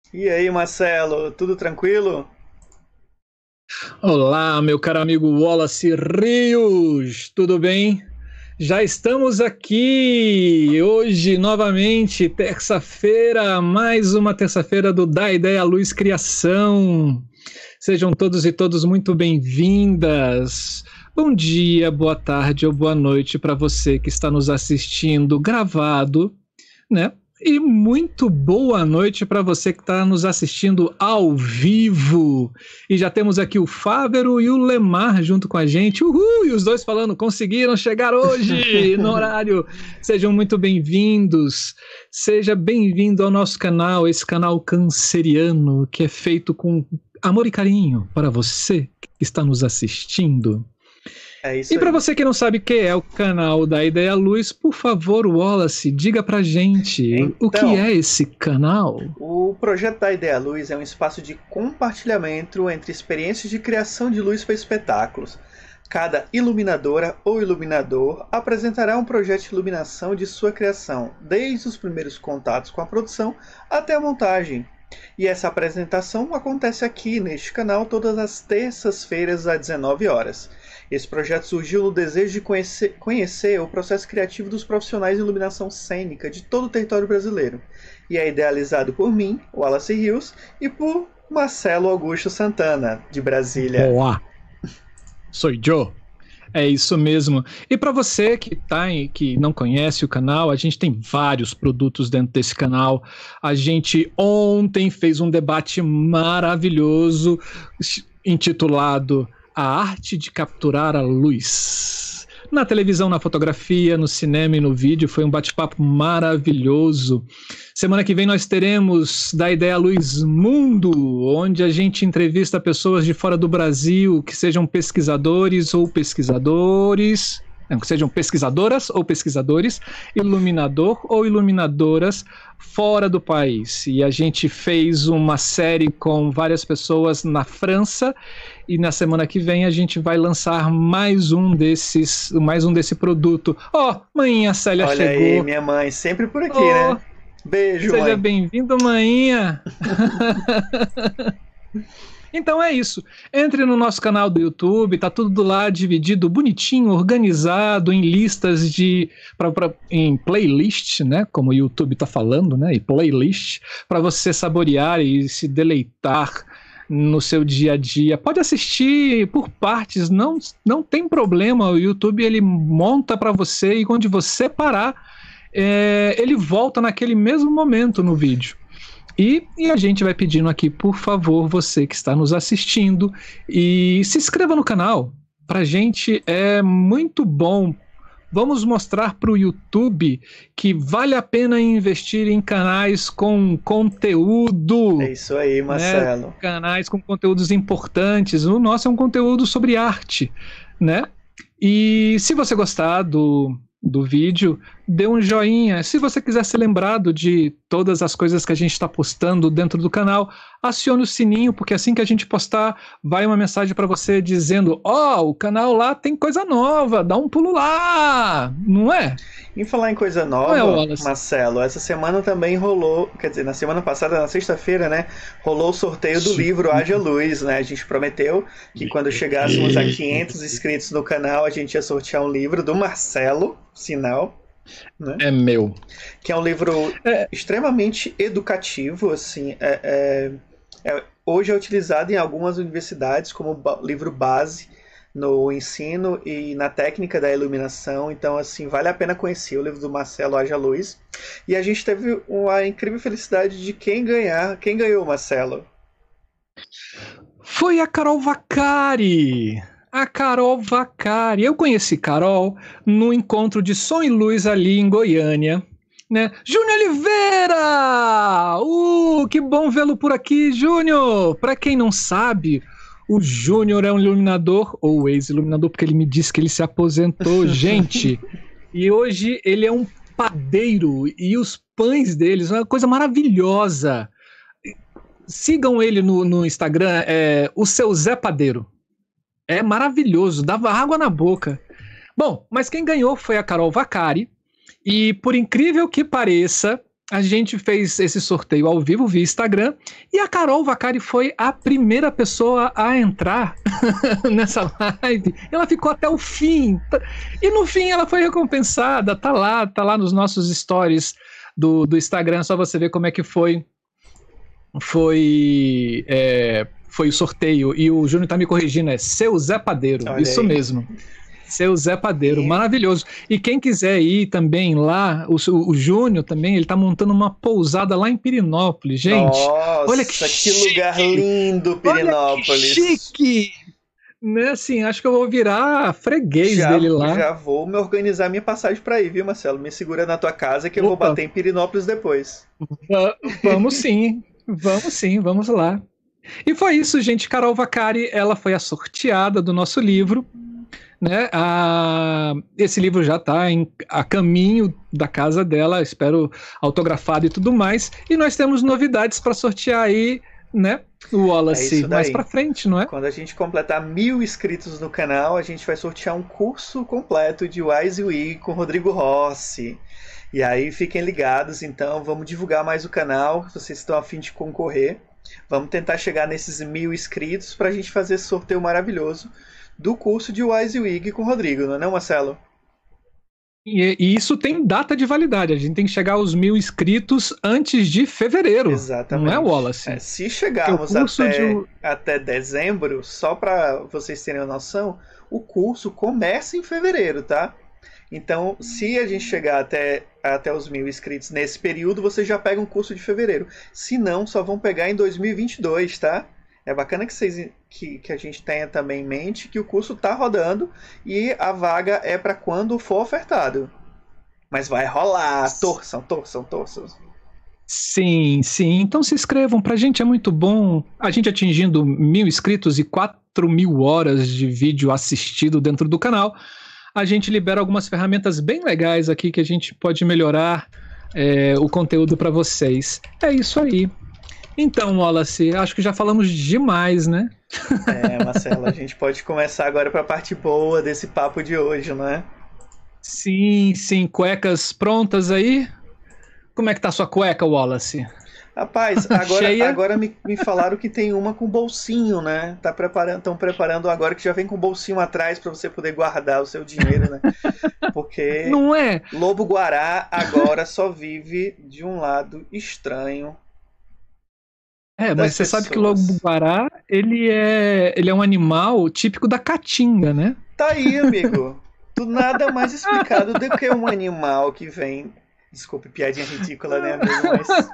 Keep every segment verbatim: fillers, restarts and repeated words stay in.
E aí, Marcelo, tudo tranquilo? Olá, meu caro amigo Wallace Rios, tudo bem? Já estamos aqui hoje novamente, terça-feira, mais uma terça-feira do Da Ideia à Luz Criação. Sejam todos e todas muito bem-vindas. Bom dia, boa tarde ou boa noite para você que está nos assistindo gravado, né? E muito boa noite para você que está nos assistindo ao vivo. E já temos aqui o Fávero e o Lemar junto com a gente. Uhul! E os dois falando, conseguiram chegar hoje no horário. Sejam muito bem-vindos. Seja bem-vindo ao nosso canal, esse canal canceriano que é feito com amor e carinho para você que está nos assistindo. É isso E para aí. você que não sabe o que é o canal da Ideia Luz, por favor, Wallace, diga pra gente o que Então, é esse canal. o projeto da Ideia Luz é um espaço de compartilhamento entre experiências de criação de luz para espetáculos. Cada iluminadora ou iluminador apresentará um projeto de iluminação de sua criação, desde os primeiros contatos com a produção até a montagem. E essa apresentação acontece aqui neste canal todas as terças-feiras às dezenove horas. Esse projeto surgiu no desejo de conhecer, conhecer o processo criativo dos profissionais de iluminação cênica de todo o território brasileiro. E é idealizado por mim, Wallace Rios, e por Marcelo Augusto Santana, de Brasília. Boa! Sou Joe. É isso mesmo. E para você que tá em, que não conhece o canal, a gente tem vários produtos dentro desse canal. A gente ontem fez um debate maravilhoso intitulado A Arte de Capturar a Luz. Na televisão, na fotografia, no cinema e no vídeo, foi um bate-papo maravilhoso. Semana que vem nós teremos Da Ideia à Luz Mundo, onde a gente entrevista pessoas de fora do Brasil, que sejam pesquisadores ou pesquisadores... Não, que sejam pesquisadoras ou pesquisadores, iluminador ou iluminadoras fora do país. E a gente fez uma série com várias pessoas na França e na semana que vem a gente vai lançar mais um desses, mais um desse produto. Ó, oh, manhinha Célia Olha chegou. Olha aí, minha mãe, sempre por aqui, oh, né? Beijo, seja mãe. bem-vindo, manhinha. Então é isso, entre no nosso canal do YouTube, tá tudo lá dividido bonitinho, organizado em listas de, pra, pra, em playlist, né, como o YouTube tá falando, né, e playlist, para você saborear e se deleitar no seu dia a dia. Pode assistir por partes, não, não tem problema, o YouTube ele monta para você e quando você parar, é, ele volta naquele mesmo momento no vídeo. E, e a gente vai pedindo aqui, por favor, você que está nos assistindo, e se inscreva no canal. Pra gente é muito bom. Vamos mostrar para o YouTube que vale a pena investir em canais com conteúdo. É isso aí, Marcelo. Né? Canais com conteúdos importantes. O nosso é um conteúdo sobre arte, né? E se você gostar do... do vídeo, dê um joinha. Se você quiser ser lembrado de todas as coisas que a gente está postando dentro do canal, acione o sininho, porque assim que a gente postar, vai uma mensagem para você dizendo, ó, oh, o canal lá tem coisa nova, dá um pulo lá, não é? Em falar em coisa nova, é, Marcelo, essa semana também rolou, quer dizer, na semana passada, na sexta-feira, né, rolou o sorteio do livro Haja Luz, né, a gente prometeu que quando chegássemos a quinhentos inscritos no canal, a gente ia sortear um livro do Marcelo, sinal, né? É meu. Que é um livro é. extremamente educativo, assim, é, é, é, hoje é utilizado em algumas universidades como livro base no ensino e na técnica da iluminação, então assim, vale a pena conhecer o livro do Marcelo Haja Luz. E a gente teve uma incrível felicidade de quem ganhar, quem ganhou, Marcelo? Foi a Carol Vacari! A Carol Vacari. Eu conheci Carol no encontro de Som e Luz ali em Goiânia, né? Júnior Oliveira! Uh, que bom vê-lo por aqui, Júnior! Para quem não sabe, o Júnior é um iluminador, ou ex-iluminador, porque ele me disse que ele se aposentou, gente. E hoje ele é um padeiro e os pães deles, uma coisa maravilhosa. Sigam ele no, no Instagram, é o seu Zé Padeiro. É maravilhoso, dava água na boca. Bom, mas quem ganhou foi a Carol Vacari. E por incrível que pareça, a gente fez esse sorteio ao vivo via Instagram e a Carol Vaccari foi a primeira pessoa a entrar nessa live. Ela ficou até o fim. E no fim ela foi recompensada. Tá lá, tá lá nos nossos stories do, do Instagram. Só você ver como é que foi. Foi, é, foi o sorteio. E o Júnior tá me corrigindo, é Seu Zé Padeiro. Olha isso aí. Mesmo. Seu Zé Padeiro, maravilhoso. E quem quiser ir também lá, o, o Júnior também, ele tá montando uma pousada lá em Pirinópolis, gente. Nossa, olha que, que chique. Lugar lindo, Pirinópolis. Olha que chique! Né, assim, acho que eu vou virar freguês já, dele lá. Já vou me organizar minha passagem para ir, viu, Marcelo? Me segura na tua casa que eu Opa. vou bater em Pirinópolis depois. Va- vamos sim, vamos sim, vamos lá. E foi isso, gente. Carol Vaccari, ela foi a sorteada do nosso livro. Né? Ah, esse livro já está a caminho da casa dela, espero autografado e tudo mais. E nós temos novidades para sortear aí, né? O Wallace, é mais para frente, não é? Quando a gente completar mil inscritos no canal, a gente vai sortear um curso completo de WYSIWYG com Rodrigo Rossi. E aí fiquem ligados, então vamos divulgar mais o canal, se vocês estão a fim de concorrer. Vamos tentar chegar nesses mil inscritos para a gente fazer esse sorteio maravilhoso do curso de WYSIWYG com o Rodrigo, não é não, Marcelo? E, e isso tem data de validade, a gente tem que chegar aos mil inscritos antes de fevereiro. Exatamente. Não é, Wallace? É, se chegarmos até, de... até dezembro, só para vocês terem uma noção, o curso começa em fevereiro, tá? Então, se a gente chegar até, até os mil inscritos nesse período, vocês já pegam o curso de fevereiro. Se não, só vão pegar em dois mil e vinte e dois, tá? É bacana que, vocês, que, que a gente tenha também em mente que o curso está rodando e a vaga é para quando for ofertado. Mas vai rolar. Torçam, torçam, torçam. Sim, sim. Então se inscrevam. Pra gente é muito bom. A gente atingindo mil inscritos e quatro mil horas de vídeo assistido dentro do canal. A gente libera algumas ferramentas bem legais aqui que a gente pode melhorar é, o conteúdo para vocês. É isso aí. Então, Wallace, acho que já falamos demais, né? É, Marcelo, a gente pode começar agora para a parte boa desse papo de hoje, não é? Sim, sim. Cuecas prontas aí? Como é que tá a sua cueca, Wallace? Rapaz, agora, agora me, me falaram que tem uma com bolsinho, né? Tá preparando, estão preparando agora que já vem com bolsinho atrás para você poder guardar o seu dinheiro, né? Porque não é? Lobo-guará agora só vive de um lado estranho. É, mas você pessoas. sabe que o lobo-guará, ele é, ele é um animal típico da caatinga, né? Tá aí, amigo. Tu nada mais explicado do que um animal que vem... Desculpe, piadinha ridícula, né, amigo? Mas...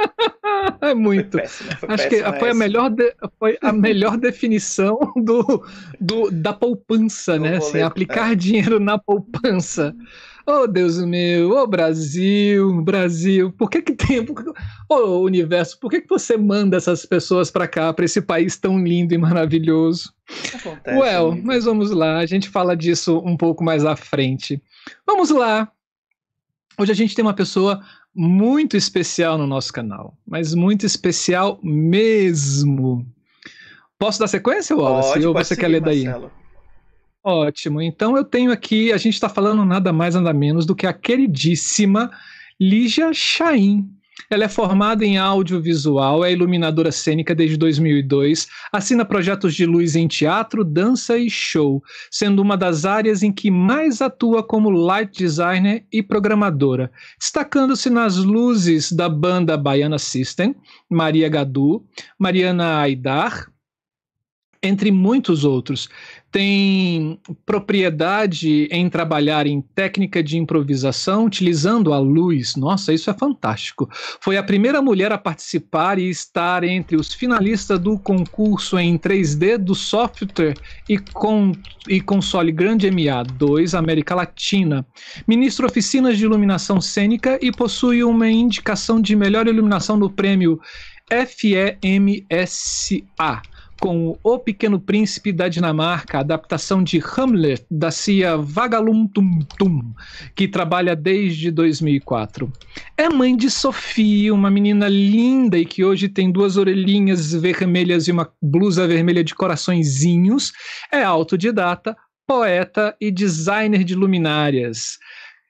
É muito. Foi péssima, foi Acho que foi a, melhor de, foi a melhor definição do, do, da poupança, do né? Assim, aplicar é. dinheiro na poupança. Oh, Deus meu, ô oh, Brasil, Brasil, por que que tem... Ô oh, universo, por que que você manda essas pessoas para cá, para esse país tão lindo e maravilhoso? Acontece, well, amigo. Mas vamos lá, a gente fala disso um pouco mais à frente. Vamos lá. Hoje a gente tem uma pessoa muito especial no nosso canal, mas muito especial mesmo. Posso dar sequência, Wallace? Pode, ou pode você seguir, quer ler daí? Marcelo. Ótimo, então eu tenho aqui, a gente está falando nada mais nada menos do que a queridíssima Lígia Chaim. Ela é formada em audiovisual, é iluminadora cênica desde dois mil e dois, assina projetos de luz em teatro, dança e show, sendo uma das áreas em que mais atua como light designer e programadora, destacando-se nas luzes da banda Baiana System, Maria Gadu, Mariana Aidar, entre muitos outros. Tem propriedade em trabalhar em técnica de improvisação utilizando a luz. Nossa, isso é fantástico. Foi a primeira mulher a participar e estar entre os finalistas do concurso em três D do software e, com, e console Grande M A dois América Latina. Ministra oficinas de iluminação cênica e possui uma indicação de melhor iluminação no prêmio F E M S A. Com O Pequeno Príncipe da Dinamarca, adaptação de Hamlet da C I A Vagalum Tum Tum, que trabalha desde dois mil e quatro. É mãe de Sofia, uma menina linda e que hoje tem duas orelhinhas vermelhas e uma blusa vermelha de coraçõezinhos. É autodidata, poeta e designer de luminárias.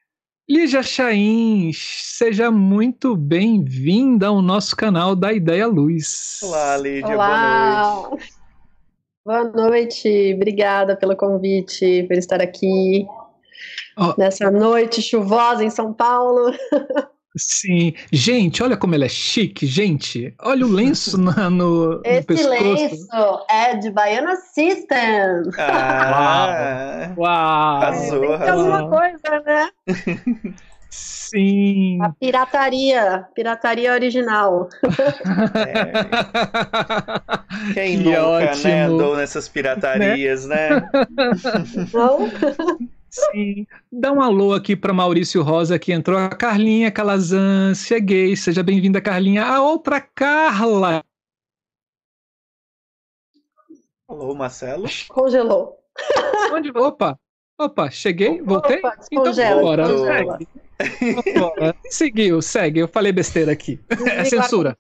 Lígia Chain, seja muito bem-vinda ao nosso canal da Ideia Luz. Olá, Lídia, Olá. boa noite. Boa noite, obrigada pelo convite, por estar aqui oh. nessa noite chuvosa em São Paulo. Sim, gente, olha como ela é chique, gente. Olha o lenço na, no, Esse no pescoço. Esse lenço é de Baiana System. Ah, uau! Uau! Arrasou, é, tem alguma coisa, né? Sim. A pirataria, pirataria original. É. Quem que nunca, ótimo. né, andou nessas piratarias, né? né? Não? Sim. Dá um alô aqui para Maurício Rosa, que entrou. A Carlinha Calazan, cheguei. Seja bem-vinda, Carlinha. A outra Carla. Alô, Marcelo. Congelou. Onde? Opa, opa, cheguei, voltei? Opa, então bora, segue. Bora. Seguiu, segue. Eu falei besteira aqui. É censura.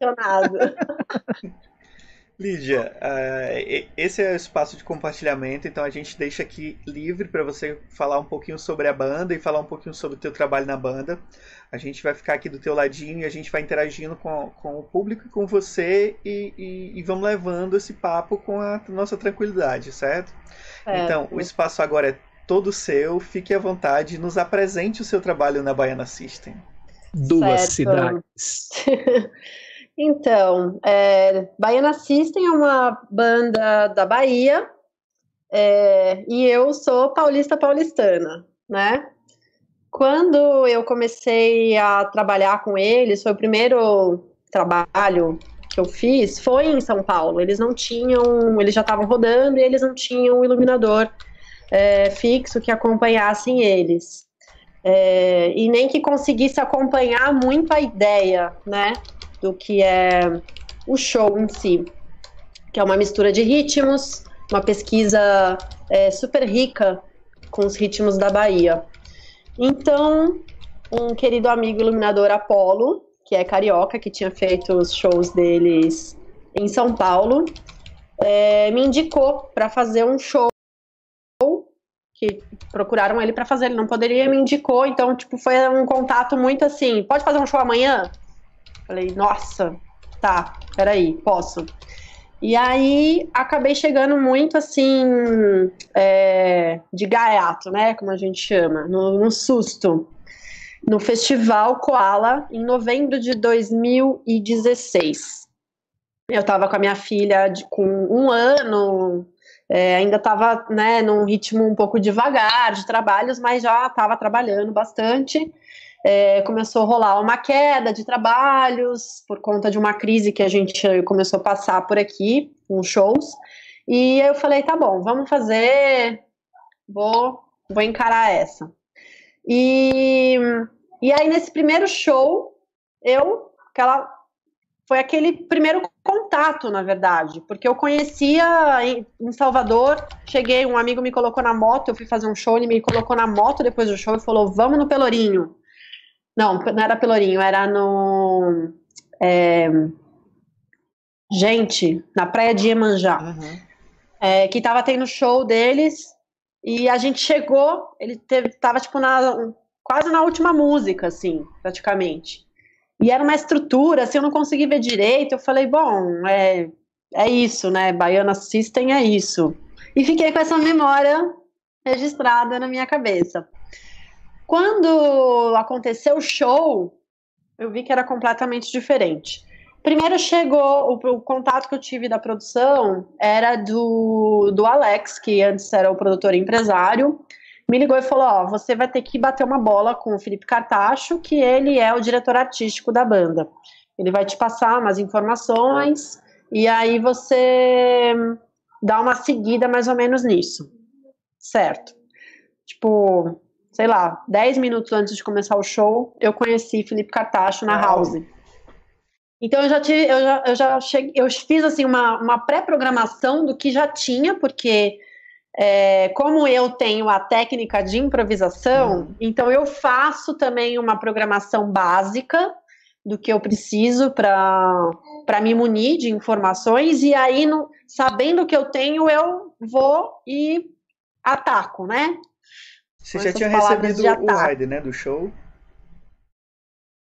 Lídia, uh, esse é o espaço de compartilhamento, então a gente deixa aqui livre para você falar um pouquinho sobre a banda e falar um pouquinho sobre o teu trabalho na banda. A gente vai ficar aqui do teu ladinho e a gente vai interagindo com, com o público e com você e, e, e vamos levando esse papo com a nossa tranquilidade, certo? certo? Então, o espaço agora é todo seu, fique à vontade, nos apresente o seu trabalho na Baiana System. Duas certo. cidades. Então, é, Baiana System é uma banda da Bahia é, e eu sou paulista paulistana, né? Quando eu comecei a trabalhar com eles, foi o primeiro trabalho que eu fiz, foi em São Paulo. Eles não tinham, eles já estavam rodando e eles não tinham um iluminador é, fixo que acompanhassem eles. É, e nem que conseguisse acompanhar muito a ideia, né? Do que é o show em si, que é uma mistura de ritmos, uma pesquisa é, super rica com os ritmos da Bahia. Então, um querido amigo iluminador Apolo, que é carioca, que tinha feito os shows deles em São Paulo, é, me indicou para fazer um show, que procuraram ele para fazer, ele não poderia, me indicou, então tipo, foi um contato muito assim, pode fazer um show amanhã? Falei, nossa, tá, peraí, posso. E aí, acabei chegando muito, assim, é, de gaiato, né, como a gente chama, no, no susto, no Festival Koala, em novembro de dois mil e dezesseis. Eu tava com a minha filha de, com um ano, é, ainda tava, né, num ritmo um pouco devagar de trabalhos, mas já tava trabalhando bastante. É, começou a rolar uma queda de trabalhos por conta de uma crise que a gente começou a passar por aqui, com shows, e eu falei, tá bom, vamos fazer, vou, vou encarar essa. E, e aí nesse primeiro show, eu, aquela, foi aquele primeiro contato, na verdade, porque eu conhecia em, em Salvador, cheguei, um amigo me colocou na moto, eu fui fazer um show, ele me colocou na moto depois do show e falou, vamos no Pelourinho. Não, não era Pelourinho, era no... É, gente, na praia de Iemanjá. Uhum. É, que tava tendo show deles, e a gente chegou, ele teve, tava tipo na, quase na última música, assim, praticamente. E era uma estrutura, assim, eu não consegui ver direito, eu falei, bom, é, é isso, né, Baiana System é isso. E fiquei com essa memória registrada na minha cabeça. Quando aconteceu o show, eu vi que era completamente diferente. Primeiro chegou, o, o contato que eu tive da produção era do, do Alex, que antes era o produtor e empresário, me ligou e falou, ó, você vai ter que bater uma bola com o Felipe Cartacho, que ele é o diretor artístico da banda. Ele vai te passar umas informações, e aí você dá uma seguida mais ou menos nisso. Certo. Tipo... sei lá, dez minutos antes de começar o show, eu conheci Felipe Cartacho na House. Então eu já tive, eu já, eu já cheguei, eu fiz assim uma, uma pré-programação do que já tinha, porque é, como eu tenho a técnica de improvisação, hum. então eu faço também uma programação básica do que eu preciso para para me munir de informações, e aí, no, sabendo o que eu tenho, eu vou e ataco, né? Você já tinha recebido o ride, né, do show?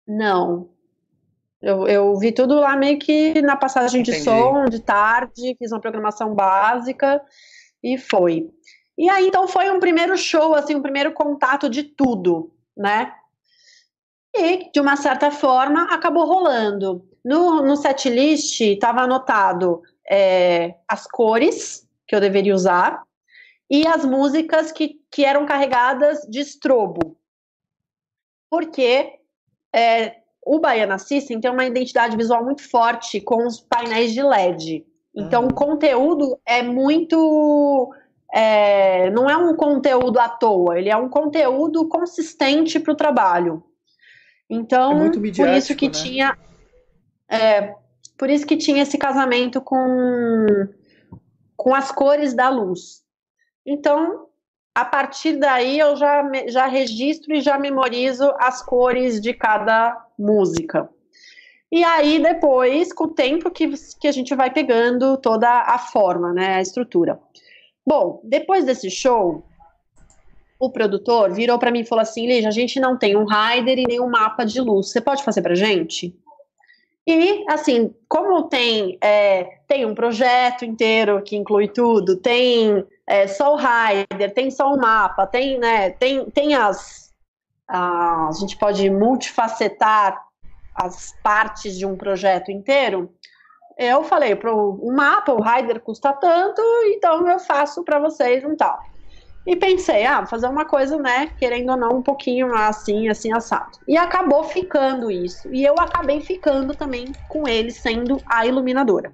Não. Eu, eu vi tudo lá meio que na passagem de Entendi. som, de tarde, fiz uma programação básica e foi. E aí, então, foi um primeiro show, assim, um primeiro contato de tudo, né? E, de uma certa forma, acabou rolando. No, no setlist estava anotado é, as cores que eu deveria usar e as músicas que, que eram carregadas de estrobo. Porque é, o Baiana System tem uma identidade visual muito forte com os painéis de L E D. Então, Uhum. o conteúdo é muito... É, não é um conteúdo à toa, ele é um conteúdo consistente para o trabalho. Então, É muito por midiático, isso que né? tinha... É, por isso que tinha esse casamento com, com as cores da luz. Então, a partir daí eu já, já registro e já memorizo as cores de cada música. E aí depois, com o tempo que, que a gente vai pegando toda a forma, né, a estrutura. Bom, depois desse show, o produtor virou para mim e falou assim, Lígia, a gente não tem um rider e nem um mapa de luz, você pode fazer pra gente? E, assim, como tem, é, tem um projeto inteiro que inclui tudo, tem é, só o rider, tem só o mapa, tem, né, tem, tem as... A, a gente pode multifacetar as partes de um projeto inteiro. Eu falei, pro, o mapa, o rider custa tanto, então eu faço para vocês um tal. E pensei, ah, fazer uma coisa, né, querendo ou não, um pouquinho assim, assim, assado. E acabou ficando isso. E eu acabei ficando também com ele sendo a iluminadora.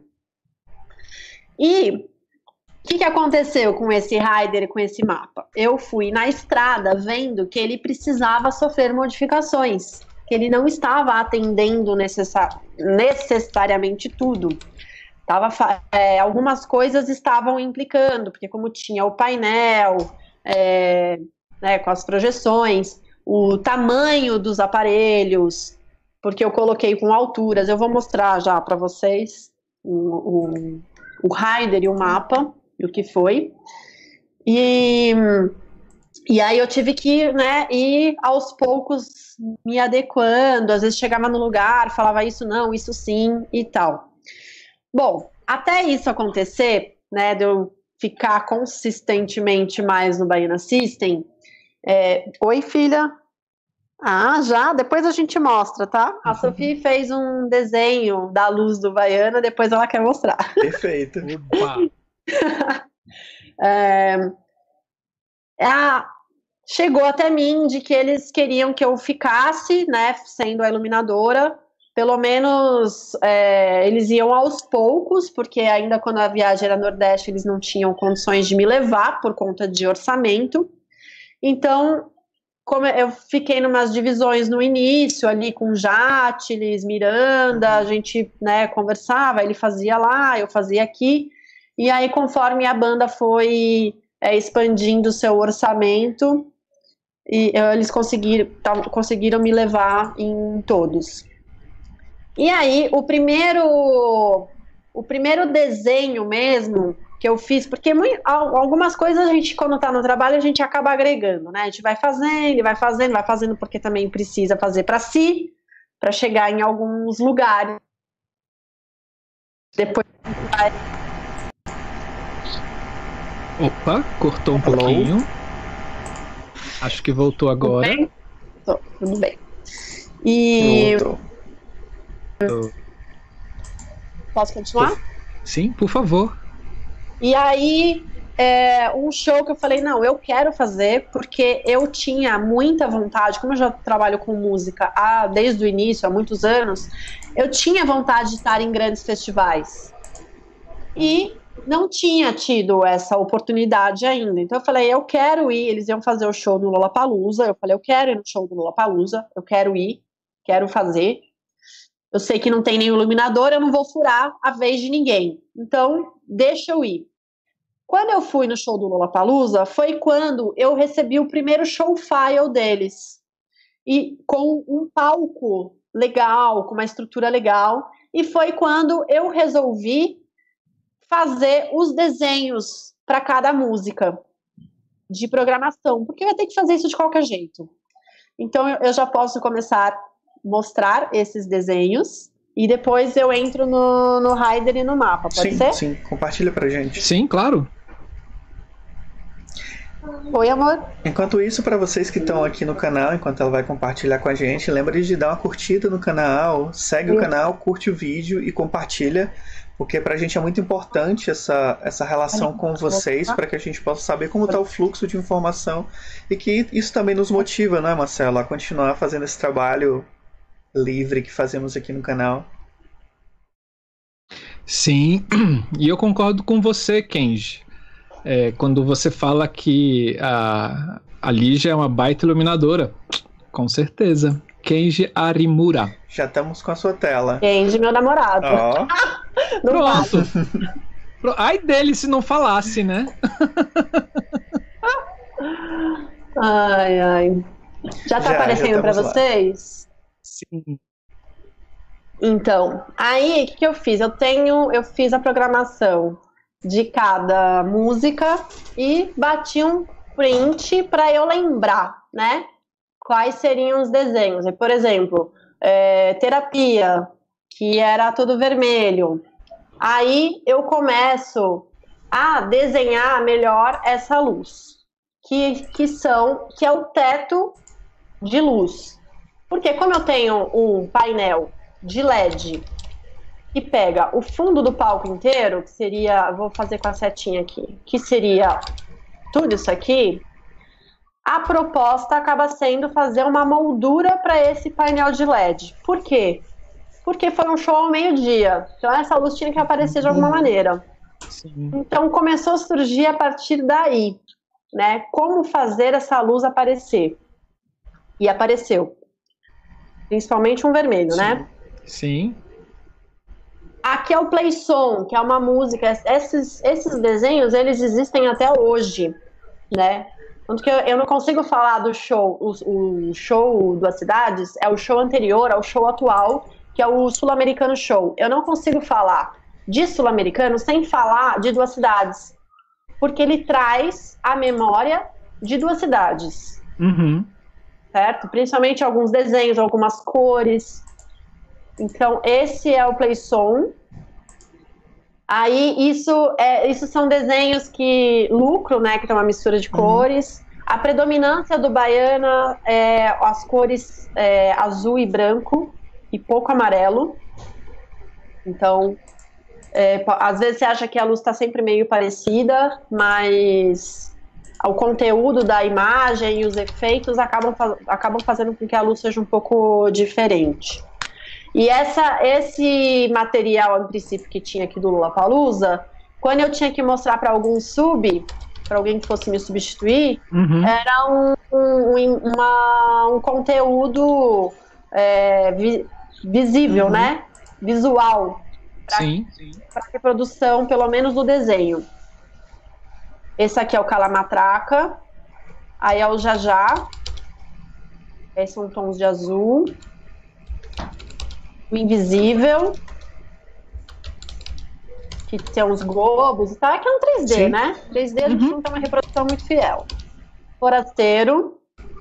E o que, que aconteceu com esse rider e com esse mapa? Eu fui na estrada vendo que ele precisava sofrer modificações, que ele não estava atendendo necessari- necessariamente tudo. Tava, é, algumas coisas estavam implicando, porque como tinha o painel, é, né, com as projeções, o tamanho dos aparelhos, porque eu coloquei com alturas, eu vou mostrar já para vocês o, o, o rider e o mapa, e o que foi. E, e aí eu tive que, né, ir aos poucos me adequando, às vezes chegava no lugar, falava isso não, isso sim e tal. Bom, até isso acontecer, né, de eu ficar consistentemente mais no Baiana System. É... Oi, filha. Ah, já? Depois a gente mostra, tá? A Sofia fez um desenho da luz do Baiana, depois ela quer mostrar. Perfeito. é... Ah, chegou até mim de que eles queriam que eu ficasse, né, sendo a iluminadora. Pelo menos é, eles iam aos poucos, porque ainda quando a viagem era Nordeste, eles não tinham condições de me levar por conta de orçamento. Então, como eu fiquei em umas divisões no início, ali com Jatiles, Miranda, a gente, né, conversava, ele fazia lá, eu fazia aqui. E aí, conforme a banda foi é, expandindo o seu orçamento, e, eles conseguiram, conseguiram me levar em todos. E aí, o primeiro, o primeiro desenho mesmo que eu fiz, porque muito, algumas coisas a gente, quando tá no trabalho, a gente acaba agregando, né? A gente vai fazendo, vai fazendo, vai fazendo, porque também precisa fazer para si, para chegar em alguns lugares. Depois vai... Opa, cortou um pouquinho. Acho que voltou agora. Tudo bem? Tô, tudo bem. E... Voltou. Posso continuar? Sim, por favor. E aí, é, um show que eu falei, não, eu quero fazer, porque eu tinha muita vontade, como eu já trabalho com música há, desde o início, há muitos anos, eu tinha vontade de estar em grandes festivais. E não tinha tido essa oportunidade ainda. Então eu falei, eu quero ir, eles iam fazer o show no Lollapalooza, eu falei, eu quero ir no show do Lollapalooza, eu quero ir, quero fazer. Eu sei que não tem nenhum iluminador, eu não vou furar a vez de ninguém. Então, deixa eu ir. Quando eu fui no show do Lollapalooza, foi quando eu recebi o primeiro show file deles. E com um palco legal, com uma estrutura legal. E foi quando eu resolvi fazer os desenhos para cada música de programação. Porque eu ia ter que fazer isso de qualquer jeito. Então, eu já posso começar mostrar esses desenhos e depois eu entro no, no Rider e no mapa, pode sim, ser? Sim, compartilha pra gente. Sim, claro. Oi, amor. Enquanto isso, para vocês que estão aqui no canal, enquanto ela vai compartilhar com a gente, lembre de dar uma curtida no canal, segue Sim. o canal, curte o vídeo e compartilha, porque pra gente é muito importante essa, essa relação com vocês, para que a gente possa saber como está o fluxo de informação e que isso também nos motiva, né, Marcelo, a continuar fazendo esse trabalho livre que fazemos aqui no canal. Sim, e eu concordo com você, Kenji. É, quando você fala que a, a Lígia é uma baita iluminadora, com certeza. Kenji Arimura. Já estamos com a sua tela. Kenji, meu namorado. Ó. Pronto. Ai dele se não falasse, né? Ai, ai. Já tá Já, aparecendo já para estamos lá. vocês? Sim. Então, aí o que, que eu fiz? Eu tenho, eu fiz a programação de cada música e bati um print para eu lembrar, né? Quais seriam os desenhos. E, por exemplo, é, terapia, que era tudo vermelho. Aí eu começo a desenhar melhor essa luz, que, que são, que é o teto de luz. Porque como eu tenho um painel de L E D que pega o fundo do palco inteiro, que seria, vou fazer com a setinha aqui, que seria tudo isso aqui, a proposta acaba sendo fazer uma moldura para esse painel de L E D. Por quê? Porque foi um show ao meio-dia, então essa luz tinha que aparecer de alguma maneira. Sim. Então começou a surgir a partir daí, né? Como fazer essa luz aparecer. E apareceu. Principalmente um vermelho, Sim. né? Sim. Aqui é o Play Som, que é uma música. Esses, esses desenhos, eles existem até hoje, né? Tanto que eu, eu não consigo falar do show. O, o show Duas Cidades é o show anterior ao show atual, que é o Sul-Americano Show. Eu não consigo falar de Sul-Americano sem falar de Duas Cidades, porque ele traz a memória de Duas Cidades. Uhum. Certo? Principalmente alguns desenhos, algumas cores. Então, esse é o Play Som. Aí, isso, é, isso são desenhos que... Lucro, né? Que tem uma mistura de cores. Uhum. A predominância do Baiana é as cores é, azul e branco e pouco amarelo. Então, é, às vezes você acha que a luz está sempre meio parecida, mas o conteúdo da imagem e os efeitos acabam, acabam fazendo com que a luz seja um pouco diferente. E essa, esse material, em princípio, que tinha aqui do Lollapalooza, quando eu tinha que mostrar para algum sub, para alguém que fosse me substituir, uhum. era um, um, uma, um conteúdo é, vi, visível, uhum. né? Visual. Para reprodução, pelo menos do desenho. Esse aqui é o Calamatraca. Aí é o Jajá. Esses são tons de azul. O Invisível, que tem uns globos e tal, que é um três D, sim. né? três D a gente uhum. não tem uma reprodução muito fiel. Forasteiro.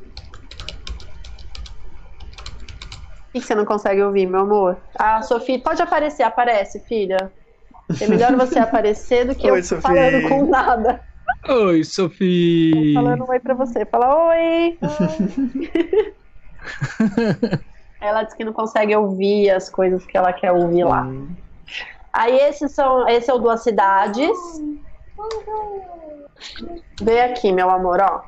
O que você não consegue ouvir, meu amor? Ah, Sofia, pode aparecer, aparece, filha. É melhor você aparecer do que oi, eu Sofia. Falando com nada. Oi, Sofia. Tô falando um oi pra você. Fala oi. oi. Ela diz que não consegue ouvir as coisas que ela quer ouvir lá. Hum. Aí esses são, esse é o Duas Cidades. Vê aqui, meu amor, ó.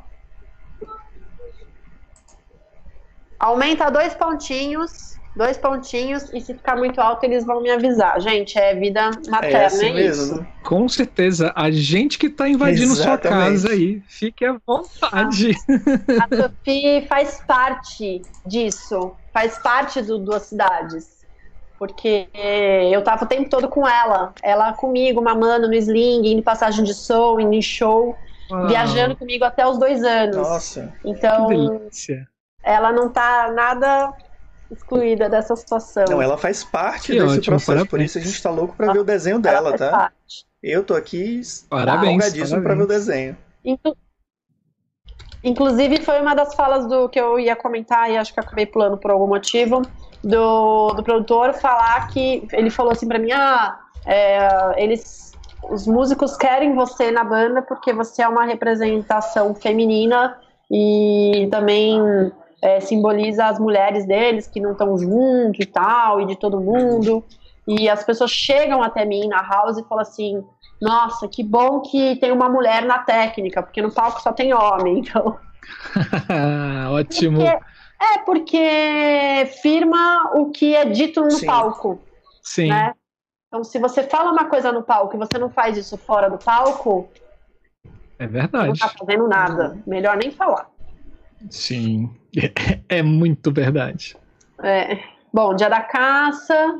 Aumenta dois pontinhos, dois pontinhos, e se ficar muito alto eles vão me avisar. Gente, é vida materna, é, assim é mesmo, isso. Né? Com certeza, a gente que tá invadindo Exatamente. Sua casa aí, fique à vontade. A, a Sofia faz parte disso, faz parte do Duas Cidades. Porque eu tava o tempo todo com ela, ela comigo, mamando no sling, indo em passagem de som, indo em show, Uau. Viajando comigo até os dois anos. Nossa, então, que delícia. Ela não tá nada excluída dessa situação. Não, ela faz parte que desse ótimo, processo, parabéns. Por isso a gente tá louco pra ver o desenho dela, tá? Parte. Eu tô aqui empolgadíssimo pra ver o desenho. Inclu... Inclusive, foi uma das falas do que eu ia comentar, e acho que eu acabei pulando por algum motivo, do, do produtor falar que ele falou assim pra mim, ah, é, eles, os músicos querem você na banda porque você é uma representação feminina e também é, simboliza as mulheres deles que não estão junto e tal, e de todo mundo. E as pessoas chegam até mim na house e falam assim, nossa, que bom que tem uma mulher na técnica, porque no palco só tem homem, então... Ótimo. Porque, é, porque firma o que é dito no Sim. palco. Sim. Né? Então, se você fala uma coisa no palco e você não faz isso fora do palco, É não verdade. tá fazendo nada. Melhor nem falar. Sim. É muito verdade. É. Bom, Dia da Caça...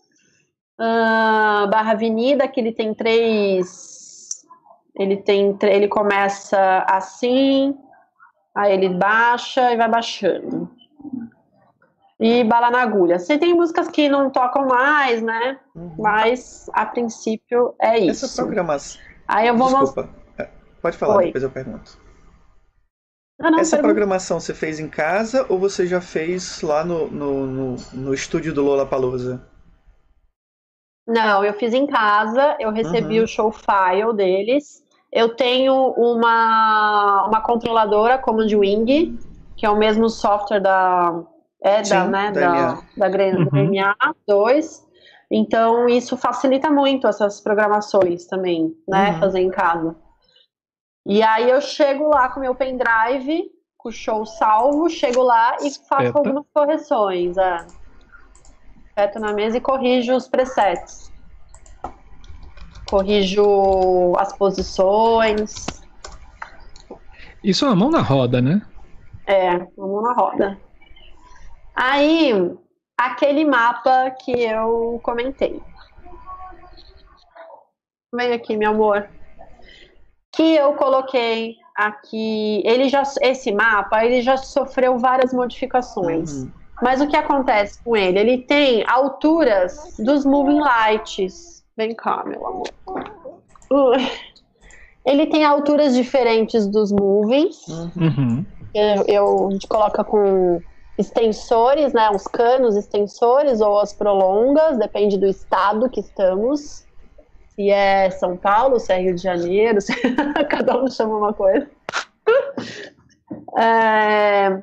Uh, Barra Avenida, que ele tem três. Ele tem. Ele começa assim, aí ele baixa e vai baixando. E Bala na Agulha. Você tem músicas que não tocam mais, né? Uhum. Mas a princípio é isso. Essa programação. Aí eu vou Desculpa. Pode falar, Oi. depois eu pergunto. Ah, não, Essa pergunta. programação você fez em casa ou você já fez lá no, no, no, no estúdio do Lollapalooza? Não, eu fiz em casa, eu recebi Uhum. o show file deles. Eu tenho uma, uma controladora Command Wing, que é o mesmo software da, é, da, Sim, né, da da, M A. da, Gre- Uhum. do M A dois. Então, isso facilita muito essas programações também, né? Uhum. Fazer em casa. E aí eu chego lá com meu pendrive, com o show salvo, chego lá e faço Espeta. algumas correções. É. Espeto na mesa e corrijo os presets. Corrijo as posições. Isso é uma mão na roda, né? É, vamos na roda. Aí, aquele mapa que eu comentei. Vem aqui, meu amor. Que eu coloquei aqui. Ele já, esse mapa, ele já sofreu várias modificações. Uhum. Mas o que acontece com ele? Ele tem alturas dos moving lights. Vem cá, meu amor. Uh. Ele tem alturas diferentes dos movings. Uhum. Eu, eu- a gente coloca com extensores, né? Os canos extensores ou as prolongas, depende do estado que estamos. Se é São Paulo, se é Rio de Janeiro, se... cada um chama uma coisa. É...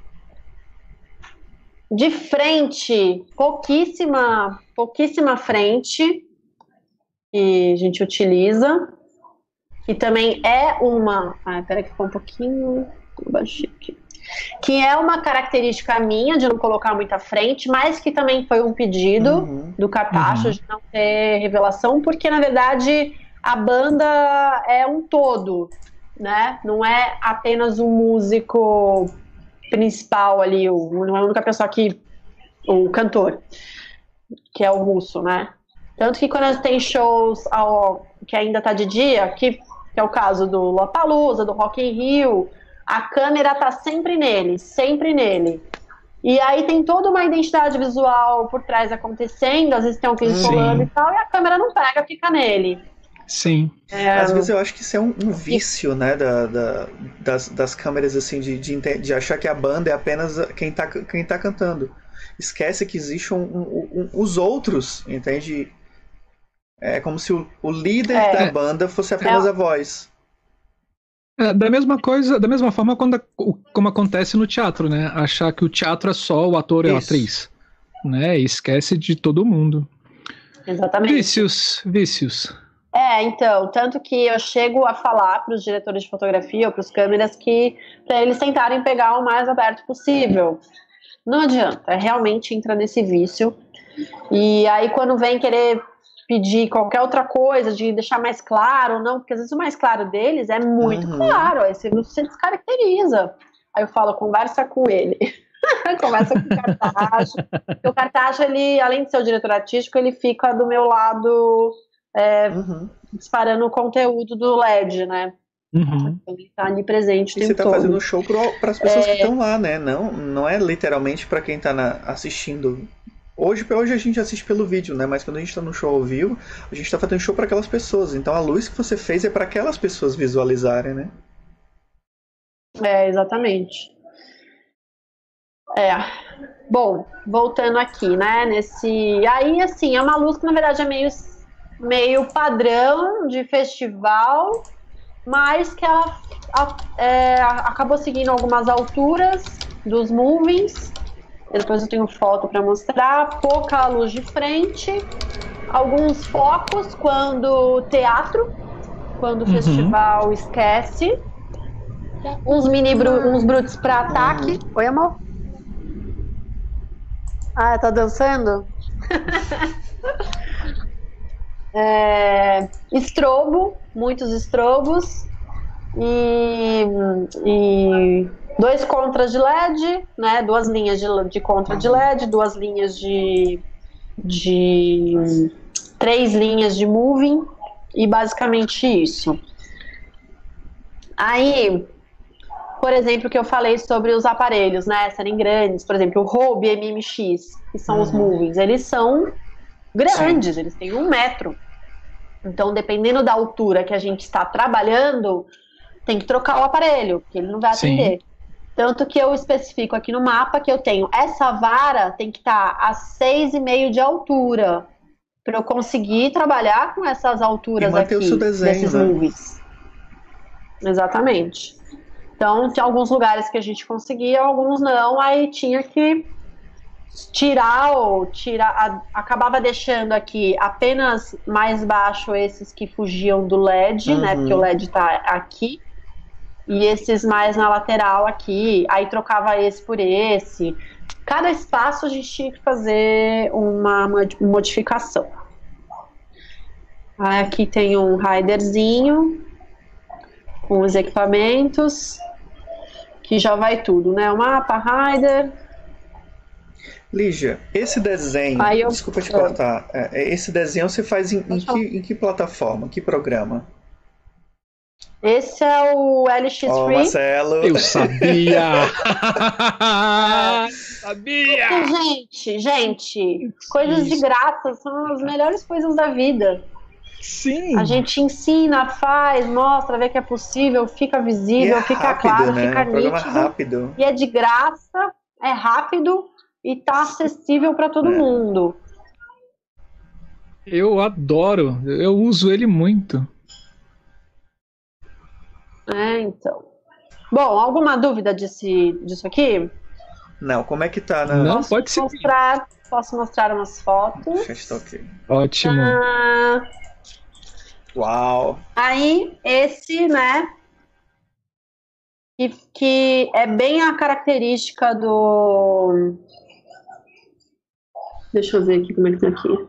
De frente, pouquíssima, pouquíssima frente que a gente utiliza. Que também é uma... Ah, peraí que ficou um pouquinho... baixinho aqui. Que é uma característica minha de não colocar muita frente, mas que também foi um pedido Uhum. do Capacho Uhum. de não ter revelação, porque na verdade a banda é um todo, né? Não é apenas o músico principal ali, o, não é a única pessoa que... o cantor, que é o russo, né? Tanto que quando a gente tem shows ao, que ainda tá de dia, que, que é o caso do Lollapalooza, do Rock in Rio, a câmera tá sempre nele, sempre nele. E aí tem toda uma identidade visual por trás acontecendo, às vezes tem alguém Sim. falando e tal, e a câmera não pega, fica nele. Sim. É, Às vezes eu acho que isso é um, um vício, né, da, da- das, das câmeras, assim, de, de, ente- de achar que a banda é apenas quem tá, quem tá cantando. Esquece que existem um- um- um- os outros, entende? É como se o, o líder É. da banda fosse apenas É. a voz. É, da mesma coisa, da mesma forma quando, a- o- como acontece no teatro, né? Achar que o teatro é só o ator e a Isso. atriz, né? E esquece de todo mundo. exatamente. Vícios, vícios. É, então, tanto que eu chego a falar para os diretores de fotografia ou para os câmeras que para eles tentarem pegar o mais aberto possível. Não adianta, realmente entra nesse vício. E aí quando vem querer pedir qualquer outra coisa, de deixar mais claro ou não, porque às vezes o mais claro deles é muito Uhum. claro, aí você não se descaracteriza. Aí eu falo, conversa com ele. Conversa com o Cartacho. Porque o Cartacho, ele, além de ser o diretor artístico, ele fica do meu lado é, Uhum. disparando o conteúdo do L E D, né? Uhum. Então ele tá ali presente o E você tempo tá todo. fazendo show para as pessoas É. que estão lá, né? Não, não é literalmente para quem tá na- assistindo. Hoje, hoje a gente assiste pelo vídeo, né? Mas quando a gente tá no show ao vivo, a gente tá fazendo show para aquelas pessoas. Então a luz que você fez é para aquelas pessoas visualizarem, né? É, exatamente. É. Bom, voltando aqui, né? Nesse. Aí, assim, é uma luz que na verdade é meio, meio padrão de festival, mas que ela é, acabou seguindo algumas alturas dos movings. Depois eu tenho foto para mostrar. Pouca luz de frente, alguns focos quando teatro, quando o uhum. festival esquece. Uns mini bru, uns brutos para ataque. Uhum. Oi, amor? Ah, tá dançando? é, estrobo, muitos estrobos e, e dois contras de L E D, né? Duas linhas de, de contra de L E D, duas linhas de, de três linhas de moving e basicamente isso. Aí, por exemplo, que eu falei sobre os aparelhos, né, serem grandes, por exemplo, o Robe M M X, que são uhum. os movings, eles são grandes, Sim. eles têm um metro. Então, dependendo da altura que a gente está trabalhando, tem que trocar o aparelho, porque ele não vai atender. Sim. Tanto que eu especifico aqui no mapa que eu tenho, essa vara tem que estar tá a seis e meio de altura, para eu conseguir trabalhar com essas alturas aqui, o seu desenho, desses né? movings. Exatamente. Então, tinha alguns lugares que a gente conseguia, alguns não, aí tinha que tirar ou tirar, a, acabava deixando aqui apenas mais baixo esses que fugiam do L E D, uhum. né, porque o L E D tá aqui, e esses mais na lateral aqui, aí trocava esse por esse. Cada espaço a gente tinha que fazer uma modificação. Aí aqui tem um riderzinho com os equipamentos, que já vai tudo, né? O mapa, rider. Lígia, esse desenho, eu... desculpa te cortar, esse desenho você faz em, em, que, em que plataforma, que programa? Esse é o L X três. Oh, Marcelo. Eu sabia! sabia! Gente, gente, coisas de graça são as melhores coisas da vida. Sim. A gente ensina, faz, mostra, vê que é possível, fica visível, é fica rápido, claro, né? fica nítido. Rápido. E é de graça, é rápido e tá acessível para todo é. mundo. Eu adoro, eu uso ele muito. É, então. Bom, alguma dúvida desse, disso aqui? Não, como é que tá? Né? Não, posso pode ser. Mostrar, posso mostrar umas fotos. Já estou aqui. Ótimo. Ah, Uau! Aí, esse, né, que, que é bem a característica do... Deixa eu ver aqui como é que tá aqui.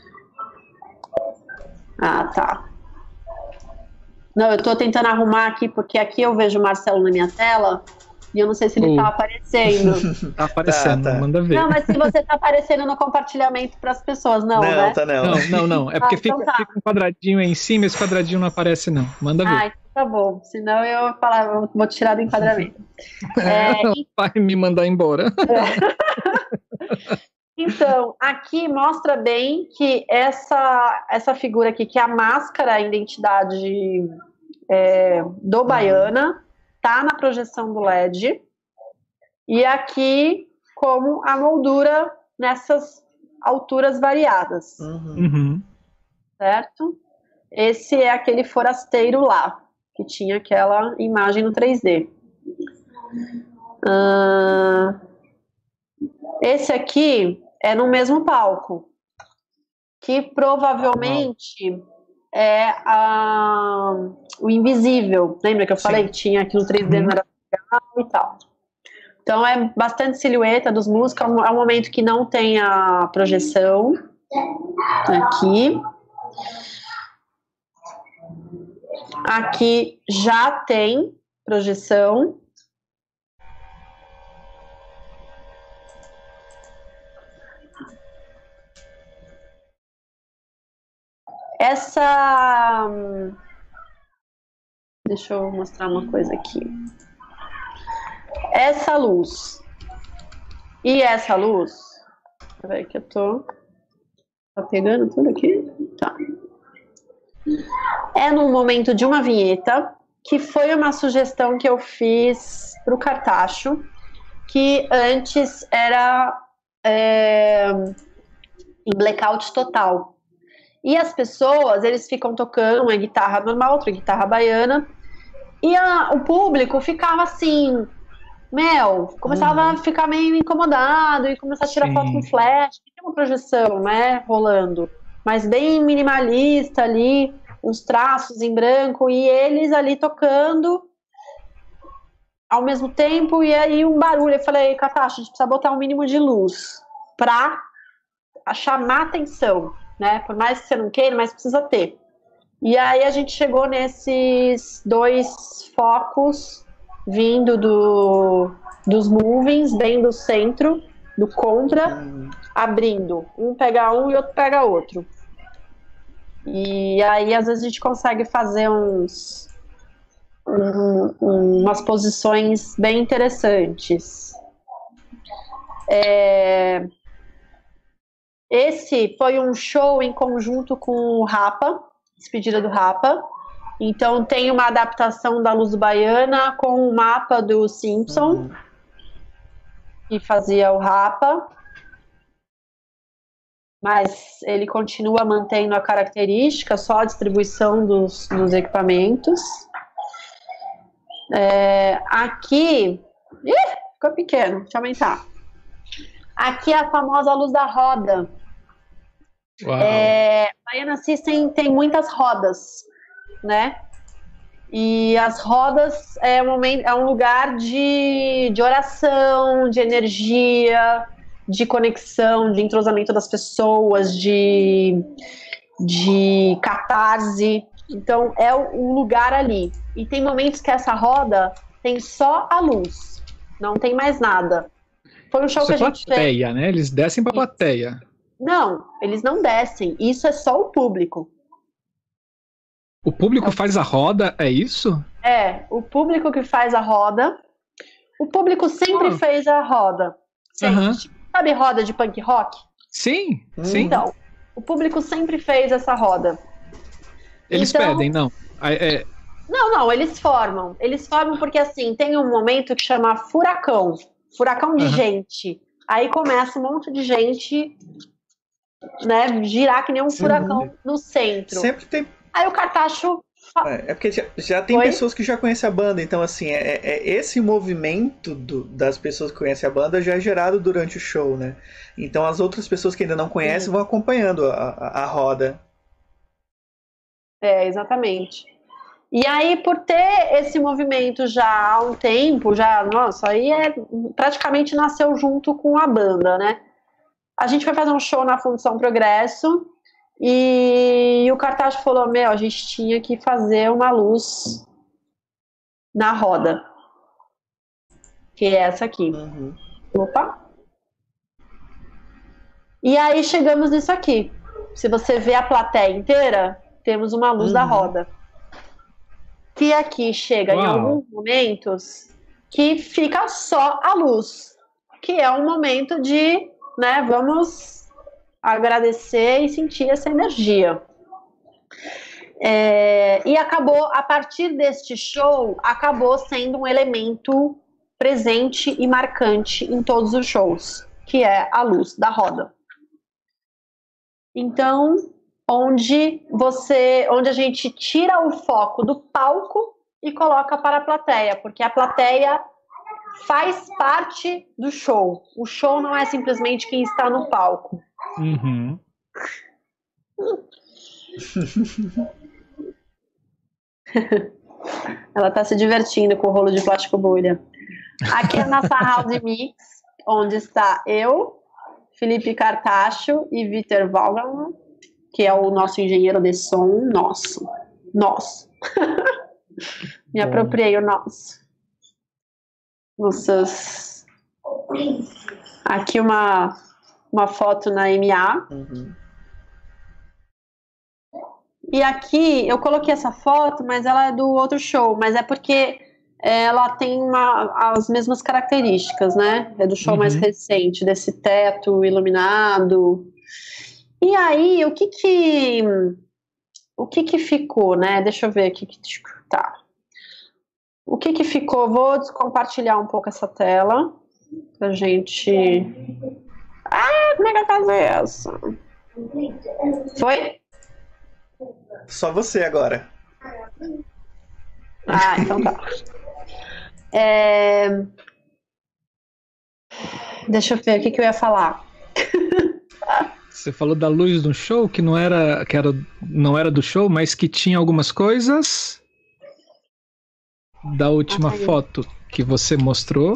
Ah, tá. Não, eu tô tentando arrumar aqui, porque aqui eu vejo o Marcelo na minha tela, e eu não sei se ele uh. tá aparecendo. Tá aparecendo, tá, tá. Manda ver. Não, mas se você tá aparecendo no compartilhamento para as pessoas, não, não né? Não, tá não. Não, não, não. É porque ah, então fica, tá. fica um quadradinho aí em cima, esse quadradinho não aparece, não. Manda ver. Ah, então tá bom. Senão eu vou falar, eu vou tirar do enquadramento. é, e... Vai me mandar embora. É. Então, aqui mostra bem que essa, essa figura aqui, que é a máscara, a identidade é, do Baiana, tá na projeção do L E D, e aqui como a moldura nessas alturas variadas, uhum. certo? Esse é aquele forasteiro lá, que tinha aquela imagem no três D. Uh, esse aqui é no mesmo palco, que provavelmente uhum. é a, o Invisível. Lembra que eu falei Sim. que tinha aqui no três D, não era legal e tal. Então é bastante silhueta dos músicos, é um momento que não tem a projeção aqui. Aqui já tem projeção. Essa... Deixa eu mostrar uma coisa aqui. Essa luz e essa luz... Peraí que eu tô... Tá pegando tudo aqui? Tá. É no momento de uma vinheta, que foi uma sugestão que eu fiz para o Cartacho, que antes era é, em blackout total. E as pessoas, eles ficam tocando uma guitarra normal, outra guitarra baiana, e a, o público ficava assim, Mel, começava uhum. a ficar meio incomodado e começar a tirar Sim. foto com flash, tem uma projeção, né, rolando, mas bem minimalista ali, uns traços em branco, e eles ali tocando ao mesmo tempo, e aí um barulho. Eu falei, Cartacho, a gente precisa botar um mínimo de luz pra chamar atenção, né, por mais que você não queira, mas precisa ter. E aí a gente chegou nesses dois focos vindo do, dos movings, bem do centro, do contra, hum. abrindo. Um pega um e outro pega outro. E aí, às vezes, a gente consegue fazer uns, um, umas posições bem interessantes. É... Esse foi um show em conjunto com o Rapa, Despedida do Rapa. Então tem uma adaptação da Luz Baiana com o mapa do Simpson, uhum. que fazia o Rapa, mas ele continua mantendo a característica, só a distribuição dos, dos equipamentos. É, aqui, ih, ficou pequeno, deixa eu aumentar. Aqui é a famosa Luz da Roda. É, Baiana System tem muitas rodas, né? E as rodas é um, momento, é um lugar de, de oração, de energia, de conexão, de entrosamento das pessoas, de, de catarse. Então é um lugar ali. E tem momentos que essa roda tem só a luz, não tem mais nada. Foi um show Isso que é a gente plateia, fez. né? Eles descem pra plateia. Não, eles não descem. Isso é só o público. O público faz a roda, é isso? É, o público que faz a roda. O público sempre oh. fez a roda. Sempre. Uhum. Sabe roda de punk rock? Sim, sim. Então, o público sempre fez essa roda. Eles então, pedem, não? É... Não, não, eles formam. Eles formam porque, assim, tem um momento que chama furacão. Furacão de uhum. gente. Aí começa um monte de gente, né, girar que nem um furacão uhum. no centro. Sempre tem... Aí o Cartacho... É, é porque já, já tem Oi? pessoas que já conhecem a banda, então assim, é, é esse movimento do, das pessoas que conhecem a banda já é gerado durante o show, né? Então as outras pessoas que ainda não conhecem Sim. vão acompanhando a, a, a roda. É, exatamente. E aí, por ter esse movimento já há um tempo, já, nossa, aí é, praticamente nasceu junto com a banda, né? A gente foi fazer um show na Fundação Progresso e o Cartacho falou, meu, a gente tinha que fazer uma luz na roda, que é essa aqui. Uhum. Opa! E aí chegamos nisso aqui. Se você vê a plateia inteira, temos uma luz uhum. da roda. Que aqui chega Uau. Em alguns momentos que fica só a luz, que é um momento de, né, vamos agradecer e sentir essa energia. É, e acabou, a partir deste show, acabou sendo um elemento presente e marcante em todos os shows, que é a luz da roda. Então, onde você, onde a gente tira o foco do palco e coloca para a plateia, porque a plateia faz parte do show. O show não é simplesmente quem está no palco. Uhum. Ela está se divertindo com o rolo de plástico bolha. Aqui é a nossa House Mix, onde está eu, Felipe Cartacho e Vitor Valgaman, que é o nosso engenheiro de som, nosso, nosso. Me apropriei o nosso. Nossas... Aqui uma, uma foto na M A. Uhum. E aqui, eu coloquei essa foto, mas ela é do outro show, mas é porque ela tem uma, as mesmas características, né? É do show uhum. mais recente, desse teto iluminado. E aí, o que que, o que que ficou, né? Deixa eu ver aqui. Tá. o que que ficou? Vou descompartilhar um pouco essa tela pra gente... Ah, como é que eu faço isso? Foi? Só você agora. Ah, então tá. É... Deixa eu ver o que que eu ia falar. Você falou da luz do show, que não era, que era, não era do show, mas que tinha algumas coisas da última Ah, foto que você mostrou.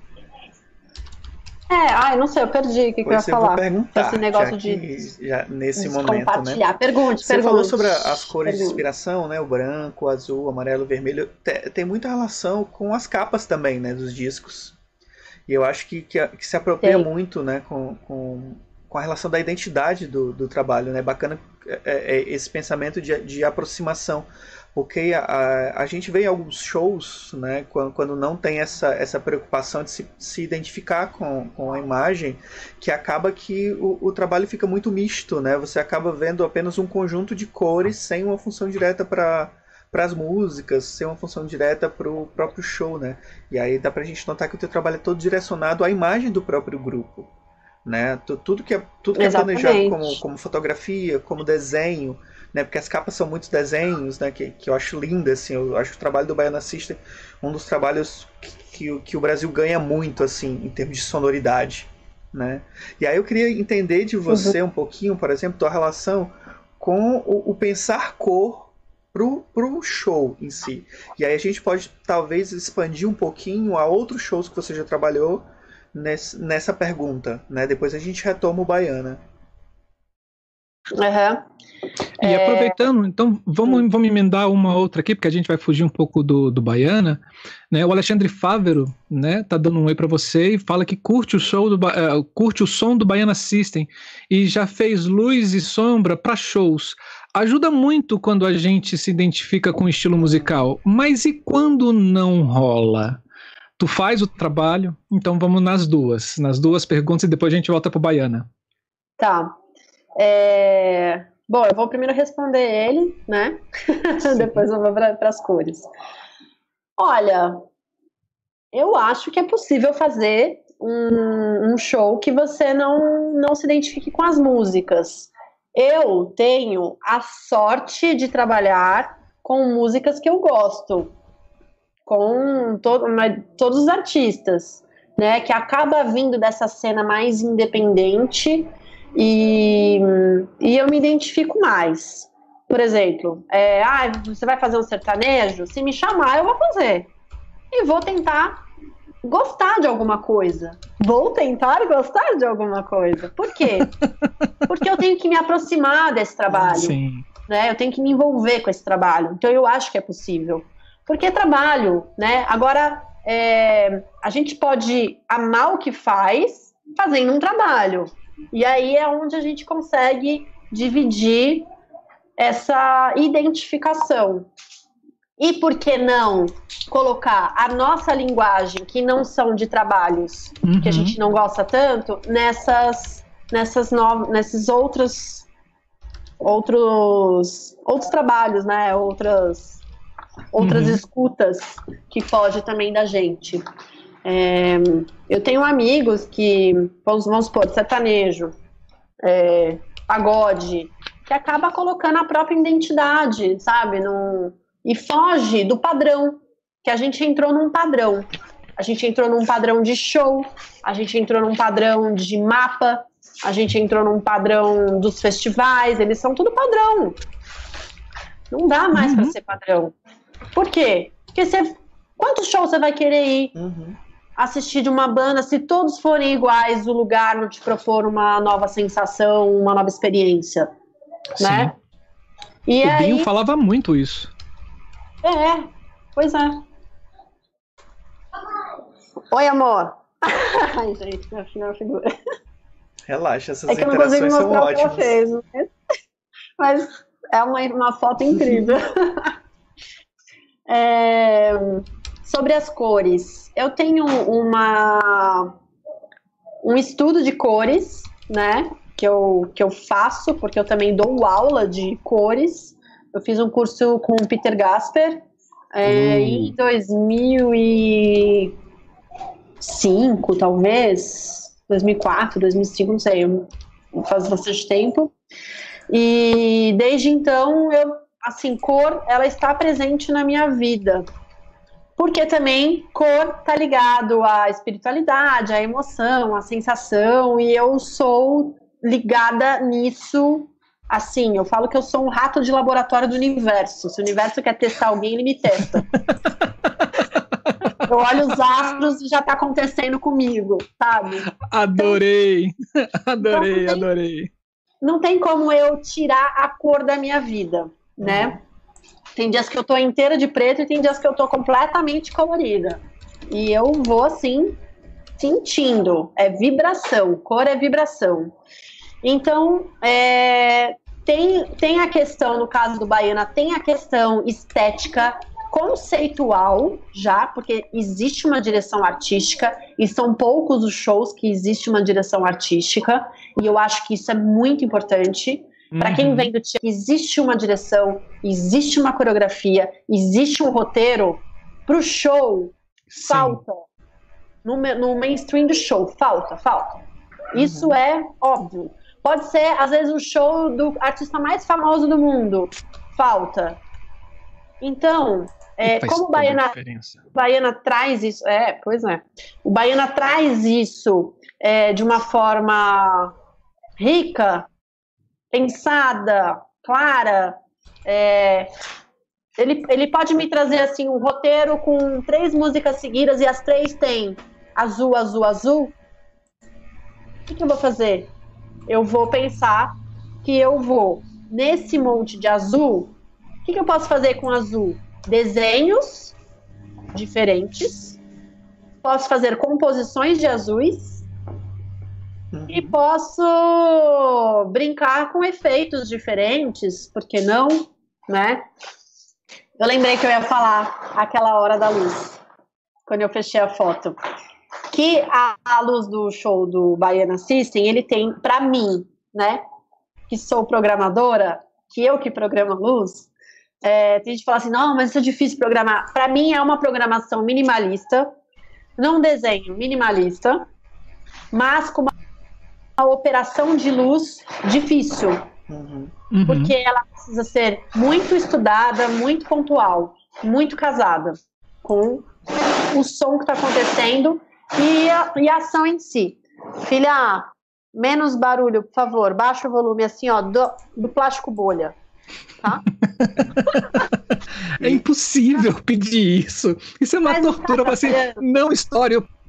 É, ai, não sei, eu perdi o que, que eu ia Pois eu vou falar. perguntar, Esse negócio já de que- já nesse de momento, né? compartilhar. Pergunte, Você pergunte. falou sobre a- as cores de Pergunte. inspiração, né? O branco, o azul, o amarelo, o vermelho. Te- Tem muita relação com as capas também, né? Dos discos. E eu acho que, que, a- que se apropria Tem. muito, né? Com, com, com a relação da identidade do, do trabalho, né? Bacana é, é, esse pensamento de, de aproximação. Porque a, a, a gente vê em alguns shows, né? Quando, quando não tem essa, essa preocupação de se, se identificar com, com a imagem, que acaba que o, o trabalho fica muito misto, né? Você acaba vendo apenas um conjunto de cores sem uma função direta para para as músicas, sem uma função direta para o próprio show, né? E aí dá pra gente notar que o teu trabalho é todo direcionado à imagem do próprio grupo, né? Tu- Tudo que é, tudo que é planejado Exatamente. como, como fotografia, como desenho, né? Porque as capas são muitos desenhos, né? Que, que eu acho lindo, assim. Eu acho o trabalho do Baiana System um dos trabalhos que, que, o- que o Brasil ganha muito, assim, em termos de sonoridade, né? E aí eu queria entender de você um pouquinho, por exemplo, tua relação com o, o pensar cor pro, pro show em si. E aí a gente pode talvez expandir um pouquinho a outros shows que você já trabalhou nesse, nessa pergunta, né? Depois a gente retoma o Baiana. Aham. E aproveitando, então vamos, vamos emendar uma outra aqui, porque a gente vai fugir um pouco do, do Baiana, né? O Alexandre Fávero, né, tá dando um oi para você e fala que curte o show do Ba- eh, curte o som do Baiana System e já fez luz e sombra para shows. Ajuda muito quando a gente se identifica com o estilo musical, mas e quando não rola? Tu faz o trabalho? Então vamos nas duas, nas duas perguntas e depois a gente volta pro Baiana. Tá. É, Bom, eu vou primeiro responder ele, né? Depois eu vou para as cores. Olha, eu acho que é possível fazer um, um show que você não, não se identifique com as músicas. Eu tenho a sorte de trabalhar com músicas que eu gosto, com to- mas todos os artistas, né? Que acaba vindo dessa cena mais independente. E, e eu me identifico mais. Por exemplo, é, ah, você vai fazer um sertanejo? Se me chamar, eu vou fazer. E vou tentar gostar de alguma coisa. Vou tentar gostar de alguma coisa. Por quê? Porque eu tenho que me aproximar desse trabalho. Sim. Né? Eu tenho que me envolver com esse trabalho. Então eu acho que é possível. Porque é trabalho, né? Agora, é, a gente pode amar o que faz fazendo um trabalho. E aí é onde a gente consegue dividir essa identificação. E por que não colocar a nossa linguagem, que não são de trabalhos Uhum. que a gente não gosta tanto, nessas, nessas novas, nesses outros, outros, outros trabalhos, né? Outras, outras Uhum. escutas que foge também da gente. É, eu tenho amigos que, vamos, vamos supor, sertanejo, é, pagode, que acaba colocando a própria identidade, sabe? Num, e foge do padrão, que a gente entrou num padrão. A gente entrou num padrão de show, a gente entrou num padrão de mapa, a gente entrou num padrão dos festivais, eles são tudo padrão. Não dá mais Uhum. para ser padrão. Por quê? Porque você, quantos shows você vai querer ir? Uhum. Assistir de uma banda, se todos forem iguais, o lugar não te propor uma nova sensação, uma nova experiência, né? E O aí, Binho falava muito isso. é, pois é. Oi, amor. Ai, gente, minha filha é uma figura. Relaxa, essas É que eu não consigo interações são mostrar o que ela ótimas. fez, mas, mas é uma, uma foto incrível. É, sobre as cores, eu tenho uma um estudo de cores, né? Que eu, que eu faço, porque eu também dou aula de cores. Eu fiz um curso com o Peter Gasper, é, Uh. em dois mil e cinco, talvez, dois mil e quatro, dois mil e cinco, não sei, faz bastante tempo. E desde então, eu, assim, cor, ela está presente na minha vida. Porque também cor tá ligado à espiritualidade, à emoção, à sensação, e eu sou ligada nisso, assim, eu falo que eu sou um rato de laboratório do universo. Se o universo quer testar alguém, ele me testa. Eu olho os astros e já tá acontecendo comigo, sabe? Adorei, adorei, então, não tem, adorei. Não tem como eu tirar a cor da minha vida, né? Uhum. Tem dias que eu tô inteira de preto e tem dias que eu tô completamente colorida. E eu vou, assim, sentindo. É vibração. Cor é vibração. Então, é, tem, tem a questão, no caso do Baiana, tem a questão estética, conceitual, já, porque existe uma direção artística e são poucos os shows que existe uma direção artística. E eu acho que isso é muito importante. Para quem vem do teatro, existe uma direção, existe uma coreografia, existe um roteiro. Pro show, Sim. falta. No, no mainstream do show, falta, falta. Uhum. Isso é óbvio. Pode ser, às vezes, o show do artista mais famoso do mundo. Falta. Então, é, como o Baiana, Baiana traz isso... É, pois é. O Baiana traz isso é, de uma forma rica, pensada, clara, é, ele, ele pode me trazer assim um roteiro com três músicas seguidas e as três têm azul, azul, azul. O que, que eu vou fazer? Eu vou pensar que eu vou, nesse monte de azul, o que, que eu posso fazer com azul? Desenhos diferentes, posso fazer composições de azuis, e posso brincar com efeitos diferentes, por que não, né? Eu lembrei que eu ia falar aquela hora da luz, quando eu fechei a foto. Que a, a luz do show do Baiana System, ele tem, pra mim, né? Que sou programadora, que eu que programo a luz, é, tem gente que fala assim, não, mas isso é difícil programar. Pra mim é uma programação minimalista, não desenho minimalista, mas com uma a operação de luz difícil, uhum. porque ela precisa ser muito estudada, muito pontual, muito casada com o som que está acontecendo e a, e a ação em si. Filha, menos barulho, por favor, baixa o volume assim, ó, do, do plástico bolha, tá? É impossível pedir isso. Isso é uma Mas tortura, tá assim, não estoure o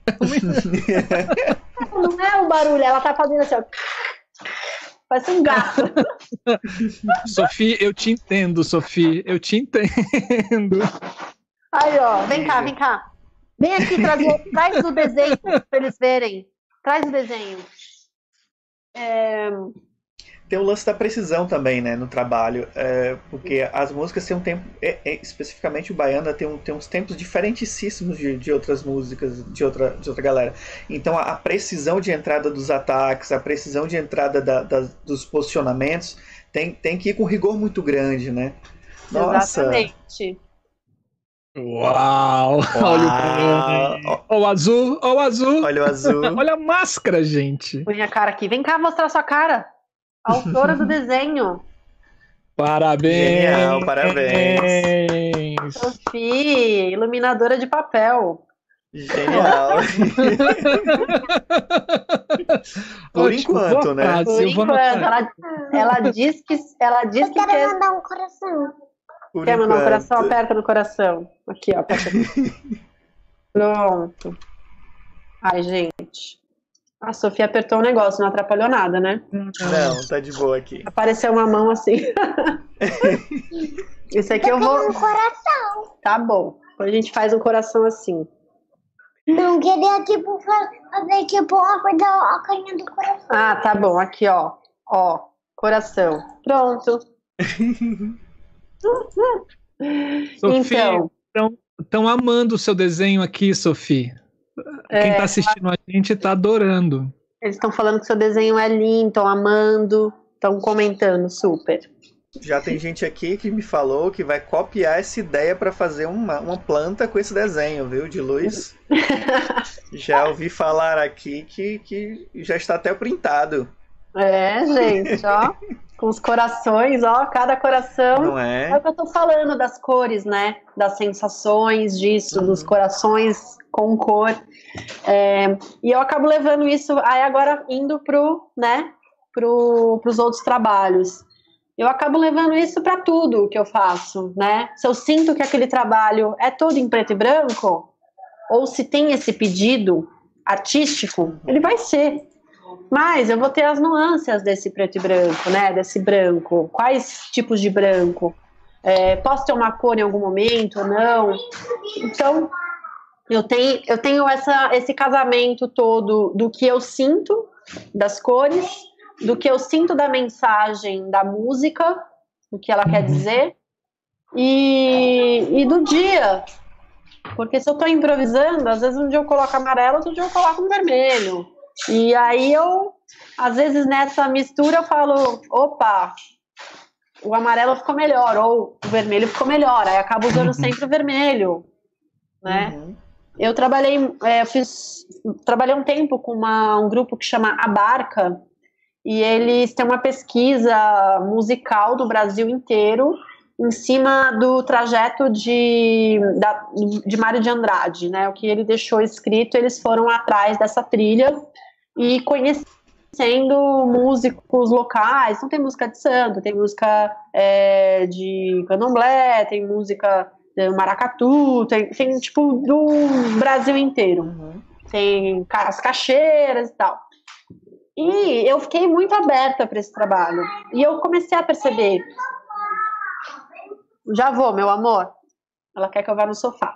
Não é o barulho, ela tá fazendo assim, ó. Parece um gato. Sofia, eu te entendo, Sofia, eu te entendo. Aí, ó, vem cá, vem cá. Vem aqui trazer, traz o desenho pra eles verem. Traz o desenho. É... Tem o lance da precisão também, né, no trabalho, é, porque as músicas têm um tempo, é, é, especificamente o Baiana tem, um, tem uns tempos diferentíssimos de, de outras músicas, de outra, de outra galera. Então a, a precisão de entrada dos ataques, a precisão de entrada da, da, dos posicionamentos tem, tem que ir com rigor muito grande, né? Nossa. Exatamente. Uau! Uau. Olha o, o azul, olha o azul. Olha o azul. Olha a máscara, gente. Põe a cara aqui. Vem cá mostrar sua cara. Autora do desenho. Parabéns! Genial, parabéns! Sofia, iluminadora de papel. Genial! Por enquanto, né? Por enquanto. Ela, ela diz que ela diz Eu que quero quer mandar um coração. Por quer mandar um enquanto. coração? Aperta no coração. Aqui, ó. Aperta aqui. Pronto. Ai, gente. A Sofia apertou o negócio, não atrapalhou nada, né? Não, tá de boa aqui. Apareceu uma mão assim. Isso aqui eu, Eu vou. quero um coração. Tá bom. Depois a gente faz um coração assim. Não queria, tipo, fa- fazer, tipo, uma coisa, a carinha do coração. Ah, tá bom. Aqui, ó. Ó. Coração. Pronto. Sofia, Então. estão amando o seu desenho aqui, Sofia. Quem É, tá assistindo a gente tá adorando. Eles estão falando que seu desenho é lindo, estão amando, estão comentando super. Já tem gente aqui que me falou que vai copiar essa ideia para fazer uma, uma planta com esse desenho, viu, de luz. Já ouvi falar aqui que, que já está até printado. É, gente, ó, com os corações, ó, cada coração. Não é? É o que eu tô falando das cores, né? Das sensações disso, uhum. dos corações com cor. É, e eu acabo levando isso, aí agora indo pro, né, pro, pros outros trabalhos. Eu acabo levando isso para tudo que eu faço, né? Se eu sinto que aquele trabalho é todo em preto e branco, ou se tem esse pedido artístico, ele vai ser. Mas eu vou ter as nuances desse preto e branco, né? Desse branco. Quais tipos de branco? É, posso ter uma cor em algum momento ou não? Então, eu tenho, eu tenho essa, esse casamento todo do que eu sinto, das cores, do que eu sinto da mensagem da música, do que ela quer dizer, e, e do dia. Porque se eu estou improvisando, às vezes um dia eu coloco amarelo, outro dia eu coloco um vermelho. E aí eu, às vezes nessa mistura eu falo, opa, o amarelo ficou melhor, ou o vermelho ficou melhor, aí acabo usando sempre o vermelho, né? Uhum. Eu trabalhei, é, eu fiz, trabalhei um tempo com uma, um grupo que chama Abarca, e eles têm uma pesquisa musical do Brasil inteiro em cima do trajeto de, da, de Mário de Andrade, né? O que ele deixou escrito, eles foram atrás dessa trilha e conhecendo músicos locais. Então tem música de santo, tem música é, de candomblé, tem música de maracatu, tem, tem tipo do Brasil inteiro. Uhum. Tem as caixeiras e tal. E eu fiquei muito aberta para esse trabalho. E eu comecei a perceber... Já vou, meu amor. Ela quer que eu vá no sofá.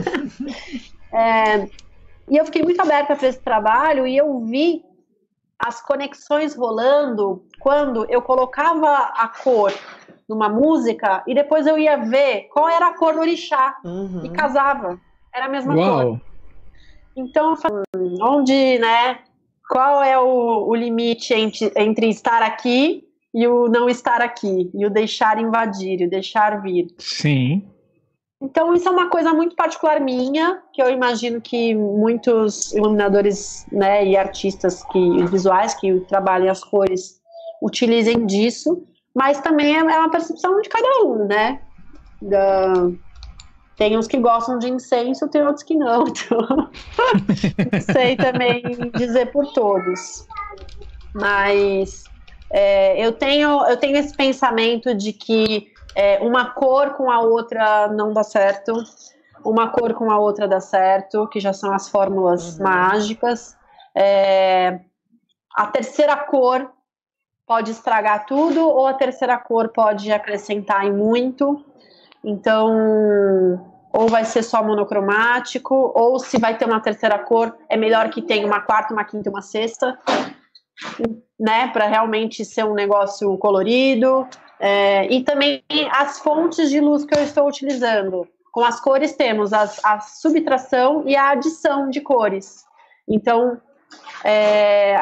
é, e eu fiquei muito aberta para esse trabalho e eu vi as conexões rolando quando eu colocava a cor numa música e depois eu ia ver qual era a cor do orixá. Uhum. E casava. Era a mesma Uau. Cor. Então, eu falei, onde, né... Qual é o, o limite entre, entre estar aqui e o não estar aqui? E o deixar invadir, e o deixar vir. Sim. Então isso é uma coisa muito particular minha, que eu imagino que muitos iluminadores, né, e artistas que, visuais que trabalham as cores utilizem disso, mas também é uma percepção de cada um, né? Da... Tem uns que gostam de incenso, tem outros que não. Então, não sei também dizer por todos. Mas é, eu, tenho, eu tenho esse pensamento de que é, uma cor com a outra não dá certo, uma cor com a outra dá certo, que já são as fórmulas uhum. mágicas. É, a terceira cor pode estragar tudo, ou a terceira cor pode acrescentar em muito. Então, ou vai ser só monocromático, ou se vai ter uma terceira cor, é melhor que tenha uma quarta, uma quinta e uma sexta, né, para realmente ser um negócio colorido. É, e também as fontes de luz que eu estou utilizando. Com as cores temos as, a subtração e a adição de cores. Então, é...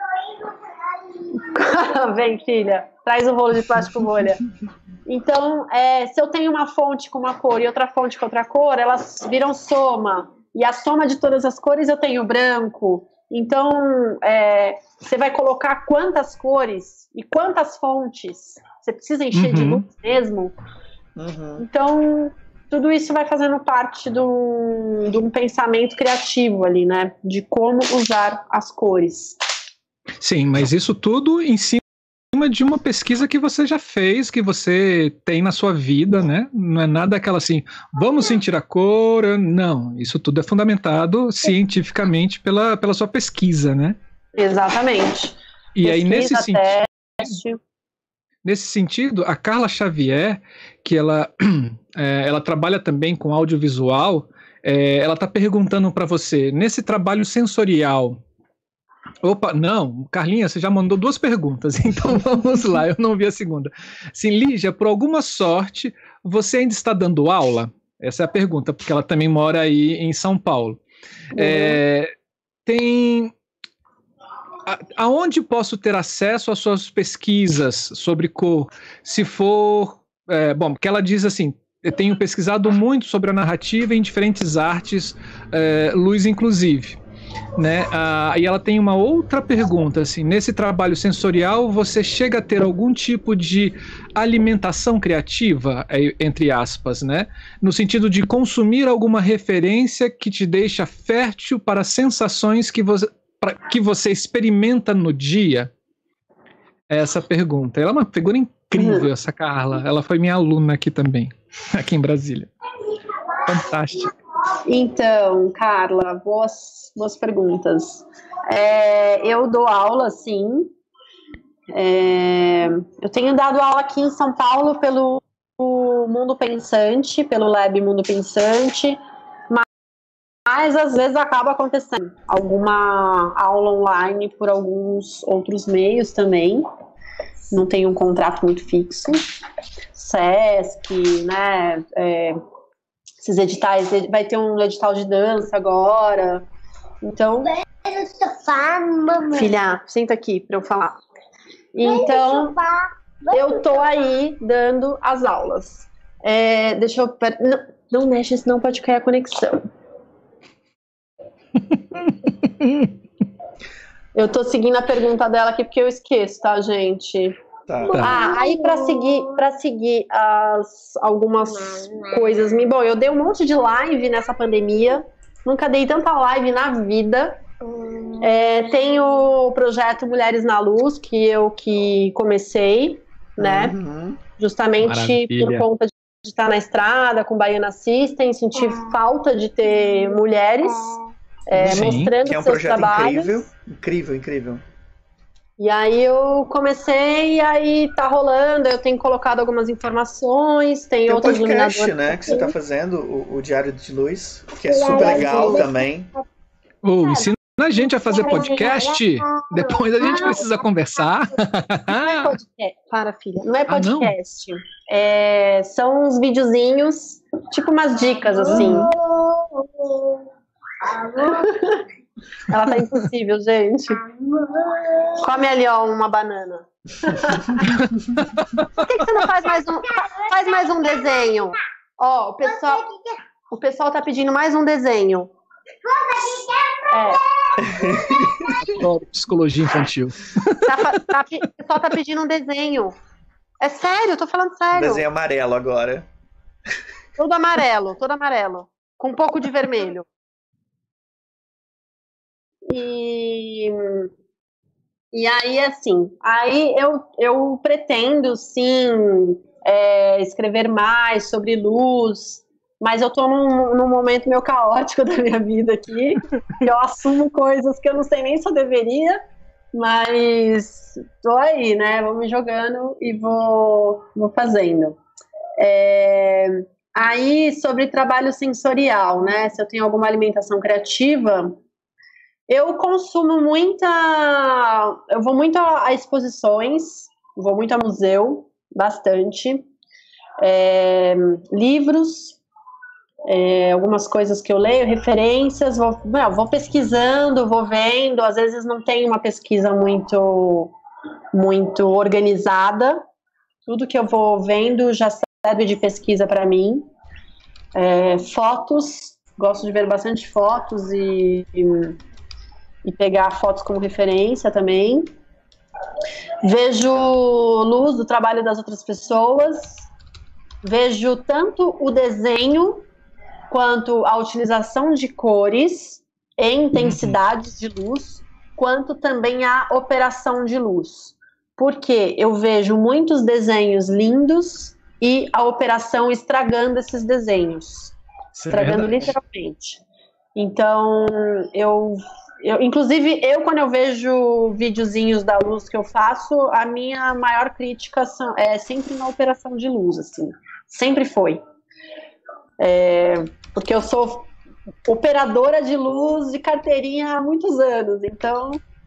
vem, filha, traz o rolo de plástico bolha. Então, é, se eu tenho uma fonte com uma cor e outra fonte com outra cor, elas viram soma. E a soma de todas as cores eu tenho branco. Então, é, você vai colocar quantas cores e quantas fontes. Você precisa encher uhum. de luz mesmo. Uhum. Então, tudo isso vai fazendo parte de um, de um pensamento criativo ali, né? De como usar as cores. Sim, mas isso tudo em cima de uma pesquisa que você já fez, que você tem na sua vida, né? Não é nada aquela assim, vamos sentir a cor. Não, isso tudo é fundamentado cientificamente pela, pela sua pesquisa, né? Exatamente. E pesquisa, aí, nesse teste. sentido, nesse sentido, a Carla Xavier, que ela, é, ela trabalha também com audiovisual, é, ela está perguntando para você, nesse trabalho sensorial. Opa, não, Carlinha, você já mandou duas perguntas, então vamos lá, eu não vi a segunda. Sim, Lígia, por alguma sorte, você ainda está dando aula? Essa é a pergunta, porque ela também mora aí em São Paulo. Uhum. É, tem a, aonde posso ter acesso às suas pesquisas sobre cor? Se for, é, bom, porque ela diz assim, eu tenho pesquisado muito sobre a narrativa em diferentes artes, é, luz inclusive, né? Ah, e ela tem uma outra pergunta, assim, nesse trabalho sensorial você chega a ter algum tipo de alimentação criativa, entre aspas, né? No sentido de consumir alguma referência que te deixa fértil para sensações que você, pra, que você experimenta no dia? Essa pergunta. Ela é uma figura incrível, uhum. essa Carla. Ela foi minha aluna aqui também, aqui em Brasília. Fantástica. Então, Carla, boas, boas perguntas. É, eu dou aula, sim. É, eu tenho dado aula aqui em São Paulo pelo Mundo Pensante, pelo Lab Mundo Pensante, mas, mas às vezes acaba acontecendo alguma aula online por alguns outros meios também. Não tenho um contrato muito fixo. Sesc, né? É, esses editais, vai ter um edital de dança agora. Então, filha, senta aqui para eu falar. Então, eu tô aí dando as aulas. É, deixa eu... Não, não mexe, senão pode cair a conexão. Eu tô seguindo a pergunta dela aqui porque eu esqueço, tá, gente? Tá. Ah, aí para seguir, para seguir as, algumas coisas. Bom, eu dei um monte de live nessa pandemia. Nunca dei tanta live na vida. É, tem o projeto Mulheres na Luz, que eu que comecei, né? Uhum. Justamente Maravilha. Por conta de estar na estrada com Baiana System, sentir falta de ter mulheres é, mostrando que é um seus projeto trabalhos. Incrível, incrível, incrível. E aí eu comecei, e aí tá rolando, eu tenho colocado algumas informações, tem, tem outras iluminadoras. Tem um podcast, né, que você tá fazendo, o, o Diário de Luz, que é super legal também. Oh, ensina a gente a fazer podcast, depois a gente precisa conversar. Não é podcast, para filha, não é podcast, ah, não? É, são uns videozinhos, tipo umas dicas assim. Ela tá impossível, gente. Come ali, ó, uma banana. Por que, que você não faz mais um, faz mais um desenho? Ó, o pessoal, o pessoal tá pedindo mais um desenho. É. Psicologia infantil. Tá, tá, o pessoal tá pedindo um desenho. É sério, eu tô falando sério. Desenho amarelo agora. Todo amarelo, todo amarelo. Com um pouco de vermelho. E, e aí, assim, aí eu, eu pretendo, sim, é, escrever mais sobre luz, mas eu tô num, num momento meio caótico da minha vida aqui, que eu assumo coisas que eu não sei nem se eu deveria, mas tô aí, né, vou me jogando e vou, vou fazendo. É, aí, sobre trabalho sensorial, né, se eu tenho alguma alimentação criativa... Eu consumo muita... Eu vou muito a exposições, vou muito a museu, bastante. É, livros, é, algumas coisas que eu leio, referências, vou, não, vou pesquisando, vou vendo. Às vezes não tem uma pesquisa muito, muito organizada. Tudo que eu vou vendo já serve de pesquisa para mim. É, fotos, gosto de ver bastante fotos e... e e pegar fotos como referência também. Vejo luz do trabalho das outras pessoas, vejo tanto o desenho quanto a utilização de cores e intensidades de luz, quanto também a operação de luz. Porque eu vejo muitos desenhos lindos e a operação estragando esses desenhos. Isso estragando é literalmente. Então, eu... Eu, inclusive, eu quando eu vejo videozinhos da luz que eu faço, a minha maior crítica são, é sempre na operação de luz, assim, sempre foi. É, porque eu sou operadora de luz de carteirinha há muitos anos, então,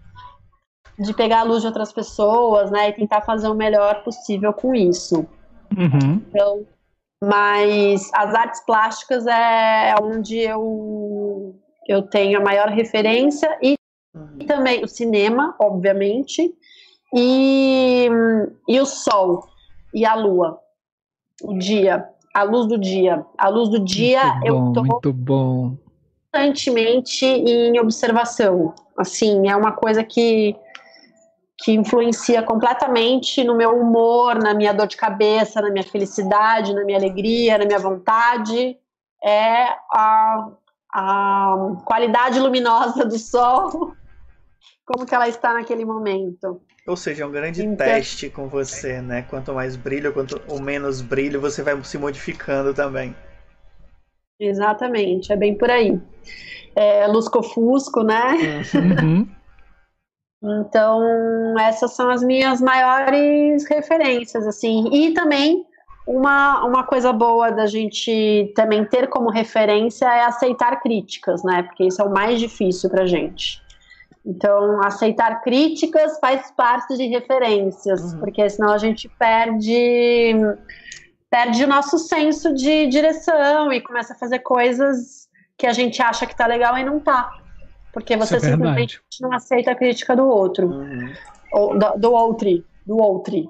de pegar a luz de outras pessoas, né, e tentar fazer o melhor possível com isso. Uhum. Então, mas as artes plásticas é onde eu... eu tenho a maior referência e Uhum. E também o cinema, obviamente, e, e o sol e a lua, o dia, a luz do dia. A luz do dia, muito eu bom, tô muito bom. constantemente em observação. Assim, é uma coisa que, que influencia completamente no meu humor, na minha dor de cabeça, na minha felicidade, na minha alegria, na minha vontade. É a, a qualidade luminosa do sol, como que ela está naquele momento. Ou seja, é um grande Então, teste com você, né? Quanto mais brilho, quanto ou menos brilho, você vai se modificando também. Exatamente, é bem por aí. É lusco-fusco, né? Uhum. Então, essas são as minhas maiores referências, assim. E também, uma, uma coisa boa da gente também ter como referência é aceitar críticas, né? Porque isso é o mais difícil pra gente. Então, aceitar críticas faz parte de referências, uhum. porque senão a gente perde, perde o nosso senso de direção e começa a fazer coisas que a gente acha que tá legal e não tá. Porque você é simplesmente não aceita a crítica do outro. Uhum. Ou do, do outri. Do outri.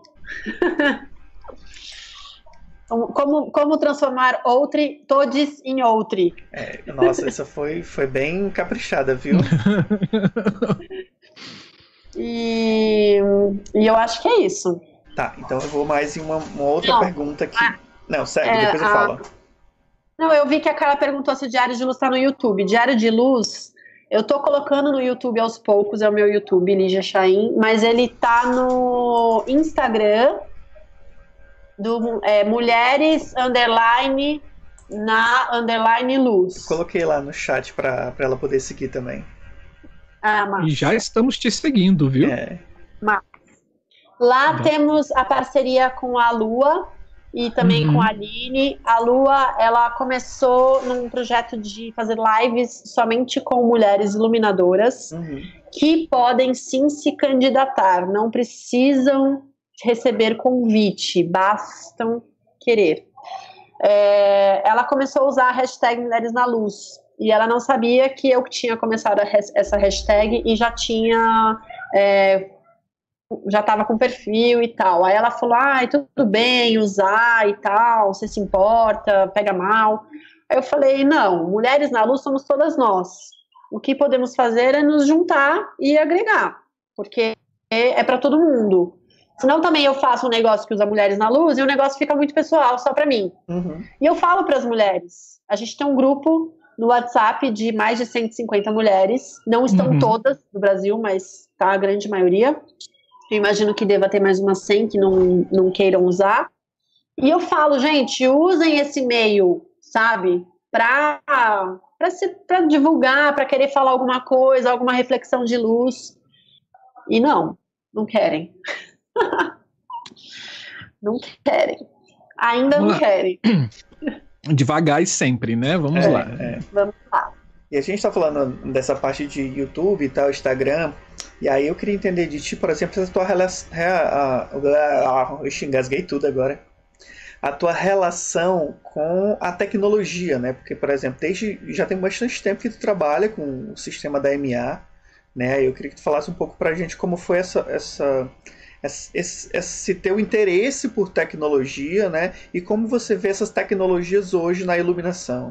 como, como transformar outri, todes em outri. É, nossa, essa foi, foi bem caprichada, viu? e, e eu acho que é isso. Tá, então eu vou mais em uma, uma outra não, pergunta aqui. A, não, segue, é, depois eu a, falo. Não, eu vi que a Carla perguntou se o Diário de Luz tá no YouTube. Diário de Luz, eu tô colocando no YouTube aos poucos, é o meu YouTube, Lígia Chaim, mas ele tá no Instagram do é, Mulheres Underline na Underline Luz. Eu coloquei lá no chat pra, pra ela poder seguir também. Ah, mas... E já estamos te seguindo, viu? É. Mas... Lá já. Temos a parceria com a Lua e também uhum. com a Aline. A Lua, ela começou num projeto de fazer lives somente com mulheres iluminadoras uhum. que podem sim se candidatar, não precisam receber convite, bastam querer. É, ela começou a usar a hashtag Mulheres na Luz e ela não sabia que eu tinha começado a res, essa hashtag e já tinha... É, já estava com perfil e tal. Aí ela falou, ai, tudo bem usar e tal, você se importa, pega mal. Aí eu falei, não, Mulheres na Luz somos todas nós. O que podemos fazer é nos juntar e agregar, porque é para todo mundo. Senão também eu faço um negócio que usa Mulheres na Luz e o negócio fica muito pessoal, só para mim. Uhum. E eu falo para as mulheres, a gente tem um grupo no WhatsApp de mais de cento e cinquenta mulheres, não estão uhum. todas no Brasil, mas tá a grande maioria. Eu imagino que deva ter mais umas cem que não, não queiram usar. E eu falo, gente, usem esse meio, sabe? Para para divulgar, para querer falar alguma coisa, alguma reflexão de luz. E não, não querem. Não querem. Ainda Vamos não lá. querem. Devagar e sempre, né? Vamos é, lá. É. Vamos lá. E a gente tá falando dessa parte de YouTube e tal, Instagram. E aí eu queria entender de ti, por exemplo, a tua relação... Eu engasguei tudo agora. A tua relação com a tecnologia, né? Porque, por exemplo, desde já tem bastante tempo que tu trabalha com o sistema da M A, né? Eu queria que tu falasse um pouco pra gente como foi essa, essa, esse, esse teu interesse por tecnologia, né? E como você vê essas tecnologias hoje na iluminação.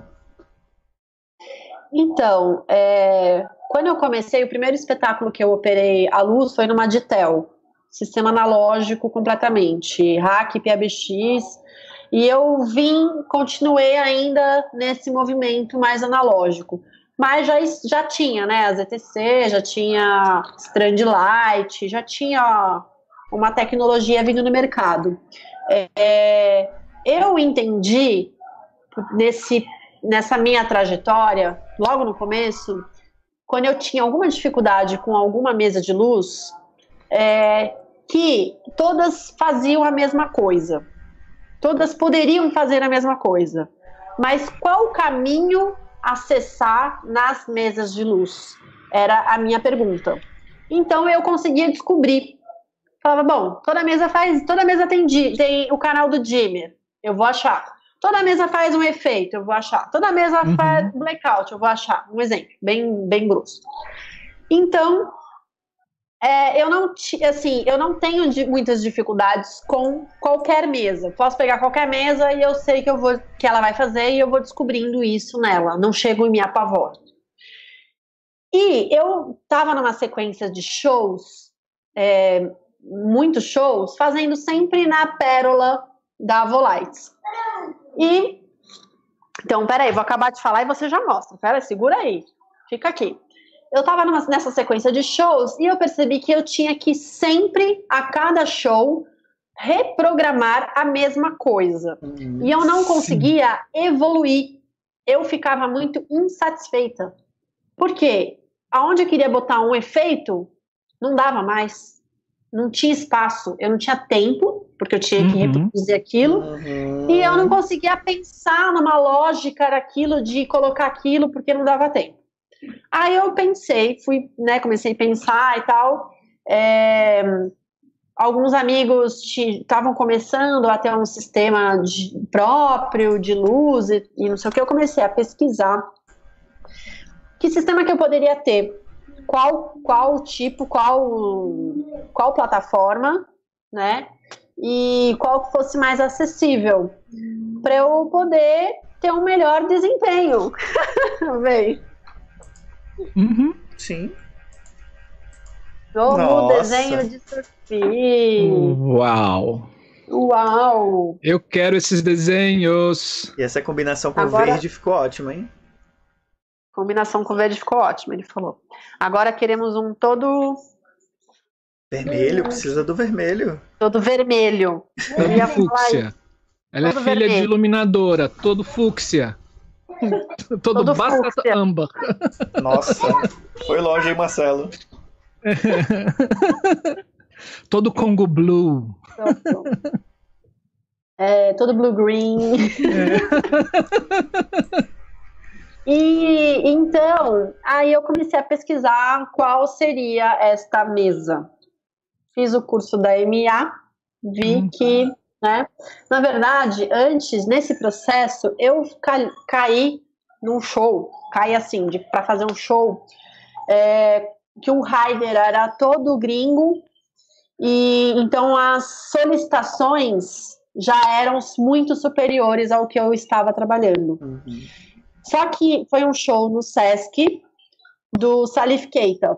Então, é... quando eu comecei, o primeiro espetáculo que eu operei à luz foi numa Ditel, sistema analógico completamente, Hack, P A B X, e eu vim, continuei ainda nesse movimento mais analógico, mas já, já tinha, né, a Z T C, já tinha Strandlight, já tinha uma tecnologia vindo no mercado. É, eu entendi nesse, nessa minha trajetória, logo no começo, quando eu tinha alguma dificuldade com alguma mesa de luz, é, que todas faziam a mesma coisa. Todas poderiam fazer a mesma coisa. Mas qual caminho acessar nas mesas de luz? Era a minha pergunta. Então eu conseguia descobrir. Falava, bom, toda mesa faz, toda mesa tem, tem o canal do dimmer, eu vou achar. Toda mesa faz um efeito, eu vou achar. Toda mesa uhum. faz blackout, eu vou achar. Um exemplo, bem, bem grosso. Então, é, eu não assim, eu não tenho de, muitas dificuldades com qualquer mesa. Posso pegar qualquer mesa e eu sei que eu vou, que ela vai fazer e eu vou descobrindo isso nela. Não chego e me apavoro. E eu estava numa sequência de shows, é, muitos shows, fazendo sempre na Pérola da Volites. E então, peraí, vou acabar de falar e você já mostra. Peraí, segura aí, fica aqui. Eu estava nessa sequência de shows e eu percebi que eu tinha que sempre, a cada show, reprogramar a mesma coisa. Hum, e eu não conseguia sim. evoluir. Eu ficava muito insatisfeita. Por quê? Aonde eu queria botar um efeito, não dava mais. Não tinha espaço. Eu não tinha tempo, porque eu tinha que uhum. reproduzir aquilo. Uhum. E eu não conseguia pensar numa lógica daquilo, de colocar aquilo, porque não dava tempo. Aí eu pensei, fui, né, comecei a pensar e tal. É, alguns amigos estavam começando a ter um sistema de, próprio de luz e, e não sei o que. Eu comecei a pesquisar que sistema que eu poderia ter, qual, qual tipo, qual, qual plataforma, né? E qual fosse mais acessível para eu poder ter um melhor desempenho. Bem. Uhum. Sim. Novo Nossa. Desenho de surfista. Uau. Uau. Eu quero esses desenhos. E essa combinação com Agora... verde ficou ótima, hein? Combinação com verde ficou ótima, ele falou. Agora queremos um todo... Vermelho, precisa do vermelho. Todo vermelho. Todo fúcsia. Ela todo é filha vermelho. De iluminadora, todo fúcsia. Todo, todo batata âmbar. Nossa, foi longe, hein, Marcelo? Todo Congo Blue. Todo, é, todo Blue Green. É. E então, aí eu comecei a pesquisar qual seria esta mesa. Fiz o curso da M A, vi hum. que, né, na verdade, antes, nesse processo, eu ca caí num show, caí assim, para fazer um show, é, que o rider era todo gringo, e então as solicitações já eram muito superiores ao que eu estava trabalhando. Uhum. Só que foi um show no Sesc do Salif Keita.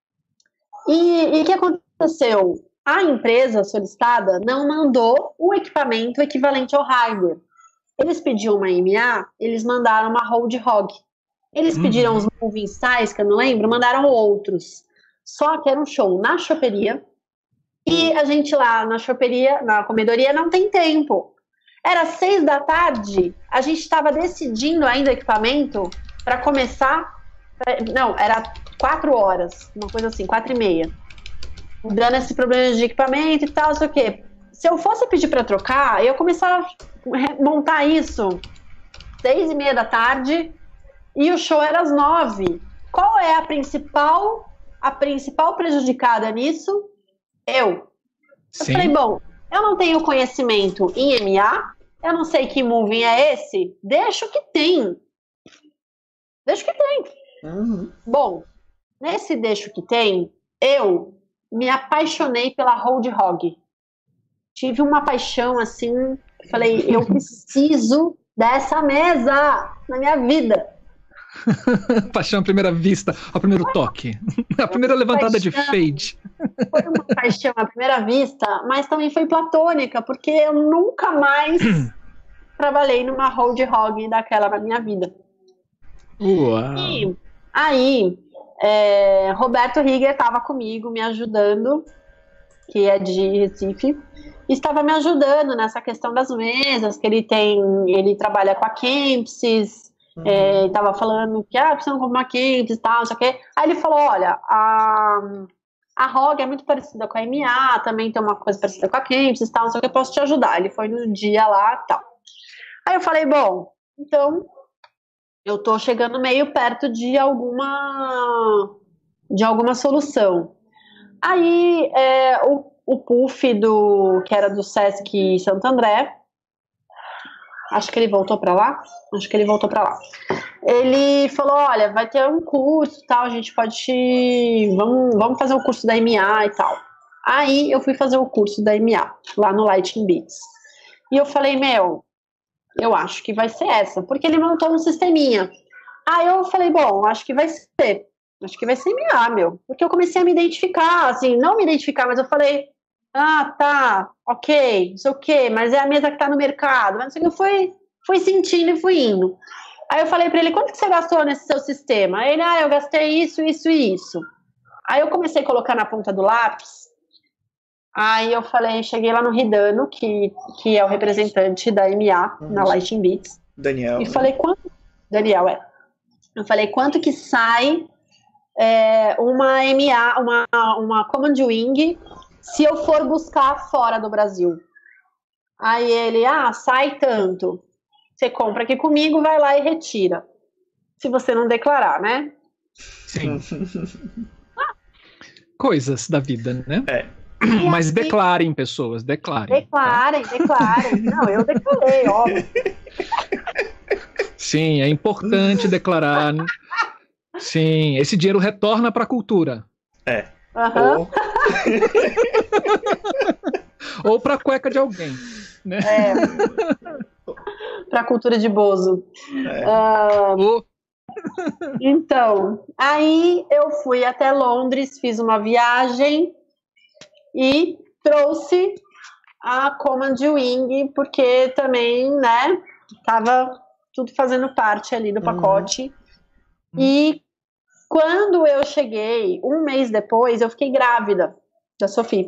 E o que aconteceu? A empresa solicitada não mandou o equipamento equivalente ao hardware. Eles pediam uma M A, eles mandaram uma Road Hog. Eles pediram uhum. os Moving Styles, que eu não lembro, mandaram outros. Só que era um show na choperia. E a gente lá na choperia, na comedoria, não tem tempo. Era seis da tarde, a gente estava decidindo ainda o equipamento para começar. Pra, não, era quatro horas, uma coisa assim, quatro e meia. Dando esse problema de equipamento e tal, não sei o quê. Se eu fosse pedir para trocar, eu começava a montar isso seis e meia da tarde e o show era às nove. Qual é a principal, a principal prejudicada nisso? Eu. Sim. Eu falei, bom, eu não tenho conhecimento em M A, eu não sei que moving é esse, deixa o que tem. Deixa o que tem. Uhum. Bom, nesse deixa o que tem, eu me apaixonei pela Road Hog. Tive uma paixão assim, falei, eu preciso dessa mesa na minha vida. Paixão à primeira vista, ao primeiro toque. A primeira levantada paixão, de fade. Foi uma paixão à primeira vista, mas também foi platônica, porque eu nunca mais trabalhei numa Road Hog daquela na minha vida. Uau. E aí, é, Roberto Rieger estava comigo, me ajudando, que é de Recife, e estava me ajudando nessa questão das mesas, que ele tem, ele trabalha com a Kempsys. Uhum. É, tava falando que ah, precisam comprar Kempsys e tal, não sei o quê. Aí ele falou, olha, a, a R O G é muito parecida com a M A, também tem uma coisa parecida com a Kempsys e tal, não sei o que, eu posso te ajudar. Ele foi no dia lá e tal. Aí eu falei, bom, então eu tô chegando meio perto de alguma de alguma solução. Aí é, o, o Puff do, que era do Sesc Santo André, acho que ele voltou para lá. Acho que ele voltou para lá. ele falou, olha, vai ter um curso e tal, a gente pode, vamos, vamos fazer o curso da M A e tal. Aí eu fui fazer o curso da M A, lá no Lighting Beats. E eu falei, meu, eu acho que vai ser essa, porque ele montou um sisteminha. Aí eu falei, bom, acho que vai ser, acho que vai ser M A, meu. Porque eu comecei a me identificar, assim, não me identificar, mas eu falei, ah, tá, ok, não sei o quê, mas é a mesa que tá no mercado, mas não sei o que, eu fui, fui sentindo e fui indo. Aí eu falei pra ele, quanto que você gastou nesse seu sistema? Aí ele, ah, eu gastei isso, isso e isso. Aí eu comecei a colocar na ponta do lápis, aí eu falei, cheguei lá no Ridano, que, que é o representante da M A, uhum. na Lighting Beats. Daniel. E falei, quanto... Daniel, é. Eu falei, quanto que sai é, uma M A, uma, uma Command Wing, se eu for buscar fora do Brasil? Aí ele, ah, sai tanto. Você compra aqui comigo, vai lá e retira. Se você não declarar, né? Sim. Coisas da vida, né? É. Mas declarem, pessoas, declarem. Declarem, tá? declarem. Não, eu declarei, óbvio. Sim, é importante declarar. Sim, esse dinheiro retorna para a cultura. É. Uhum. Ou, Ou para a cueca de alguém, né? É. Para a cultura de Bozo. É. Uh, então, aí eu fui até Londres, fiz uma viagem e trouxe a Command Wing, porque também, né, tava tudo fazendo parte ali do pacote. Uhum. E quando eu cheguei, um mês depois, eu fiquei grávida da Sophie.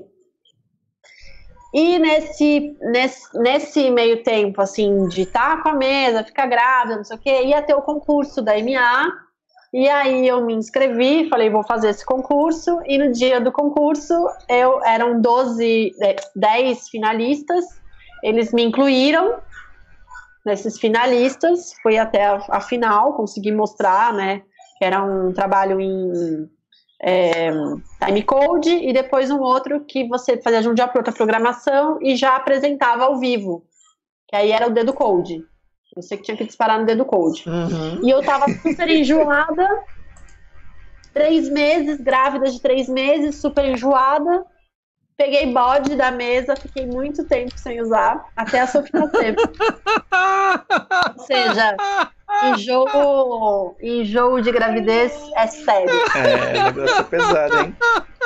E nesse, nesse, nesse meio tempo, assim, de estar com a mesa, ficar grávida, não sei o quê, ia ter o concurso da M A, e aí eu me inscrevi, falei, vou fazer esse concurso, e no dia do concurso, eu, eram doze, dez finalistas, eles me incluíram nesses finalistas, fui até a, a final, consegui mostrar, né, que era um trabalho em... É, timecode, e depois um outro que você fazia de um dia para outra programação e já apresentava ao vivo, que aí era o dedo code, você que tinha que disparar no dedo code. Uhum. E eu tava super enjoada, três meses, grávida de três meses, super enjoada, peguei bode da mesa, fiquei muito tempo sem usar, até a Sophie nascer. Ou seja, enjoo, enjoo de gravidez é sério. É, o negócio é pesado, hein?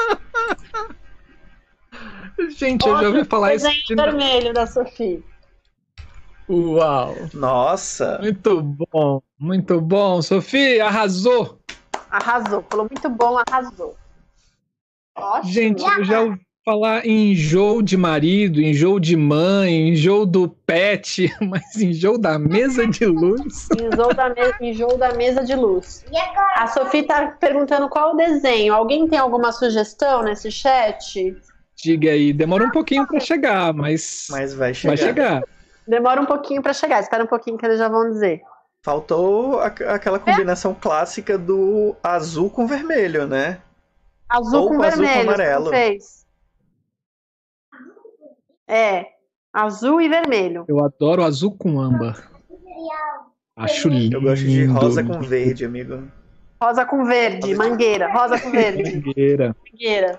Gente, eu já ouvi falar isso. De vermelho da Sophie. Uau! Nossa! Muito bom, muito bom. Sophie, arrasou! Arrasou, falou muito bom, arrasou. Ótimo. Gente, eu já ouvi falar em enjoo de marido, enjoo de mãe, enjoo do pet, mas enjoo da mesa de luz. Enjoo da, me enjoo da mesa de luz. A Sophie tá perguntando qual o desenho. Alguém tem alguma sugestão nesse chat? Diga aí, demora um pouquinho para chegar, mas, mas vai chegar. vai chegar. Demora um pouquinho para chegar, espera um pouquinho que eles já vão dizer. Faltou a, aquela combinação é? clássica do azul com vermelho, né? Azul Ou com, com vermelho, azul com amarelo. Fez. É, azul e vermelho. Eu adoro azul com âmbar. Acho lindo. Eu gosto de rosa com verde, amigo. Rosa com verde, rosa mangueira. De... Rosa com verde. Mangueira. Mangueira.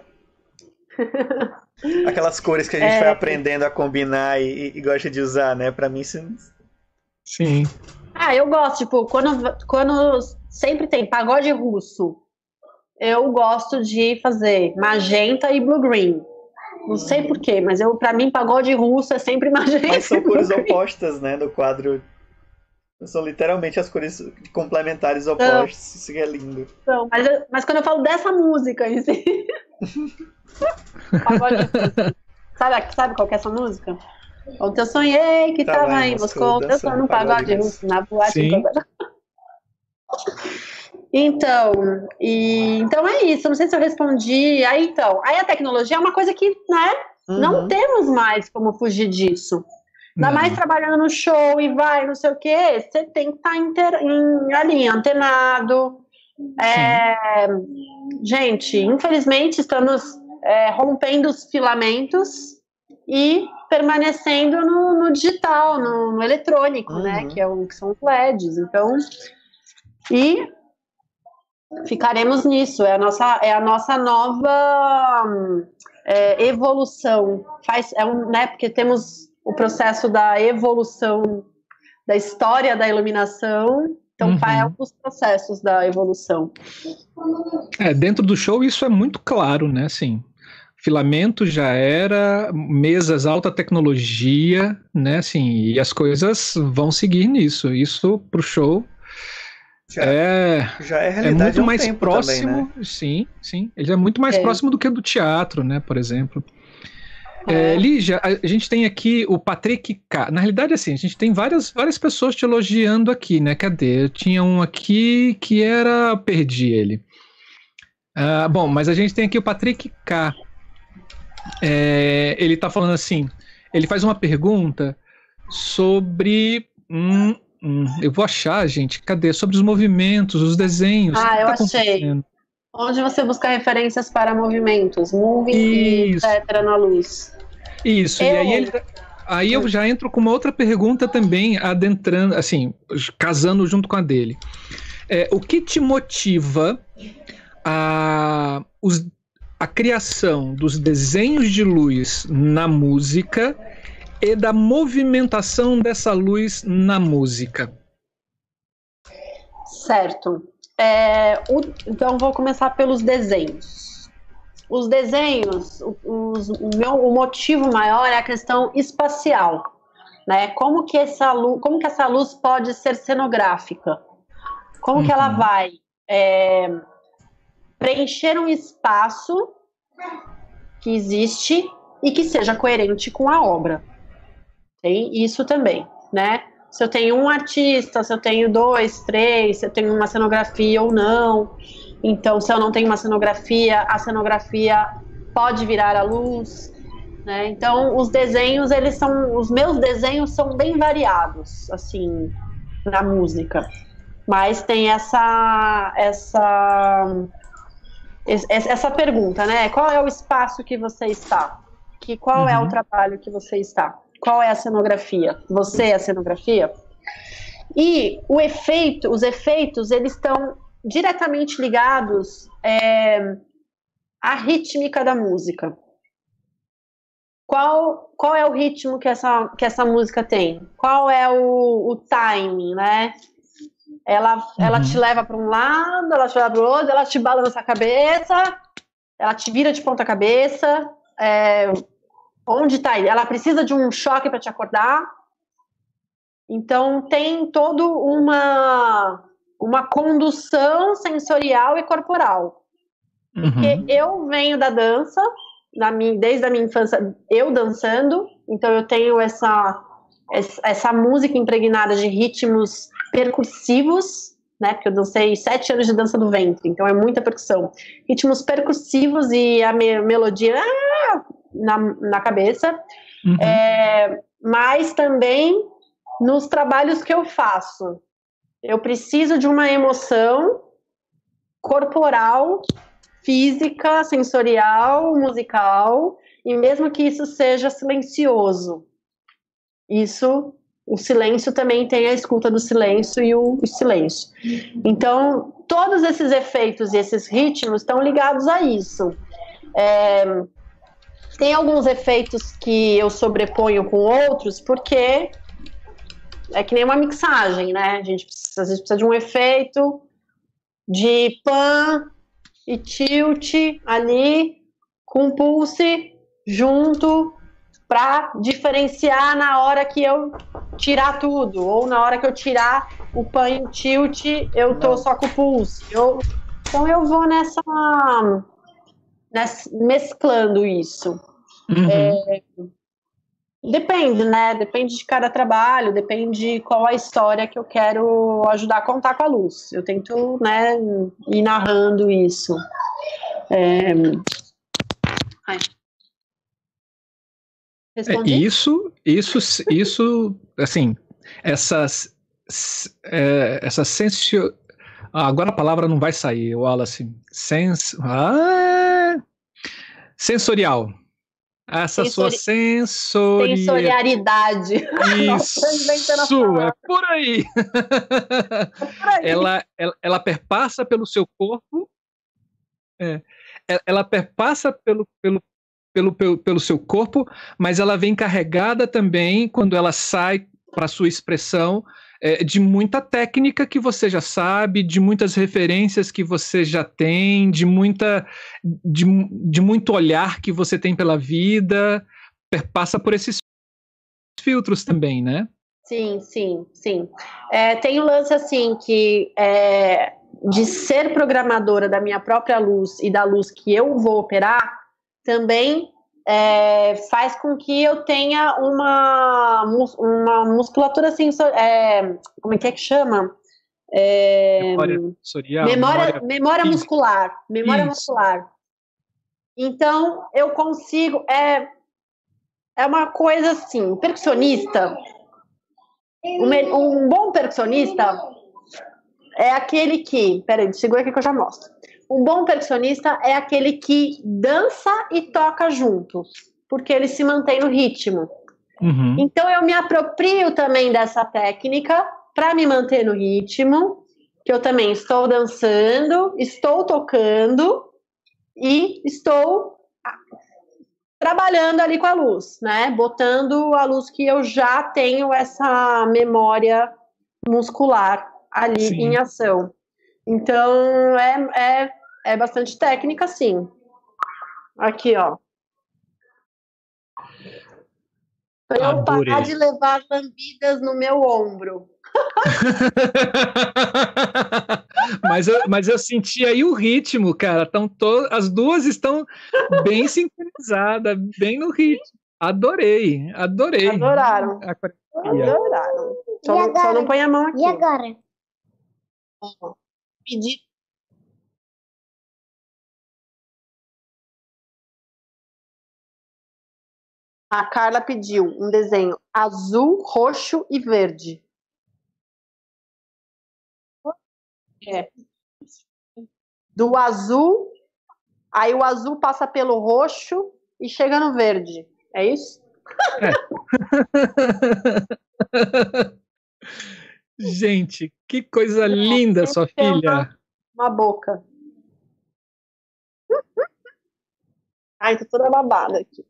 Aquelas cores que a gente é... vai aprendendo a combinar e, e gosta de usar, né? Pra mim, sim. Sim. Ah, eu gosto, tipo, quando, quando sempre tem pagode russo, eu gosto de fazer magenta e blue-green. Não sei porquê, mas eu, pra mim, pagode russo é sempre magenta. Mas são cores opostas, né, no quadro. São literalmente as cores complementares opostas. Não. Isso é lindo. Não, mas, eu, mas quando eu falo dessa música em si... pagode russo. Sabe, sabe qual que é essa música? Ontem eu sonhei que tava, tava em Moscou, dançando num pagode russo, na boate. Então, e, então é isso, não sei se eu respondi. Aí então, aí a tecnologia é uma coisa que, né, uhum. não temos mais como fugir disso. Ainda uhum. mais trabalhando no show e vai, não sei o quê, você tem que estar inter, em, ali, antenado. É, gente, infelizmente estamos é, rompendo os filamentos e permanecendo no, no digital, no, no eletrônico, uhum. né, que, é o, que são os L E Ds. Então... E ficaremos nisso, é a nossa, é a nossa nova é, evolução. Faz, é um, né, porque temos o processo da evolução da história da iluminação, então uhum. é um dos processos da evolução. É, dentro do show isso é muito claro, né, assim, filamento já era, mesas alta tecnologia, né, assim, e as coisas vão seguir nisso, isso pro show já é, já é, realidade é muito um mais tempo próximo, também, né? sim, sim, ele é muito mais é. próximo do que do teatro, né, por exemplo. É. É, Lígia, a gente tem aqui o Patrick K. Na realidade, assim, a gente tem várias, várias pessoas te elogiando aqui, né? Cadê? Eu tinha um aqui que era... Perdi ele. Ah, bom, mas a gente tem aqui o Patrick K. É, ele tá falando assim, ele faz uma pergunta sobre... Hum, hum, eu vou achar, gente. Cadê? Sobre os movimentos, os desenhos. Ah, eu tá achei. Onde você busca referências para movimentos, moving e etcétera na luz. Isso, eu... e aí, ele, aí eu já entro com uma outra pergunta também, adentrando, assim, casando junto com a dele. É, o que te motiva a, os, a criação dos desenhos de luz na música e da movimentação dessa luz na música? Certo. É, o, então vou começar pelos desenhos. Os desenhos, os, o, meu, o motivo maior é a questão espacial, né? Como que essa luz, como que essa luz pode ser cenográfica? Como uhum. que ela vai é, preencher um espaço que existe e que seja coerente com a obra? Tem isso também, né? Se eu tenho um artista, se eu tenho dois, três, se eu tenho uma cenografia ou não. Então, se eu não tenho uma cenografia, a cenografia pode virar a luz, né? Então, os desenhos, eles são... Os meus desenhos são bem variados, assim, na música. Mas tem essa... Essa, essa pergunta, né? Qual é o espaço que você está? Que, qual uhum. é o trabalho que você está? Qual é a cenografia? Você é a cenografia? E o efeito, os efeitos, eles estão diretamente ligados é, à rítmica da música. Qual, qual é o ritmo que essa, que essa música tem? Qual é o, o timing, né? Ela, uhum. ela te leva para um lado, ela te leva para o outro, ela te balança a cabeça, ela te vira de ponta cabeça, é, onde está? Ela precisa de um choque para te acordar. Então tem toda uma uma condução sensorial e corporal. Uhum. Porque eu venho da dança, na minha, desde a minha infância, eu dançando, então eu tenho essa essa música impregnada de ritmos percussivos, né? Porque eu dancei sete anos de dança do ventre, então é muita percussão. Ritmos percussivos e a me melodia ah, na, na cabeça. Uhum. É, mas também nos trabalhos que eu faço. Eu preciso de uma emoção corporal, física, sensorial, musical, e mesmo que isso seja silencioso. Isso, o silêncio também tem a escuta do silêncio e o, o silêncio. Então, todos esses efeitos e esses ritmos estão ligados a isso. É, tem alguns efeitos que eu sobreponho com outros, porque é que nem uma mixagem, né? A gente precisa, a gente precisa de um efeito de pan e tilt ali, com pulse junto, para diferenciar na hora que eu tirar tudo, ou na hora que eu tirar o pan e o tilt, eu tô só com o pulse. Eu, então eu vou nessa, nessa mesclando isso. Uhum. É, depende, né? Depende de cada trabalho, depende qual a história que eu quero ajudar a contar com a luz. Eu tento, né, ir narrando isso. É... Ai. Respondi? É, isso, isso, isso, assim, essas, é, essa sensio... Ah, agora a palavra não vai sair, Wallace. Sens... Ah, sensorial. Essa Sensori... sua sensori... sensorialidade. Isso, é por aí. É por aí. Ela, ela, ela perpassa pelo seu corpo, é, ela perpassa pelo, pelo, pelo, pelo, pelo seu corpo, mas ela vem carregada também, quando ela sai para a sua expressão, é, de muita técnica que você já sabe, de muitas referências que você já tem, de, muita, de, de muito olhar que você tem pela vida, passa por esses filtros também, né? Sim, sim, sim. É, tem um lance assim que é, de ser programadora da minha própria luz e da luz que eu vou operar, também É, faz com que eu tenha uma, uma musculatura sensorial, é, como é que é que chama? É, memória sensorial, memória, memória, memória muscular, memória Isso. muscular. Então, eu consigo, é, é uma coisa assim, percussionista, um, um bom percussionista é aquele que, peraí, segura aqui que eu já mostro. Um bom percussionista é aquele que dança e toca junto, porque ele se mantém no ritmo. Uhum. Então eu me aproprio também dessa técnica para me manter no ritmo, que eu também estou dançando, estou tocando e estou trabalhando ali com a luz, né? Botando a luz que eu já tenho essa memória muscular ali Sim. em ação. Então é, é É bastante técnica, sim. Aqui, ó. Pra eu parar de levar lambidas no meu ombro. mas, eu, mas eu senti aí o ritmo, cara. Tão to... As duas estão bem sincronizadas, bem no ritmo. Adorei, adorei. Adoraram. Adoraram. Só, não, só não põe a mão aqui. E agora? Pedi. A Carla pediu um desenho azul, roxo e verde. É. Do azul, aí o azul passa pelo roxo e chega no verde. É isso? É. Gente, que coisa linda, sua filha. Uma, uma boca. Ai, tô toda babada aqui.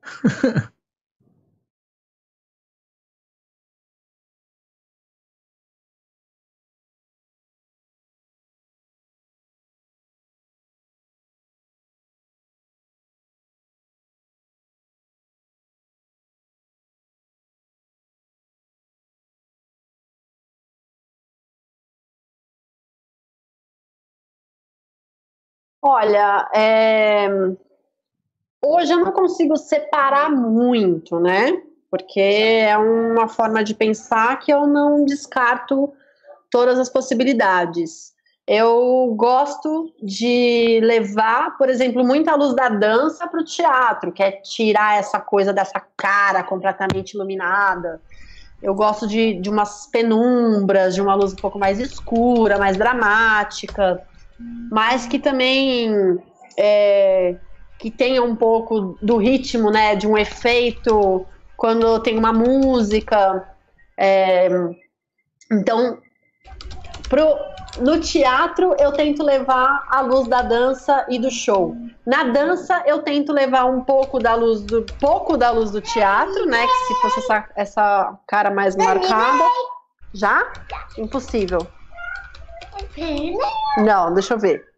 Olha, é... hoje eu não consigo separar muito, né? Porque é uma forma de pensar que eu não descarto todas as possibilidades. Eu gosto de levar, por exemplo, muita luz da dança para o teatro, que é tirar essa coisa dessa cara completamente iluminada. Eu gosto de, de umas penumbras, de uma luz um pouco mais escura, mais dramática, mas que também é, que tenha um pouco do ritmo, né, de um efeito quando tem uma música. É, então, pro, no teatro eu tento levar a luz da dança e do show. Na dança eu tento levar um pouco da luz do pouco da luz do teatro, né, que se fosse essa, essa cara mais marcada. Já? Impossível. Não, deixa eu ver.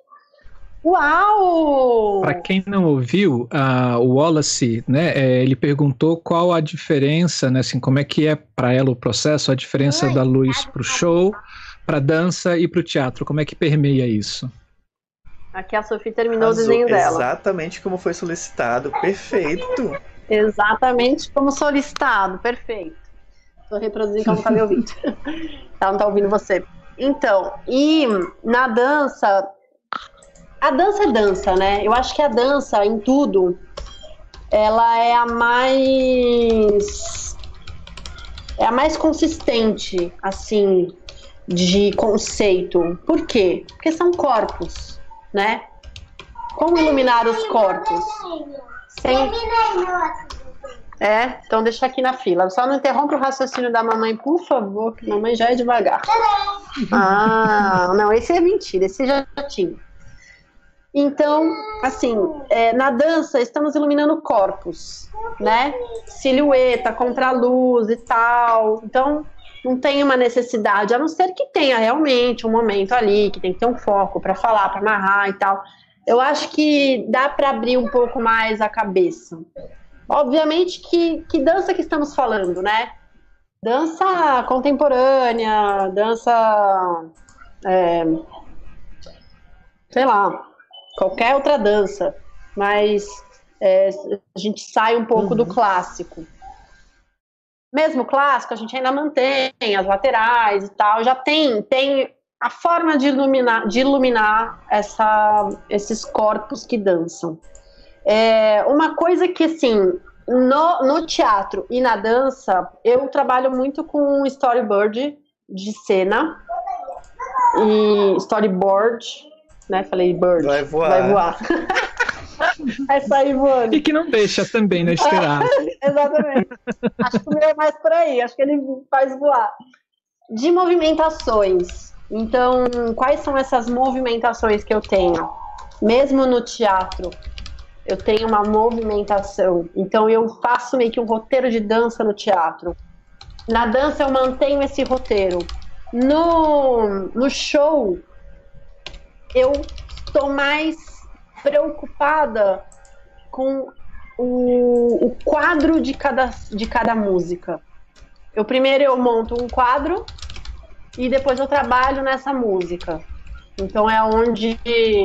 Uau! Para quem não ouviu, uh, o Wallace, né, é, ele perguntou qual a diferença, né, assim, como é que é para ela o processo, a diferença da luz para o show, para dança e para o teatro, como é que permeia isso? Aqui a Sofia terminou Azul, o desenho dela. Exatamente como foi solicitado, perfeito. Exatamente como solicitado, perfeito. Estou reproduzindo que ela não está me ouvindo. Ela não está ouvindo você. Então, e na dança, a dança é dança, né? Eu acho que a dança, em tudo, ela é a mais é a mais consistente, assim, de conceito. Por quê? Porque são corpos, né? Como iluminar os corpos? Sem... Terminei meu outro. É, então deixa aqui na fila. Só não interrompe o raciocínio da mamãe, por favor, que mamãe já é devagar. Ah, não, esse é mentira, esse já tinha. Então, assim, é, na dança estamos iluminando corpos, né? Silhueta, contraluz e tal. Então, não tem uma necessidade, a não ser que tenha realmente um momento ali, que tem que ter um foco para falar, para amarrar e tal. Eu acho que dá para abrir um pouco mais a cabeça. Obviamente que, que dança que estamos falando, né? Dança contemporânea, dança, é, sei lá, qualquer outra dança, mas é, a gente sai um pouco uhum. do clássico. Mesmo clássico, a gente ainda mantém as laterais e tal, já tem, tem a forma de iluminar, de iluminar essa, esses corpos que dançam. É uma coisa que, assim, no, no teatro e na dança, eu trabalho muito com storyboard de cena e storyboard, né? Falei bird. Vai voar. Vai voar. Vai sair voando. E que não deixa também, né, esperar. Exatamente. Acho que o meu é mais por aí, acho que ele faz voar. De movimentações. Então, quais são essas movimentações que eu tenho? Mesmo no teatro, eu tenho uma movimentação. Então, eu faço meio que um roteiro de dança no teatro. Na dança, eu mantenho esse roteiro. No, no show, eu estou mais preocupada com o, o quadro de cada, de cada música. Eu primeiro eu monto um quadro e depois eu trabalho nessa música. Então é onde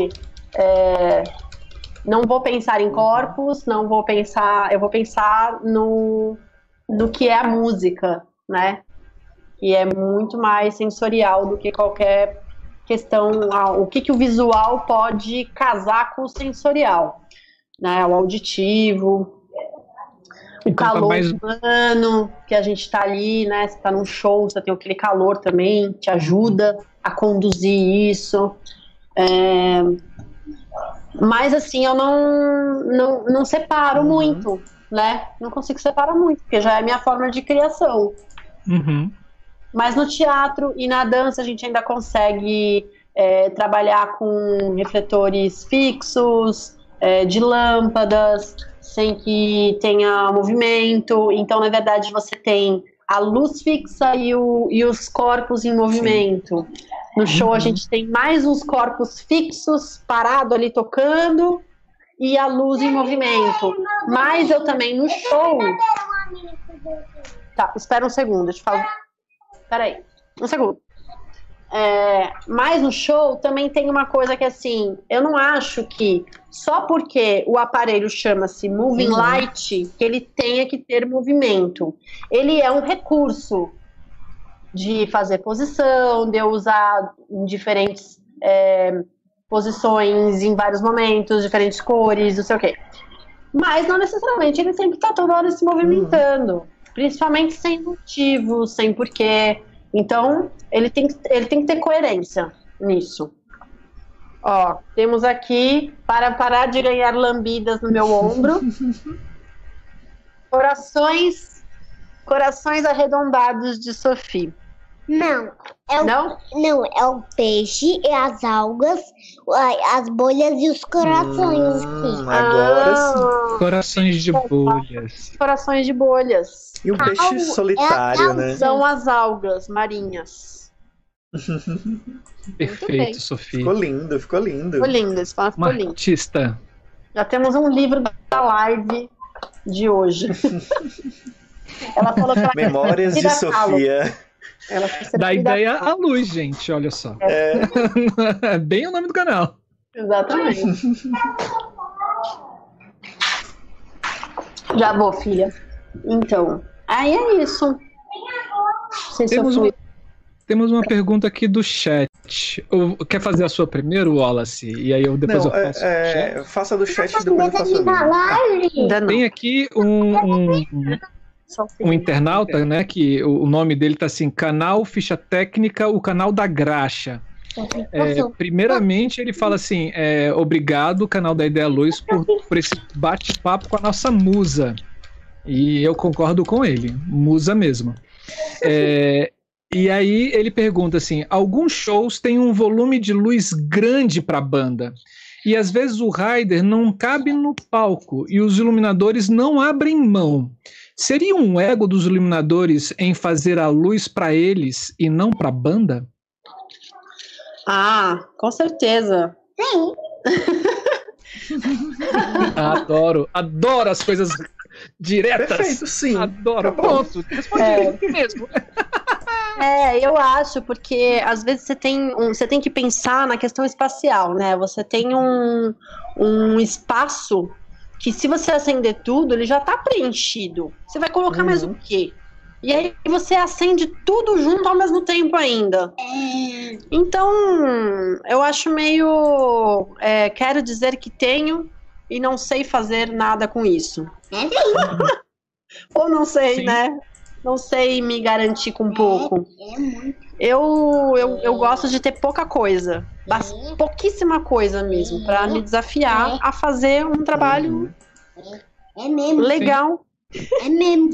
é, não vou pensar em corpos, não vou pensar, eu vou pensar no, no que é a música, né? Que é muito mais sensorial do que qualquer questão, o que, que o visual pode casar com o sensorial, né? O auditivo, o então, calor mais... humano, que a gente está ali, né? Você está num show, você tem aquele calor também, te ajuda a conduzir isso. É... Mas assim, eu não, não, não separo uhum. muito, né? Não consigo separar muito, porque já é a minha forma de criação. Uhum. Mas no teatro e na dança a gente ainda consegue é, trabalhar com refletores fixos, é, de lâmpadas, sem que tenha movimento. Então, na verdade, você tem a luz fixa e, o, e os corpos em movimento. Sim. No show, a gente tem mais uns corpos fixos, parado ali tocando, e a luz em movimento. Mas eu também, no show... Tá, espera um segundo, deixa eu falar. Peraí, um segundo. É, mas no show também tem uma coisa que, assim, eu não acho que só porque o aparelho chama-se Moving uhum. Light, que ele tenha que ter movimento. Ele é um recurso de fazer posição, de eu usar em diferentes é, posições, em vários momentos, diferentes cores, não sei o quê. Mas não necessariamente ele tem que estar toda hora se movimentando. Uhum. Principalmente sem motivo, sem porquê. Então, ele tem, ele tem que ter coerência nisso. Ó, temos aqui, para parar de ganhar lambidas no meu ombro, corações, corações arredondados de Sophie. Não, é o, não? Não, é o peixe, é as algas, as bolhas e os corações. Hum, agora ah, sim. Corações de bolhas. Corações de bolhas. E o peixe Al solitário, é né? São as algas marinhas. Perfeito, Sophie. Ficou lindo, ficou lindo. Ficou lindo, esse fala ficou lindo. Artista. Já temos um livro da live de hoje. Ela falou que ela Memórias de Sofia. Ela Dá ideia à luz, gente, olha só. É. Bem o nome do canal. Exatamente. Já vou, filha. Então, aí é isso. Temos, um, temos uma pergunta aqui do chat. Quer fazer a sua primeiro, Wallace? E aí eu depois não, eu faço. É, é, faça do chat e depois eu faço a minha. Tem aqui um, um, um internauta, né? Que o nome dele tá assim: Canal Ficha Técnica, o canal da Graxa. É, primeiramente, ele fala assim: é, obrigado, canal da Ideia Luz, por, por esse bate-papo com a nossa musa. E eu concordo com ele, musa mesmo. É, e aí ele pergunta assim: alguns shows têm um volume de luz grande para a banda. E às vezes o rider não cabe no palco e os iluminadores não abrem mão. Seria um ego dos iluminadores em fazer a luz para eles e não para a banda? Ah, com certeza. Sim. Adoro, adoro as coisas diretas. Perfeito, sim. Adoro, Tá bom. pronto. Respondi É. mesmo. É, eu acho, porque às vezes você tem, um, você tem que pensar na questão espacial, né? Você tem um, um espaço que, se você acender tudo, ele já tá preenchido. Você vai colocar mais o quê? E aí você acende tudo junto ao mesmo tempo ainda. Então, eu acho meio... é, quero dizer que tenho e não sei fazer nada com isso. Ou não sei, Sim. né? Não sei me garantir com pouco. Eu, eu, eu gosto de ter pouca coisa. bas- Pouquíssima coisa mesmo, para me desafiar a fazer um trabalho É mesmo. legal. É mesmo.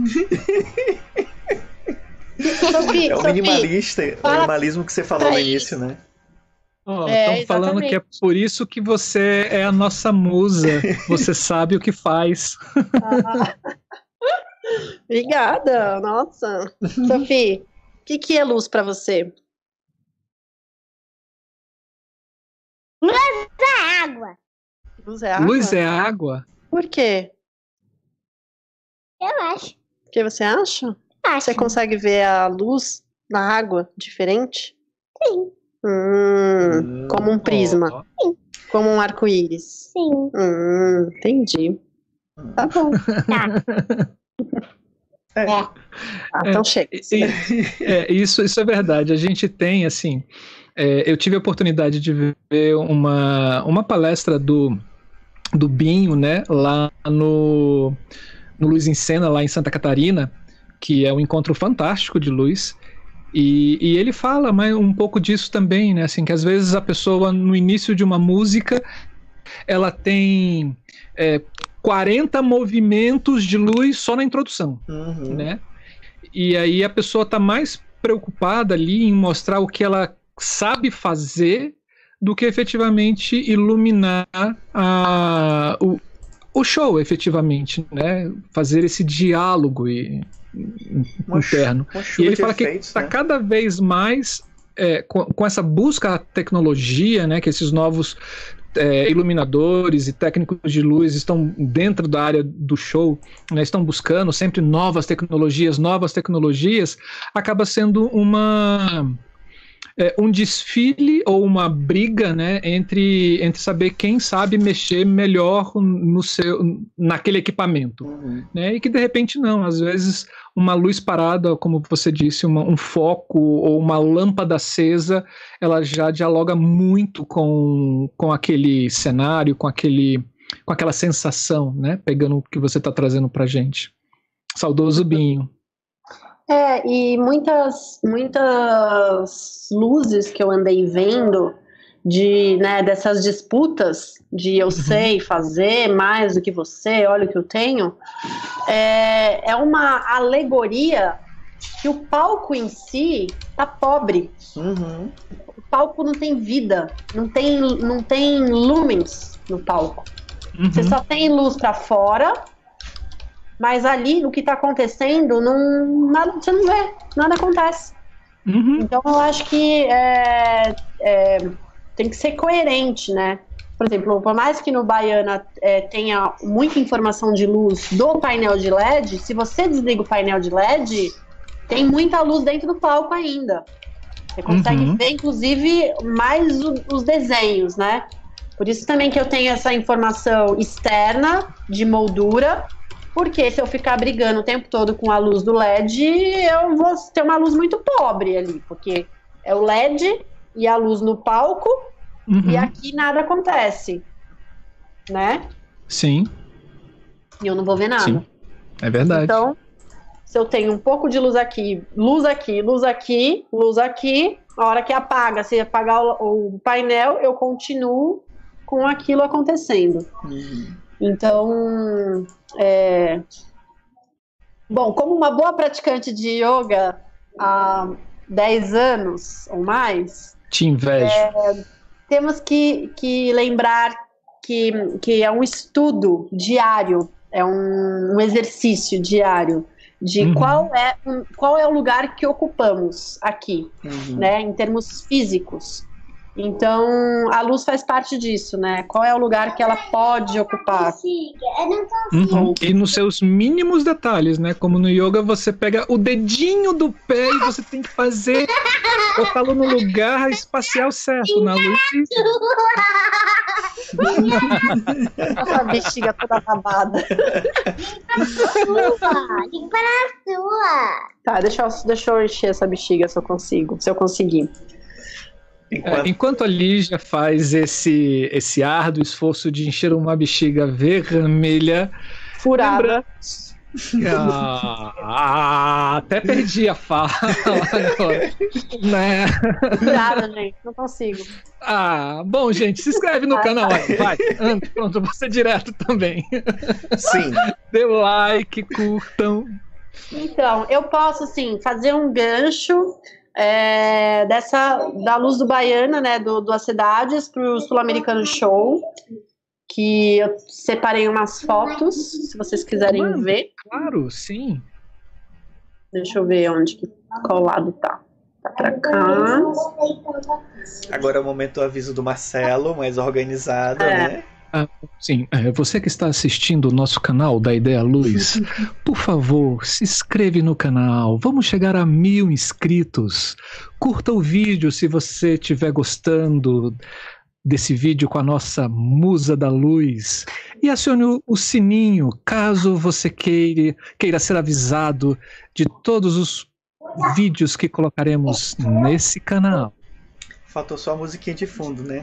Sophie, É o Sophie, minimalista, o fala minimalismo que você falou no pra início, né? Estão É, falando que é por isso que você é a nossa musa. Você sabe o que faz. Ah. Obrigada, nossa. Sophie, o que, que é luz para você? Da água. Luz é água? Luz é água? Por quê? Eu acho. O que você acha? Acho. Você consegue ver a luz na água diferente? Sim. Hum, como um prisma, Ó, como um arco-íris. Sim. Hum, entendi. Tá bom. Tá. É. É. Ah, então chega. E- é, isso, isso é verdade. A gente tem, assim, é, eu tive a oportunidade de ver uma, uma palestra do, do Binho, né, lá no, no Luz em Cena, lá em Santa Catarina, que é um encontro fantástico de luz. E, e ele fala mais um pouco disso também, né, assim, que às vezes a pessoa, no início de uma música, ela tem é, quarenta movimentos de luz só na introdução. Uhum. Né? E aí a pessoa está mais preocupada ali em mostrar o que ela sabe fazer do que efetivamente iluminar a, o, o show, efetivamente, né? Fazer esse diálogo e, Uma chu- interno. uma E chuva ele de fala que efeitos, está né? cada vez mais é, com, com essa busca à tecnologia, né? Que esses novos É, iluminadores e técnicos de luz estão dentro da área do show, né, estão buscando sempre novas tecnologias, novas tecnologias, acaba sendo uma é, um desfile ou uma briga, né, entre, entre saber quem sabe mexer melhor no seu, naquele equipamento. Uhum. Né, e que de repente não, às vezes uma luz parada, como você disse, uma, um foco ou uma lâmpada acesa, ela já dialoga muito com, com aquele cenário, com, aquele, com aquela sensação, né? Pegando o que você está trazendo pra gente. Saudoso Binho. É, e muitas, muitas luzes que eu andei vendo de, né, dessas disputas de eu sei fazer mais do que você, olha o que eu tenho, é, é uma alegoria que o palco em si tá pobre. Uhum. O palco não tem vida, não tem, não tem lumens no palco. Uhum. Você só tem luz para fora, mas ali o que está acontecendo, não, nada, você não vê, nada acontece. Uhum. Então eu acho que é, é, tem que ser coerente, né? Por exemplo, por mais que no Baiana é, tenha muita informação de luz do painel de L E D, se você desliga o painel de L E D, tem muita luz dentro do palco ainda. Você consegue Uhum. ver, inclusive, mais o, os desenhos, né? Por isso também que eu tenho essa informação externa de moldura, porque se eu ficar brigando o tempo todo com a luz do L E D, eu vou ter uma luz muito pobre ali, porque é o L E D e a luz no palco, Uhum. e aqui nada acontece, né? Sim, E eu não vou ver nada. sim, é verdade. Então, se eu tenho um pouco de luz aqui, luz aqui, luz aqui, luz aqui, A hora que apaga, se apagar o, o painel, eu continuo com aquilo acontecendo. Uhum. Então, é... bom, como uma boa praticante de yoga há dez anos ou mais, Te invejo. É, temos que, que lembrar que, que é um estudo diário, é um, um exercício diário de Uhum. qual, é, qual é o lugar que ocupamos aqui, Uhum. né, em termos físicos. Então, a luz faz parte disso, né? Qual é o lugar que ela pode ocupar? Eu não consigo. Uhum. E nos seus mínimos detalhes, né? Como no yoga, você pega o dedinho do pé e você tem que fazer, eu falo, no lugar espacial certo, na luz. Essa bexiga toda babada. Sua, tem que parar a sua. Tá, deixa eu, deixa eu encher essa bexiga se eu consigo, se eu conseguir. Enquanto... É, enquanto a Lígia faz esse, esse árduo esforço de encher uma bexiga vermelha, Furada. lembra... ah, até perdi a fala agora, né? Furada, gente, não consigo. Ah, bom, gente, se inscreve no canal aí, vai. Anda, pronto, vou ser direto também. Sim. Dê like, curtam. Então, eu posso, assim, fazer um gancho é, dessa, da Luz do Baiana, né, do, do As Cidades, para o Sul-Americano Show, que eu separei umas fotos, se vocês quiserem Mano, ver. Claro, sim. Deixa eu ver onde, que, qual lado tá. Tá pra cá. Agora é o momento do aviso do Marcelo, mais organizado, É. né? Ah, sim, é, você que está assistindo o nosso canal da Ideia Luz, por favor, se inscreve no canal. Vamos chegar a mil inscritos. Curta o vídeo se você estiver gostando desse vídeo com a nossa musa da luz. E acione o, o sininho caso você queira, queira ser avisado de todos os vídeos que colocaremos nesse canal. Faltou só a musiquinha de fundo, né?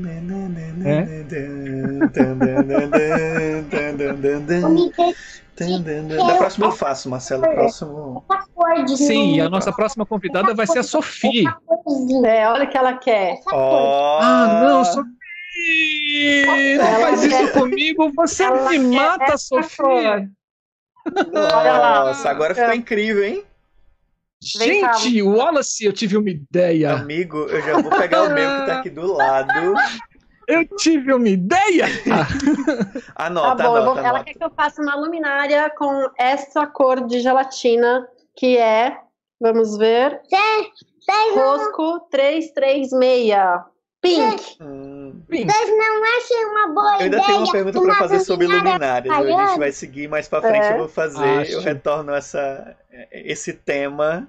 Da próxima eu faço, Marcelo. Próximo. Sim, e a nossa próxima convidada vai ser a Sofia. É, olha o que ela quer. Ó. Ah, não, Sofia! Não Ela faz quer- isso comigo, você ela me quer mata, essa Sofia! Olha lá. Nossa, agora ficou incrível, hein? Vem cá, Gente, Wallace, eu tive uma ideia! Amigo, eu já vou pegar o meu que tá aqui do lado. Eu tive uma ideia! Anota, Tá bom, eu vou- anota, ela anota. quer que eu faça uma luminária com essa cor de gelatina, que é, vamos ver, Vocês não, Rosco trezentos e trinta e seis, Pink. Hum, vocês não acham uma boa eu ainda ideia? tenho uma pergunta pra fazer sobre luminárias. A gente falhando? vai seguir mais pra frente. É. Eu vou fazer, Acho. eu retorno essa, esse tema.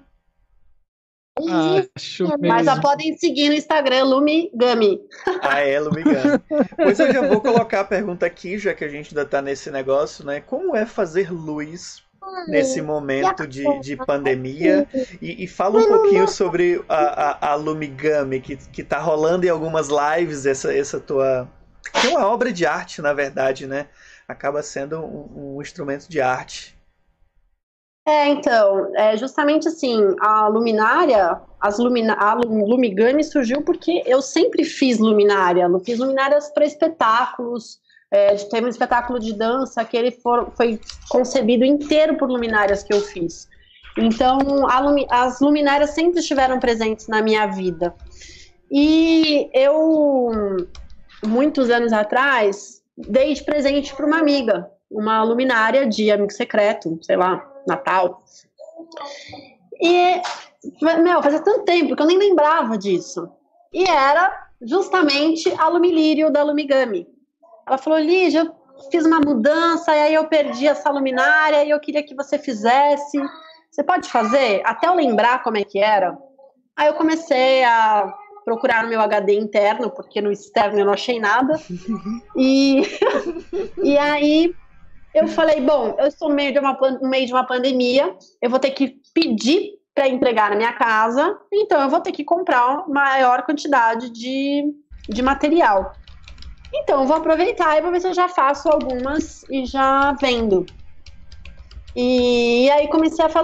Acho Mas já mesmo. podem seguir no Instagram, Lumigami. Ah, é, Lumigami. Pois eu já vou colocar a pergunta aqui, já que a gente ainda tá nesse negócio, né? Como é fazer luz nesse momento de, de pandemia? E, e fala um pouquinho sobre a, a, a Lumigami, que, que tá rolando em algumas lives, essa, essa tua... Que é uma obra de arte, na verdade, né? Acaba sendo um, um instrumento de arte. É, então, é justamente assim, a luminária, as lumina, a Lu- Lumigami surgiu porque eu sempre fiz luminária, eu fiz luminárias para espetáculos, é, teve um espetáculo de dança que ele for, foi concebido inteiro por luminárias que eu fiz. Então, a lumi, as luminárias sempre estiveram presentes na minha vida. E eu, muitos anos atrás, dei de presente para uma amiga, uma luminária de amigo secreto, sei lá, Natal. E, meu, fazia tanto tempo que eu nem lembrava disso. E era justamente a Lumilírio da Lumigami. Ela falou, Lígia, eu fiz uma mudança e aí eu perdi essa luminária e eu queria que você fizesse. Você pode fazer? Até eu lembrar como é que era. Aí eu comecei a procurar no meu H D interno, porque no externo eu não achei nada. E, e aí eu falei, bom, eu estou no meio de uma, no meio de uma pandemia, eu vou ter que pedir para entregar na minha casa, então eu vou ter que comprar uma maior quantidade de, de material. Então eu vou aproveitar e vou ver se eu já faço algumas e já vendo. E, e aí comecei a fazer.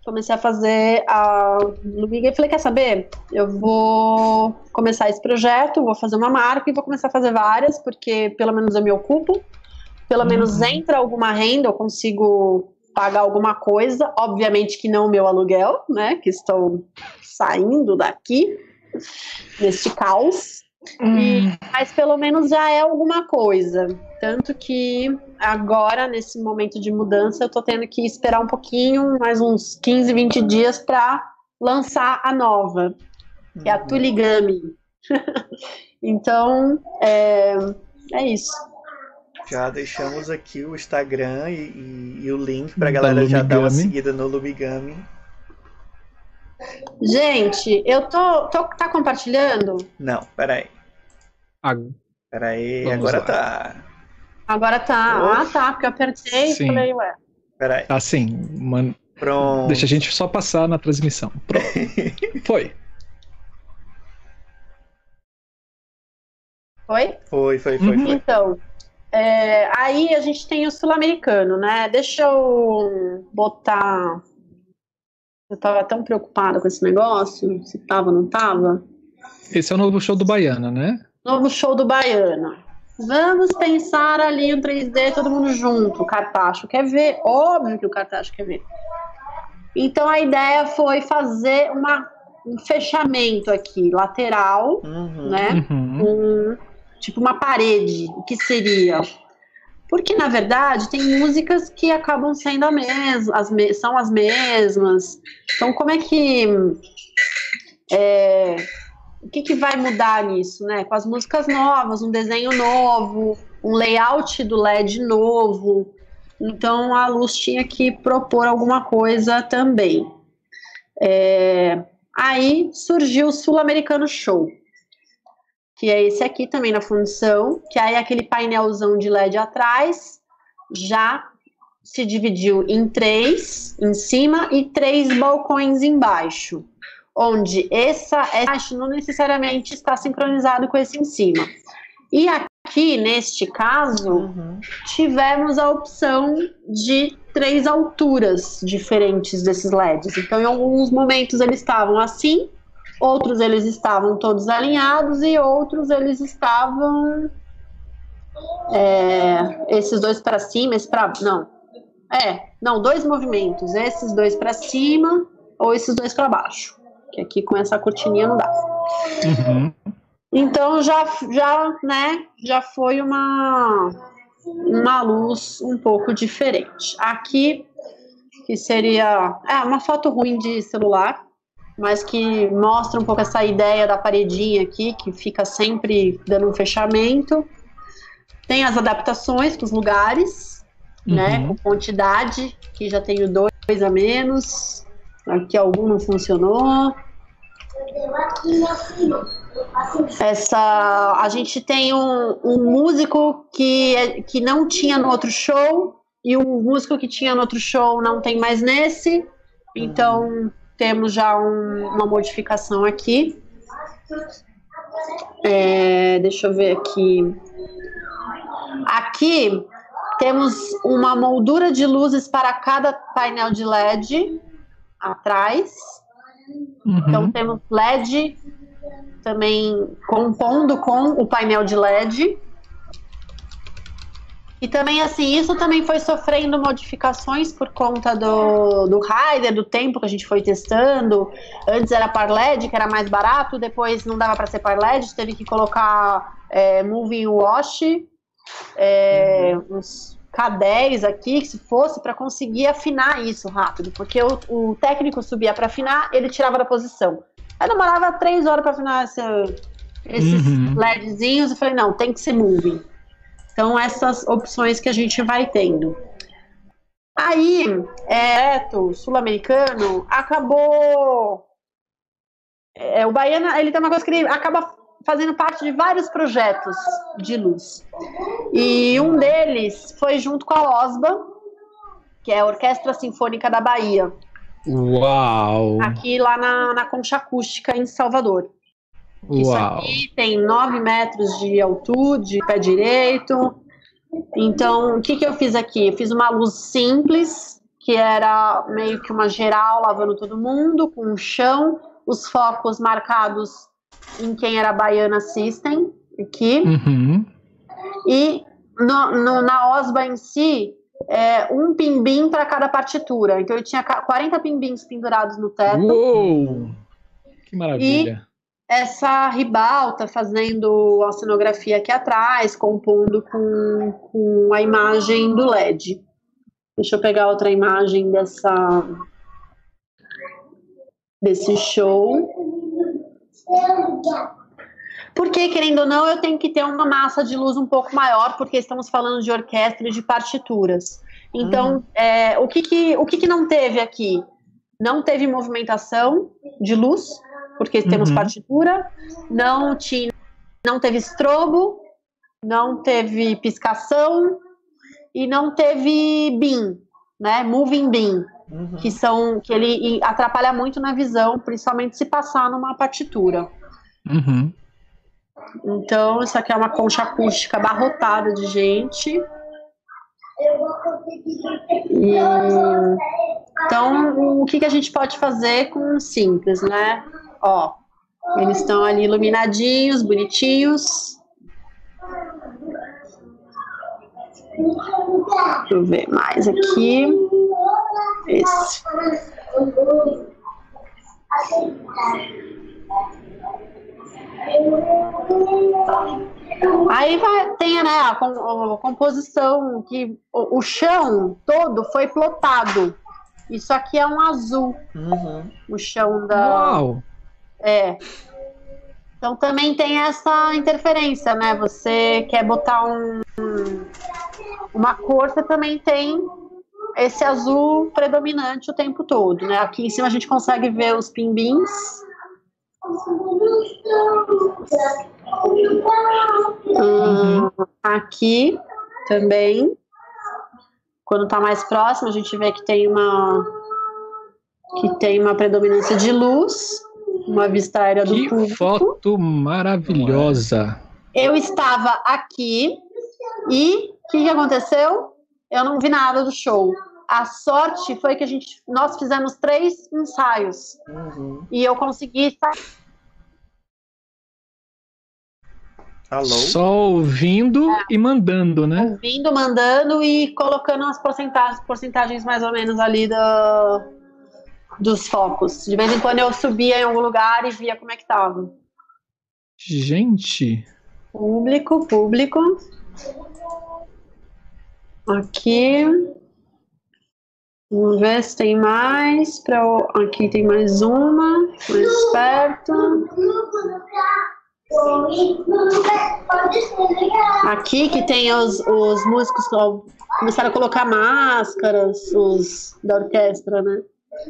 comecei a fazer a Lumiga e falei, quer saber? Eu vou começar esse projeto, vou fazer uma marca e vou começar a fazer várias, porque pelo menos eu me ocupo, pelo uhum. menos entra alguma renda, eu consigo pagar alguma coisa, obviamente que não o meu aluguel, né, que estou saindo daqui, neste caos, hum. e, mas pelo menos já é alguma coisa, tanto que agora, nesse momento de mudança, eu tô tendo que esperar um pouquinho, mais uns quinze, vinte dias para lançar a nova, que é a Tuligami. Então, é, é isso. Já deixamos aqui o Instagram e, e, e o link pra galera já dar uma seguida no Lumigami. Gente, eu tô, tô... Tá compartilhando? Não, peraí. Ah, peraí, agora lá. tá. Agora tá. Oh. Ah, tá, porque eu apertei e falei, ué. Peraí. Assim, man... Pronto. Deixa a gente só passar na transmissão. Pronto. Foi. Foi? Foi, foi, foi. Uhum. foi. Então, é, aí a gente tem o sul-americano, né? Deixa eu botar... Eu tava tão preocupada com esse negócio, se tava ou não tava. Esse é o novo show do Baiana, né? Novo show do Baiana. Vamos pensar ali um três D, todo mundo junto. O Cartacho quer ver, óbvio que o Cartacho quer ver. Então a ideia foi fazer uma, um fechamento aqui, lateral, uhum. né? Uhum. Um, tipo uma parede. O que seria? Porque, na verdade, tem músicas que acabam sendo a mesma, as me são as mesmas. Então, como é que... É, o que, que vai mudar nisso, né? Com as músicas novas, um desenho novo, um layout do L E D novo. Então, a Luz tinha que propor alguma coisa também. É, aí surgiu o Sul-Americano Show, que é esse aqui também na função, que aí aquele painelzão de L E D atrás já se dividiu em três em cima e três balcões embaixo, onde essa essa não necessariamente está sincronizado com esse em cima. E aqui, neste caso, uhum. tivemos a opção de três alturas diferentes desses L E Ds. Então, em alguns momentos eles estavam assim, outros eles estavam todos alinhados e outros eles estavam é, esses dois para cima, esse para não, é, não, dois movimentos, esses dois para cima ou esses dois para baixo, que aqui com essa cortininha não dá. Uhum. Então já, já, né, já foi uma uma luz um pouco diferente. Aqui que seria é uma foto ruim de celular, mas que mostra um pouco essa ideia da paredinha aqui, que fica sempre dando um fechamento. Tem as adaptações com os lugares, uhum. né, com quantidade, que já tenho dois a menos, aqui algum não funcionou. Essa, a gente tem um, um músico que, é, que não tinha no outro show, e o músico que tinha no outro show não tem mais nesse, então... Uhum. Temos já um, uma modificação aqui. É, deixa eu ver aqui. Aqui temos uma moldura de luzes para cada painel de L E D atrás. Uhum. Então temos L E D também compondo com o painel de L E D. E também, assim, isso também foi sofrendo modificações por conta do, do rider, do tempo que a gente foi testando. Antes era par L E D, que era mais barato, depois não dava para ser par L E D, teve que colocar é, Moving Wash, é, uhum. uns K dez aqui, se fosse, para conseguir afinar isso rápido, porque o, o técnico subia para afinar, ele tirava da posição. Aí demorava três horas para afinar essa, esses uhum. LEDzinhos, eu falei, não, tem que ser Moving. Então, essas opções que a gente vai tendo. Aí, é, o sul-americano acabou... É, o Baiana, ele tem uma coisa que ele acaba fazendo parte de vários projetos de luz. E um deles foi junto com a OSBA, que é a Orquestra Sinfônica da Bahia. Uau! Aqui lá na, na Concha Acústica, em Salvador. Isso Uau. Aqui tem nove metros de altura, de pé direito. Então, o que, que eu fiz aqui? Eu fiz uma luz simples, que era meio que uma geral lavando todo mundo, com o chão, os focos marcados em quem era Baiana System, aqui. Uhum. E no, no, na OSBA em si, é, um pimbim para cada partitura. Então eu tinha quarenta pimbims pendurados no teto. Uou! Que maravilha. E essa ribalta fazendo a cenografia aqui atrás, compondo com, com a imagem do L E D. Deixa eu pegar outra imagem dessa, desse show. Porque, querendo ou não, eu tenho que ter uma massa de luz um pouco maior, porque estamos falando de orquestra e de partituras. Então, hum. é, o, que, que, o que, que não teve aqui? Não teve movimentação de luz, porque temos uhum. partitura, não, tinha, não teve estrobo, não teve piscação e não teve beam, né? Moving beam, uhum. que, são, que ele atrapalha muito na visão, principalmente se passar numa partitura. Uhum. Então, isso aqui é uma concha acústica abarrotada de gente. E, então, o que, que a gente pode fazer com simples, né? Ó, eles estão ali iluminadinhos, bonitinhos. Deixa eu ver mais aqui. Esse. Aí vai, tem, né, a, a composição que o, o chão todo foi plotado. Isso aqui é um azul. Uhum. O chão da. Uau. É. Então também tem essa interferência, né? Você quer botar um, uma cor, você também tem esse azul predominante o tempo todo, né? Aqui em cima a gente consegue ver os pimbins. Uhum. Hum, aqui também, quando tá mais próximo, a gente vê que tem uma que tem uma predominância de luz, uma vista aérea do que público. Que foto maravilhosa! Eu estava aqui e o que, que aconteceu? Eu não vi nada do show. A sorte foi que a gente, nós fizemos três ensaios uhum. e eu consegui Alô? Só ouvindo é. e mandando, né? Ouvindo, mandando e colocando as porcentagens, porcentagens mais ou menos ali do, dos focos. De vez em quando eu subia em algum lugar e via como é que tava. Gente! Público, público. Aqui. Vamos ver se tem mais. Pra... Aqui tem mais uma. Mais perto. Aqui que tem os, os músicos que começaram a colocar máscaras, os da orquestra, né?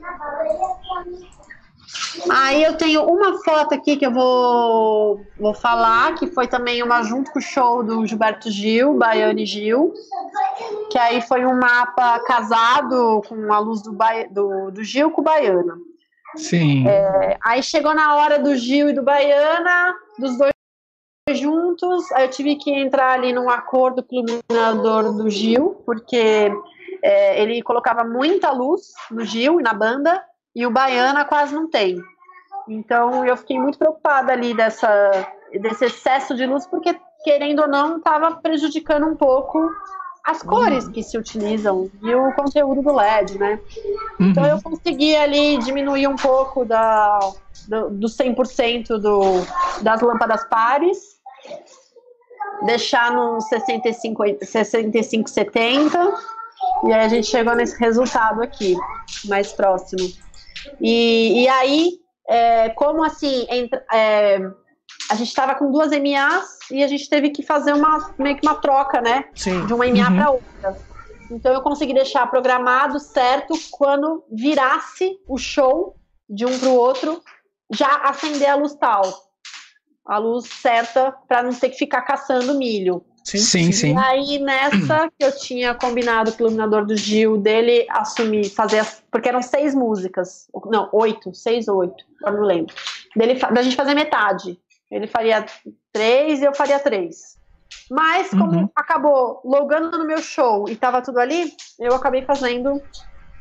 Aí eu tenho uma foto aqui que eu vou, vou falar, que foi também uma junto com o show do Gilberto Gil, Baiana e Gil, que aí foi um mapa casado com a luz do, do, do Gil com o Baiana. Sim. É, aí chegou na hora do Gil e do Baiana, dos dois juntos, aí eu tive que entrar ali num acordo com o iluminador do Gil, porque é, ele colocava muita luz no Gil e na banda, e o Baiana quase não tem. Então eu fiquei muito preocupada ali dessa, desse excesso de luz, porque querendo ou não, estava prejudicando um pouco as cores que se utilizam e o conteúdo do L E D, né? Uhum. Então eu consegui ali diminuir um pouco da, do, do cem por cento do, das lâmpadas pares, deixar no sessenta e cinco, setenta, e aí a gente chegou nesse resultado aqui, mais próximo. E, e aí, é, como assim, entra, é, a gente estava com duas M As e a gente teve que fazer uma, meio que uma troca, né? Sim. De uma M A uhum. para outra. Então eu consegui deixar programado certo quando virasse o show de um para o outro, já acender a luz tal. A luz certa para não ter que ficar caçando milho. Sim, sim, sim. E aí nessa que eu tinha combinado com o iluminador do Gil, dele assumir, fazer, as, porque eram seis músicas, não, oito, seis ou oito, eu não lembro. Dele, da gente fazer metade. Ele faria três e eu faria três. Mas como uhum. acabou logando no meu show e tava tudo ali, eu acabei fazendo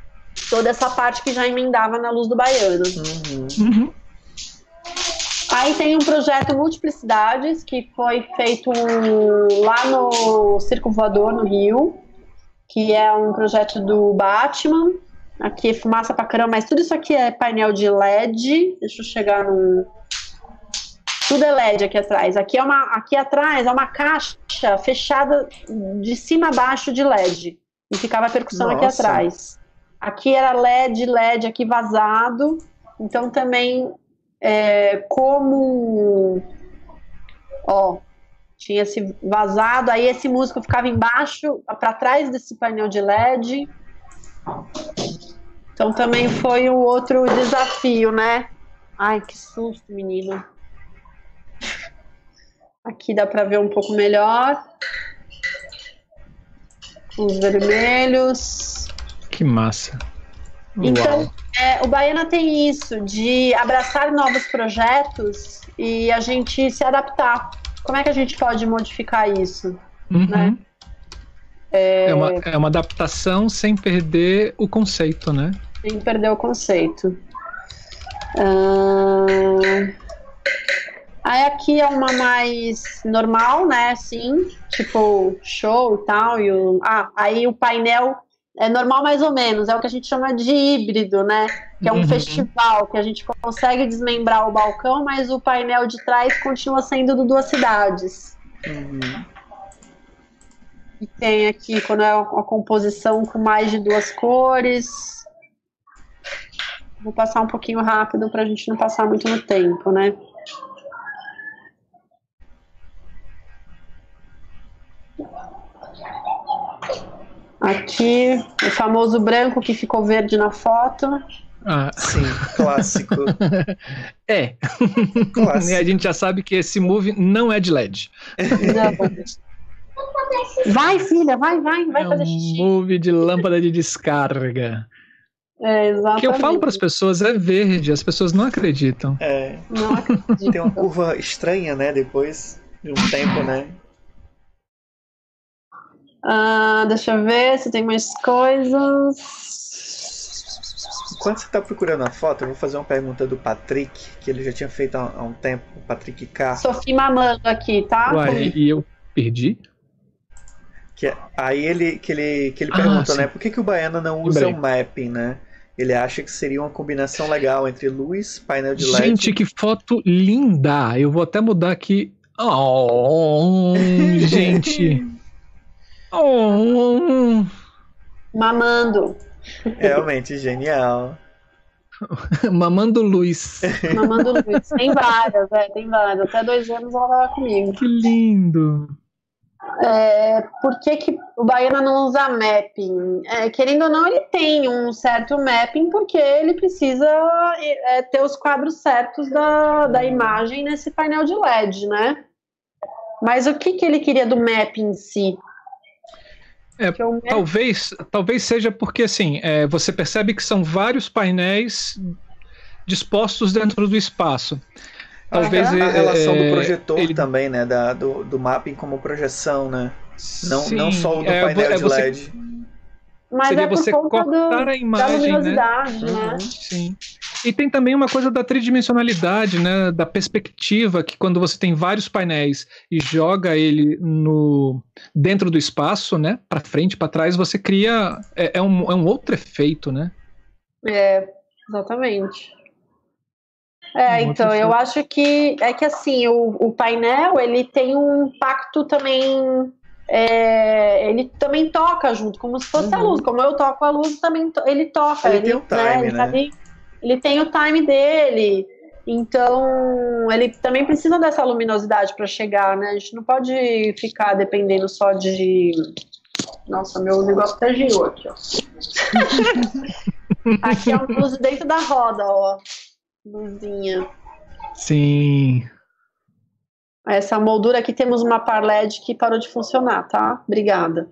toda essa parte que já emendava na luz do baiano. Uhum. Uhum. Aí tem um projeto Multiplicidades, que foi feito lá no Circo Voador, no Rio, que é um projeto do Batman. Aqui é fumaça pra caramba, mas tudo isso aqui é painel de L E D. Deixa eu chegar no... Tudo é L E D aqui atrás. Aqui, é uma, aqui atrás é uma caixa fechada de cima a baixo de L E D. E ficava a percussão Nossa. aqui atrás. Aqui era L E D, L E D aqui vazado. Então também, é, como... Ó, tinha esse vazado. Aí esse músico ficava embaixo, para trás desse painel de L E D. Então também foi um outro desafio, né? Ai, que susto, menino. Aqui dá para ver um pouco melhor. Os vermelhos. Que massa. Então, é, o Baiana tem isso, de abraçar novos projetos e a gente se adaptar. Como é que a gente pode modificar isso? Uhum. Né? É... É, uma, é uma adaptação sem perder o conceito, né? Sem perder o conceito. Ah... Aí aqui é uma mais normal, né, assim, tipo show e tal, e o... Ah, aí o painel é normal mais ou menos, é o que a gente chama de híbrido, né, que é um uhum. festival, que a gente consegue desmembrar o balcão, mas o painel de trás continua sendo do Duas Cidades. Uhum. E tem aqui, quando é uma composição com mais de duas cores. Vou passar um pouquinho rápido pra gente não passar muito no tempo, né. Aqui, o famoso branco que ficou verde na foto. Ah. Sim, clássico. É. Clássico. E a gente já sabe que esse move não é de L E D. Não. Vai, filha, vai, vai, vai é fazer um xixi. move de lâmpada de descarga. É, exatamente. O que eu falo para as pessoas é verde, as pessoas não acreditam. É. Não acredito. Tem uma curva estranha, né, depois de um tempo, né? Ah, deixa eu ver se tem mais coisas. Enquanto você está procurando a foto, eu vou fazer uma pergunta do Patrick, que ele já tinha feito há há um tempo, o Patrick K. Sofia mamando aqui, tá? Uai, e eu perdi? Que é- aí ele, que ele, que ele Ah, pergunta, sim. né, por que, que o Baiana não usa Lembrei. o mapping, né? Ele acha que seria uma combinação legal entre luz, painel de L E D. Gente, que foto linda! Eu vou até mudar aqui. Oh, gente! Oh. Mamando. Realmente genial. Mamando luz. Mamando luz. Tem várias, é, tem várias. Até dois anos ela tava comigo. Que lindo! É, por que, que o Baiana não usa mapping? É, querendo ou não, ele tem um certo mapping, porque ele precisa é, ter os quadros certos da, da imagem nesse painel de L E D, né? Mas o que, que ele queria do mapping em si? É, Porque o mapping- talvez, talvez seja porque assim, é, você percebe que são vários painéis dispostos dentro do espaço. Talvez a, a é, relação do é, projetor ele- também, né? Da, do, do mapping como projeção, né? Não, Sim, não só o do é, painel é de você- L E D. Mas seria é por você conta do, cortar a da imagem, né? luminosidade, né? Sim. E tem também uma coisa da tridimensionalidade, né? Da perspectiva, que quando você tem vários painéis e joga ele no dentro do espaço, né? Para frente, para trás, você cria é, é, um, é um outro efeito, né? É, exatamente. É, Um outro então, eu efeito. acho que é que assim, o, o painel, ele tem um impacto também, é, ele também toca junto, como se fosse a Uhum. luz, como eu toco a luz, também to- ele toca. Ele tem o time, ele, né? tá ali- ele tem o time dele, então ele também precisa dessa luminosidade para chegar, né? A gente não pode ficar dependendo só de... Nossa, meu negócio até girou aqui, ó. Aqui é uma luz dentro da roda, ó. Luzinha. Sim. Essa moldura aqui temos uma par L E D que parou de funcionar, tá? Obrigada.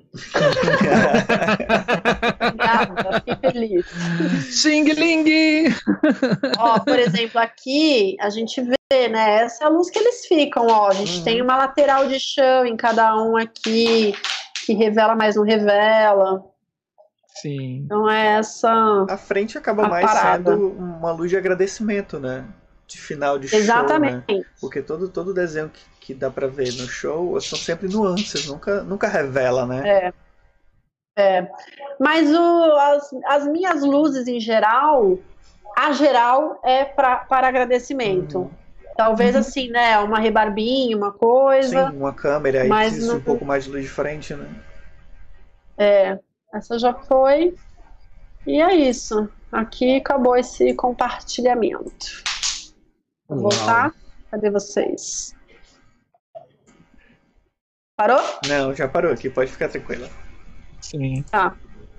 Obrigada, fiquei feliz. Xing Ling! Ó, por exemplo, aqui a gente vê, né? Essa é a luz que eles ficam, ó. A gente Uhum. tem uma lateral de chão em cada um aqui, que revela, mas não revela. Sim. Então é essa... A frente acaba a mais parada. sendo uma luz de agradecimento, né? De final de Exatamente. show, né? Porque todo, todo desenho que, que dá pra ver no show são sempre nuances, nunca, nunca revela, né? É. É. Mas o, as, as minhas luzes em geral, a geral é pra, para agradecimento. Uhum. Talvez assim, né? Uma rebarbinha, uma coisa. Sim, uma câmera, aí mas precisa não- um pouco mais de luz de frente, né? É, essa já foi. E é isso. Aqui acabou esse compartilhamento. Vou Uau. voltar? Cadê vocês? Parou? Não, já parou aqui, pode ficar tranquila. Sim. Tá.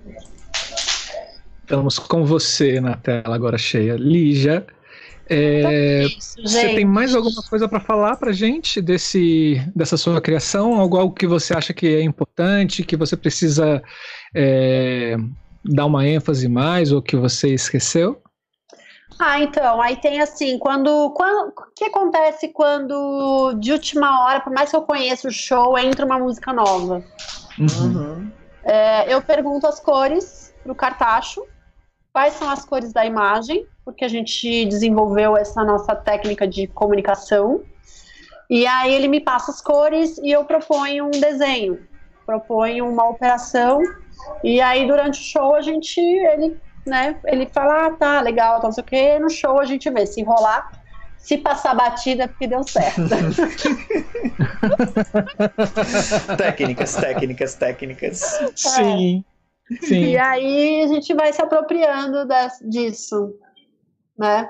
Estamos com você na tela agora cheia. Lígia, é, Isso, você gente. tem mais alguma coisa para falar para gente desse, dessa sua criação? Algo, algo que você acha que é importante, que você precisa é, dar uma ênfase mais ou que você esqueceu? Ah, então, aí tem assim, quando, quando, o que acontece quando de última hora, por mais que eu conheça o show, entra uma música nova? Uhum. Uhum. É, eu pergunto as cores pro cartacho, quais são as cores da imagem, porque a gente desenvolveu essa nossa técnica de comunicação, e aí ele me passa as cores e eu proponho um desenho, proponho uma operação, e aí durante o show a gente, ele né? Ele fala, ah, tá, legal, então não sei o que, no show a gente vê, se enrolar, se passar batida, é porque deu certo. Técnicas, técnicas, técnicas. Sim, sim. E aí a gente vai se apropriando des, disso, né?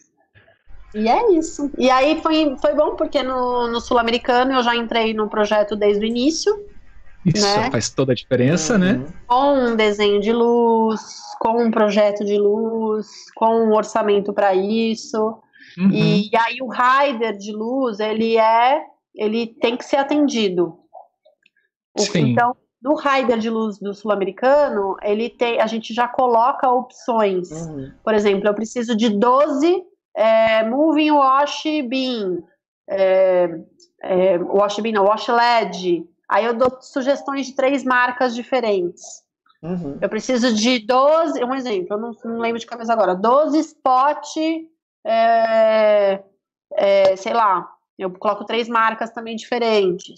E é isso. E aí foi, foi bom, porque no, no Sul-Americano eu já entrei no projeto desde o início, Isso né? faz toda a diferença, Uhum. né? com um desenho de luz, com um projeto de luz, com um orçamento para isso. Uhum. E, e aí o rider de luz, ele é, ele tem que ser atendido. O- Sim. Então, no rider de luz do sul-americano, ele tem, a gente já coloca opções. Uhum. Por exemplo, eu preciso de doze é, moving wash beam, é, é, wash beam não, wash L E D. Aí eu dou sugestões de três marcas diferentes. Uhum. Eu preciso de doze, um exemplo, eu não, não lembro de cabeça agora, doze spot, é, é, sei lá, eu coloco três marcas também diferentes.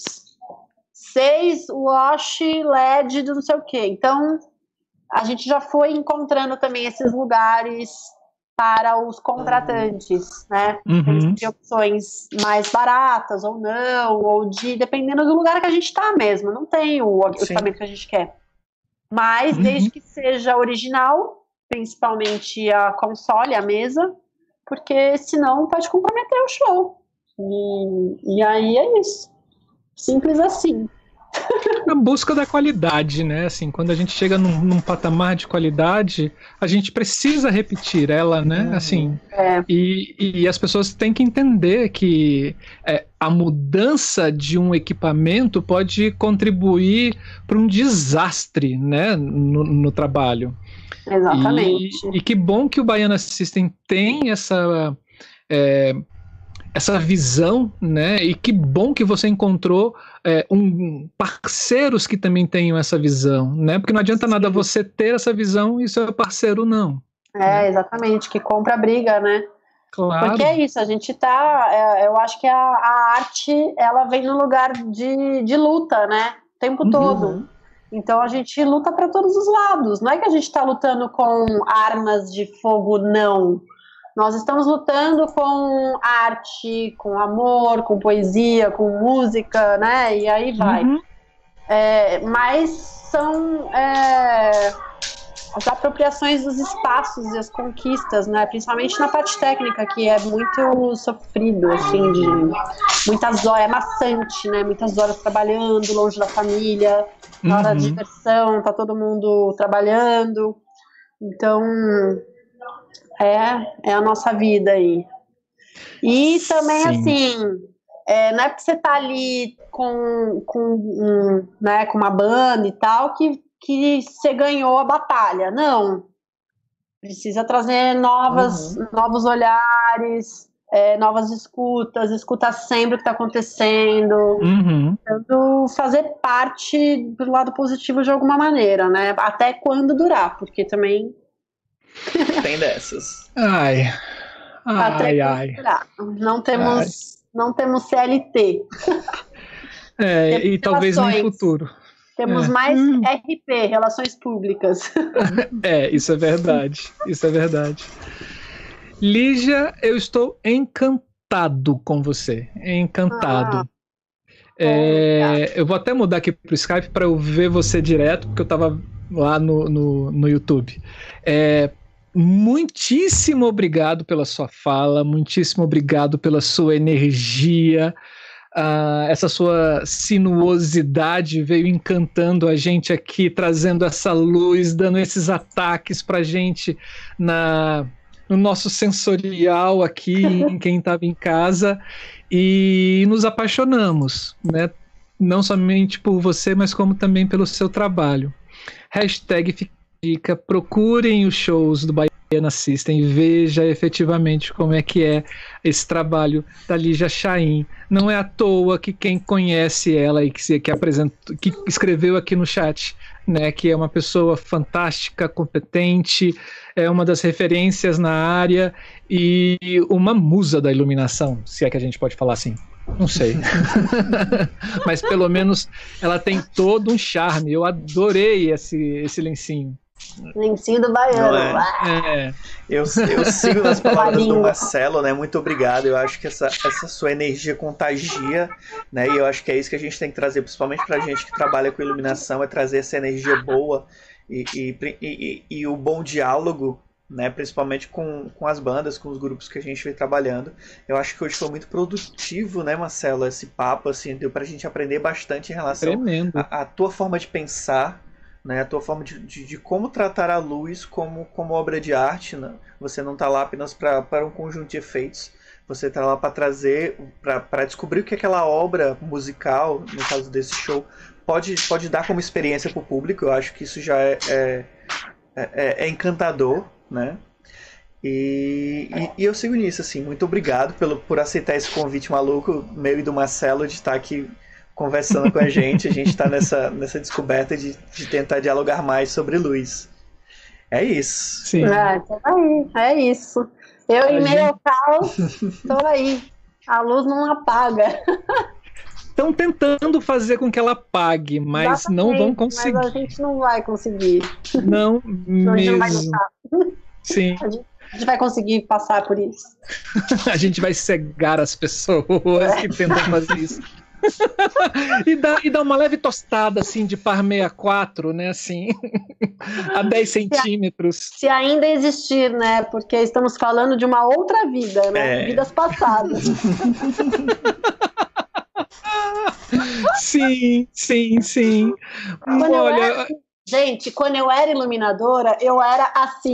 Seis wash L E D do não sei o quê. Então, a gente já foi encontrando também esses lugares para os contratantes, né? Uhum. Eles têm opções mais baratas ou não, ou de, dependendo do lugar que a gente está mesmo, não tem o orçamento que a gente quer. Mas, Uhum. desde que seja original, principalmente a console, a mesa, porque senão pode comprometer o show. E, e aí é isso. Simples assim. A busca da qualidade, né? Assim, quando a gente chega num, num patamar de qualidade, a gente precisa repetir ela, né? Uhum. Assim, É. e, e as pessoas têm que entender que é, a mudança de um equipamento pode contribuir para um desastre, né? No, no trabalho. Exatamente. E, e que bom que o Baiana System tem essa é, essa visão, né? E que bom que você encontrou é, um, parceiros que também tenham essa visão, né? Porque não adianta Sim. nada você ter essa visão e seu parceiro não. É, exatamente, que compra a briga, né? Claro. Porque é isso, a gente tá, é, eu acho que a, a arte, ela vem no lugar de, de luta, né? O tempo Uhum. todo. Então a gente luta para todos os lados. Não é que a gente está lutando com armas de fogo, não. Nós estamos lutando com arte, com amor, com poesia, com música, né? E aí vai. Uhum. É, mas são é, as apropriações dos espaços e as conquistas, né? Principalmente na parte técnica, que é muito sofrido, assim, de muitas horas, é maçante, né? Muitas horas trabalhando, longe da família, na hora Uhum. de diversão, tá todo mundo trabalhando. Então, é, é a nossa vida aí. E também, Sim. assim, é, não é porque você tá ali com, com, um, né, com uma banda e tal, que, que você ganhou a batalha. Não. Precisa trazer novas, Uhum. novos olhares, é, novas escutas, escutar sempre o que está acontecendo, Uhum. tentando fazer parte do lado positivo de alguma maneira, né? Até quando durar, porque também... Tem dessas. Ai, Até ai, quando ai. durar. Não temos, não temos C L T. É, Temos e talvez nem relações. futuro. Temos É. mais Hum. R P, Relações Públicas. É, isso é verdade. Isso é verdade. Lígia, eu estou encantado com você. Encantado. Ah, É, eu vou até mudar aqui pro Skype para eu ver você direto, porque eu tava lá no, no, no YouTube. É, muitíssimo obrigado pela sua fala, muitíssimo obrigado pela sua energia. Ah, essa sua sinuosidade veio encantando a gente aqui, trazendo essa luz, dando esses ataques pra gente na, no nosso sensorial aqui, em quem estava em casa, e nos apaixonamos, né? Não somente por você, mas como também pelo seu trabalho. Hashtag fica a dica, procurem os shows do Baiana System, veja efetivamente como é que é esse trabalho da Lígia Chain. Não é à toa que quem conhece ela e que, que, apresentou, que escreveu aqui no chat, né, que é uma pessoa fantástica, competente, é uma das referências na área e uma musa da iluminação, se é que a gente pode falar assim. Não sei. Mas pelo menos ela tem todo um charme. Eu adorei esse, esse lencinho. Lencinho do Baiano. Não é? É. Eu, eu sigo nas palavras do Lindo. Marcelo, né? Muito obrigado. Eu acho que essa, essa sua energia contagia, né? E eu acho que é isso que a gente tem que trazer, principalmente pra gente que trabalha com iluminação, é trazer essa energia boa e, e, e, e o bom diálogo, né? Principalmente com, com as bandas, com os grupos que a gente vem trabalhando. Eu acho que hoje foi muito produtivo, né, Marcelo? Esse papo, assim, deu pra gente aprender bastante em relação Tremendo. à tua forma de pensar, né, a tua forma de, de, de como tratar a luz como, como obra de arte, né? Você não está lá apenas para um conjunto de efeitos, você está lá para trazer, para descobrir o que aquela obra musical, no caso desse show, pode, pode dar como experiência para o público. Eu acho que isso já é, é, é, é encantador, né? E, e, e eu sigo nisso, assim, muito obrigado pelo, por aceitar esse convite maluco meu e do Marcelo de estar aqui conversando com a gente. A gente está nessa, nessa descoberta de, de tentar dialogar mais sobre luz. É isso. Sim. É, então aí, é isso. Eu, A em meio gente- ao caos, estou aí. A luz não apaga. Estão tentando fazer com que ela pague, mas não vão Exatamente, conseguir. Mas a gente não vai conseguir. Não A gente não vai mesmo. gostar. Sim, A gente, a gente vai conseguir passar por isso. a gente vai cegar as pessoas que tentam fazer isso. e, dá, e dá uma leve tostada assim de par sessenta e quatro, né? Assim, a dez centímetros. Se ainda existir, né? Porque estamos falando de uma outra vida, né? É. Vidas passadas. Sim, sim, sim. Quando eu Olha, era- Gente, quando eu era iluminadora, eu era assim.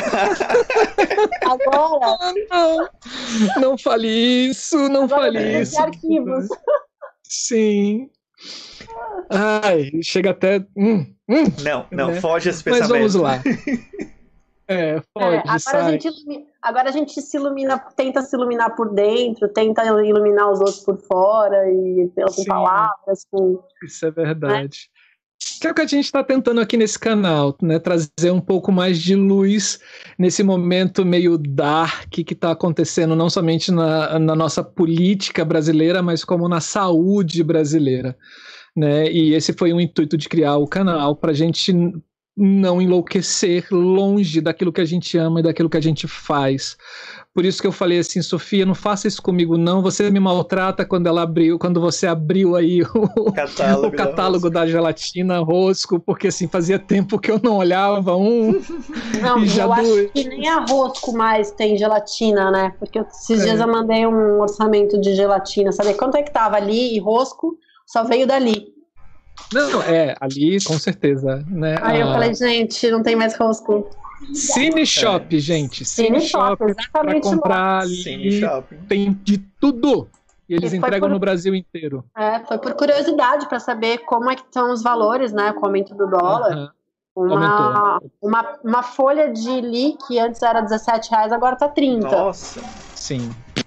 Agora, não, não fale isso, não agora fale eu isso. tenho arquivos. Sim. Ai, chega até. Hum, hum. Não, não, Né? foge esse Mas pensamento. vamos lá. É, É, pode, agora, a sai. gente ilumi- agora a gente se ilumina, tenta se iluminar por dentro, tenta iluminar os outros por fora, e com Sim. palavras, com. Isso é verdade. Que é o que a gente está tentando aqui nesse canal, né? Trazer um pouco mais de luz nesse momento meio dark que está acontecendo, não somente na, na nossa política brasileira, mas como na saúde brasileira, né? E esse foi o intuito de criar o canal, para a gente não enlouquecer longe daquilo que a gente ama e daquilo que a gente faz. Por isso que eu falei assim, Sofia, não faça isso comigo não, você me maltrata quando ela abriu, quando você abriu aí o Catálogo o catálogo da da gelatina Rosco, porque assim, fazia tempo que eu não olhava um. Não, E já eu acho doeu. que nem a Rosco mais tem gelatina, né? Porque esses É. dias eu mandei um orçamento de gelatina, sabe quanto é que tava ali? E Rosco só veio dali. Não, é, ali com certeza, né? Aí eu a falei, gente, não tem mais Rosco. Cine Shop, gente, Cine Cine Shop, Shop, para exatamente. comprar Cine ali Shopping. tem de tudo. E eles E foi entregam por- no Brasil inteiro. É, foi por curiosidade para saber como é que estão os valores, né? Com o aumento do dólar. Aham. Uma, Aumentou. uma, uma folha de Li que antes era dezessete reais, agora tá trinta. Nossa. Sim.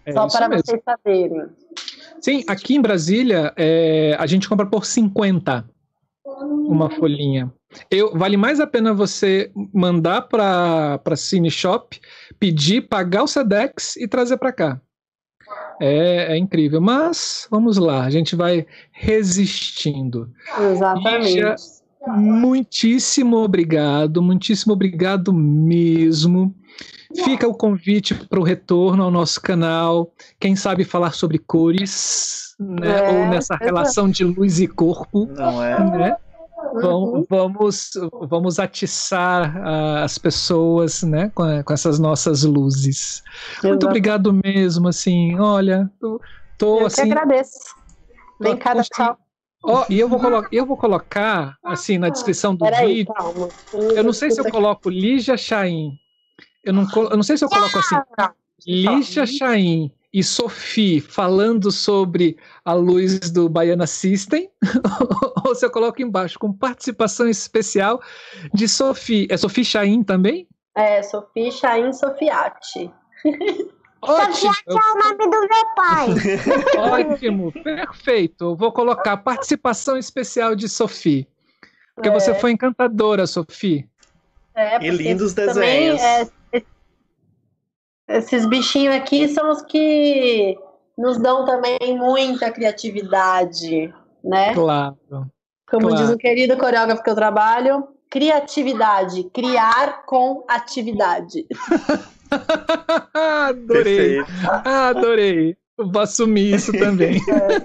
É Só isso para mesmo. vocês saberem. Sim, aqui em Brasília, é, a gente compra por cinquenta uma folhinha. Eu, vale mais a pena você mandar para para Cine Shop, pedir, pagar o Sedex e trazer para cá. É, é incrível, mas vamos lá, a gente vai resistindo. Exatamente. Lígia, muitíssimo obrigado, muitíssimo obrigado mesmo. Fica o convite para o retorno ao nosso canal. Quem sabe falar sobre cores, né? É, Ou nessa relação de luz e corpo. Não é? Né? Uhum. Vamos, vamos atiçar uh, as pessoas, né? Com, com essas nossas luzes. Muito Exato. obrigado mesmo, assim. Olha, tô, tô Eu assim. que agradeço. Vem tô cá, dá conseguindo- tchau. Ó, e eu vou, colo eu vou colocar, assim, na descrição do Peraí, vídeo. calma. Eu não sei se eu coloco Lígia Chaim. Eu não, colo- eu não sei se eu coloco assim. Lígia Chaim e Sophie falando sobre a luz do Baiana System, ou se eu coloco embaixo com participação especial de Sophie. É Sophie Chaim também? É, Sophie Chaim Sofiati. Ótimo, Sofiati é o nome do meu pai. ótimo, perfeito. Eu vou colocar participação especial de Sophie. Porque É. você foi encantadora, Sophie. É, E porque lindos também, desenhos. é, esses bichinhos aqui são os que nos dão também muita criatividade, né? Claro. Como claro. diz um querido coreógrafo que eu trabalho, criatividade, criar com atividade. Adorei. Perfeito. Adorei. Eu vou assumir isso também.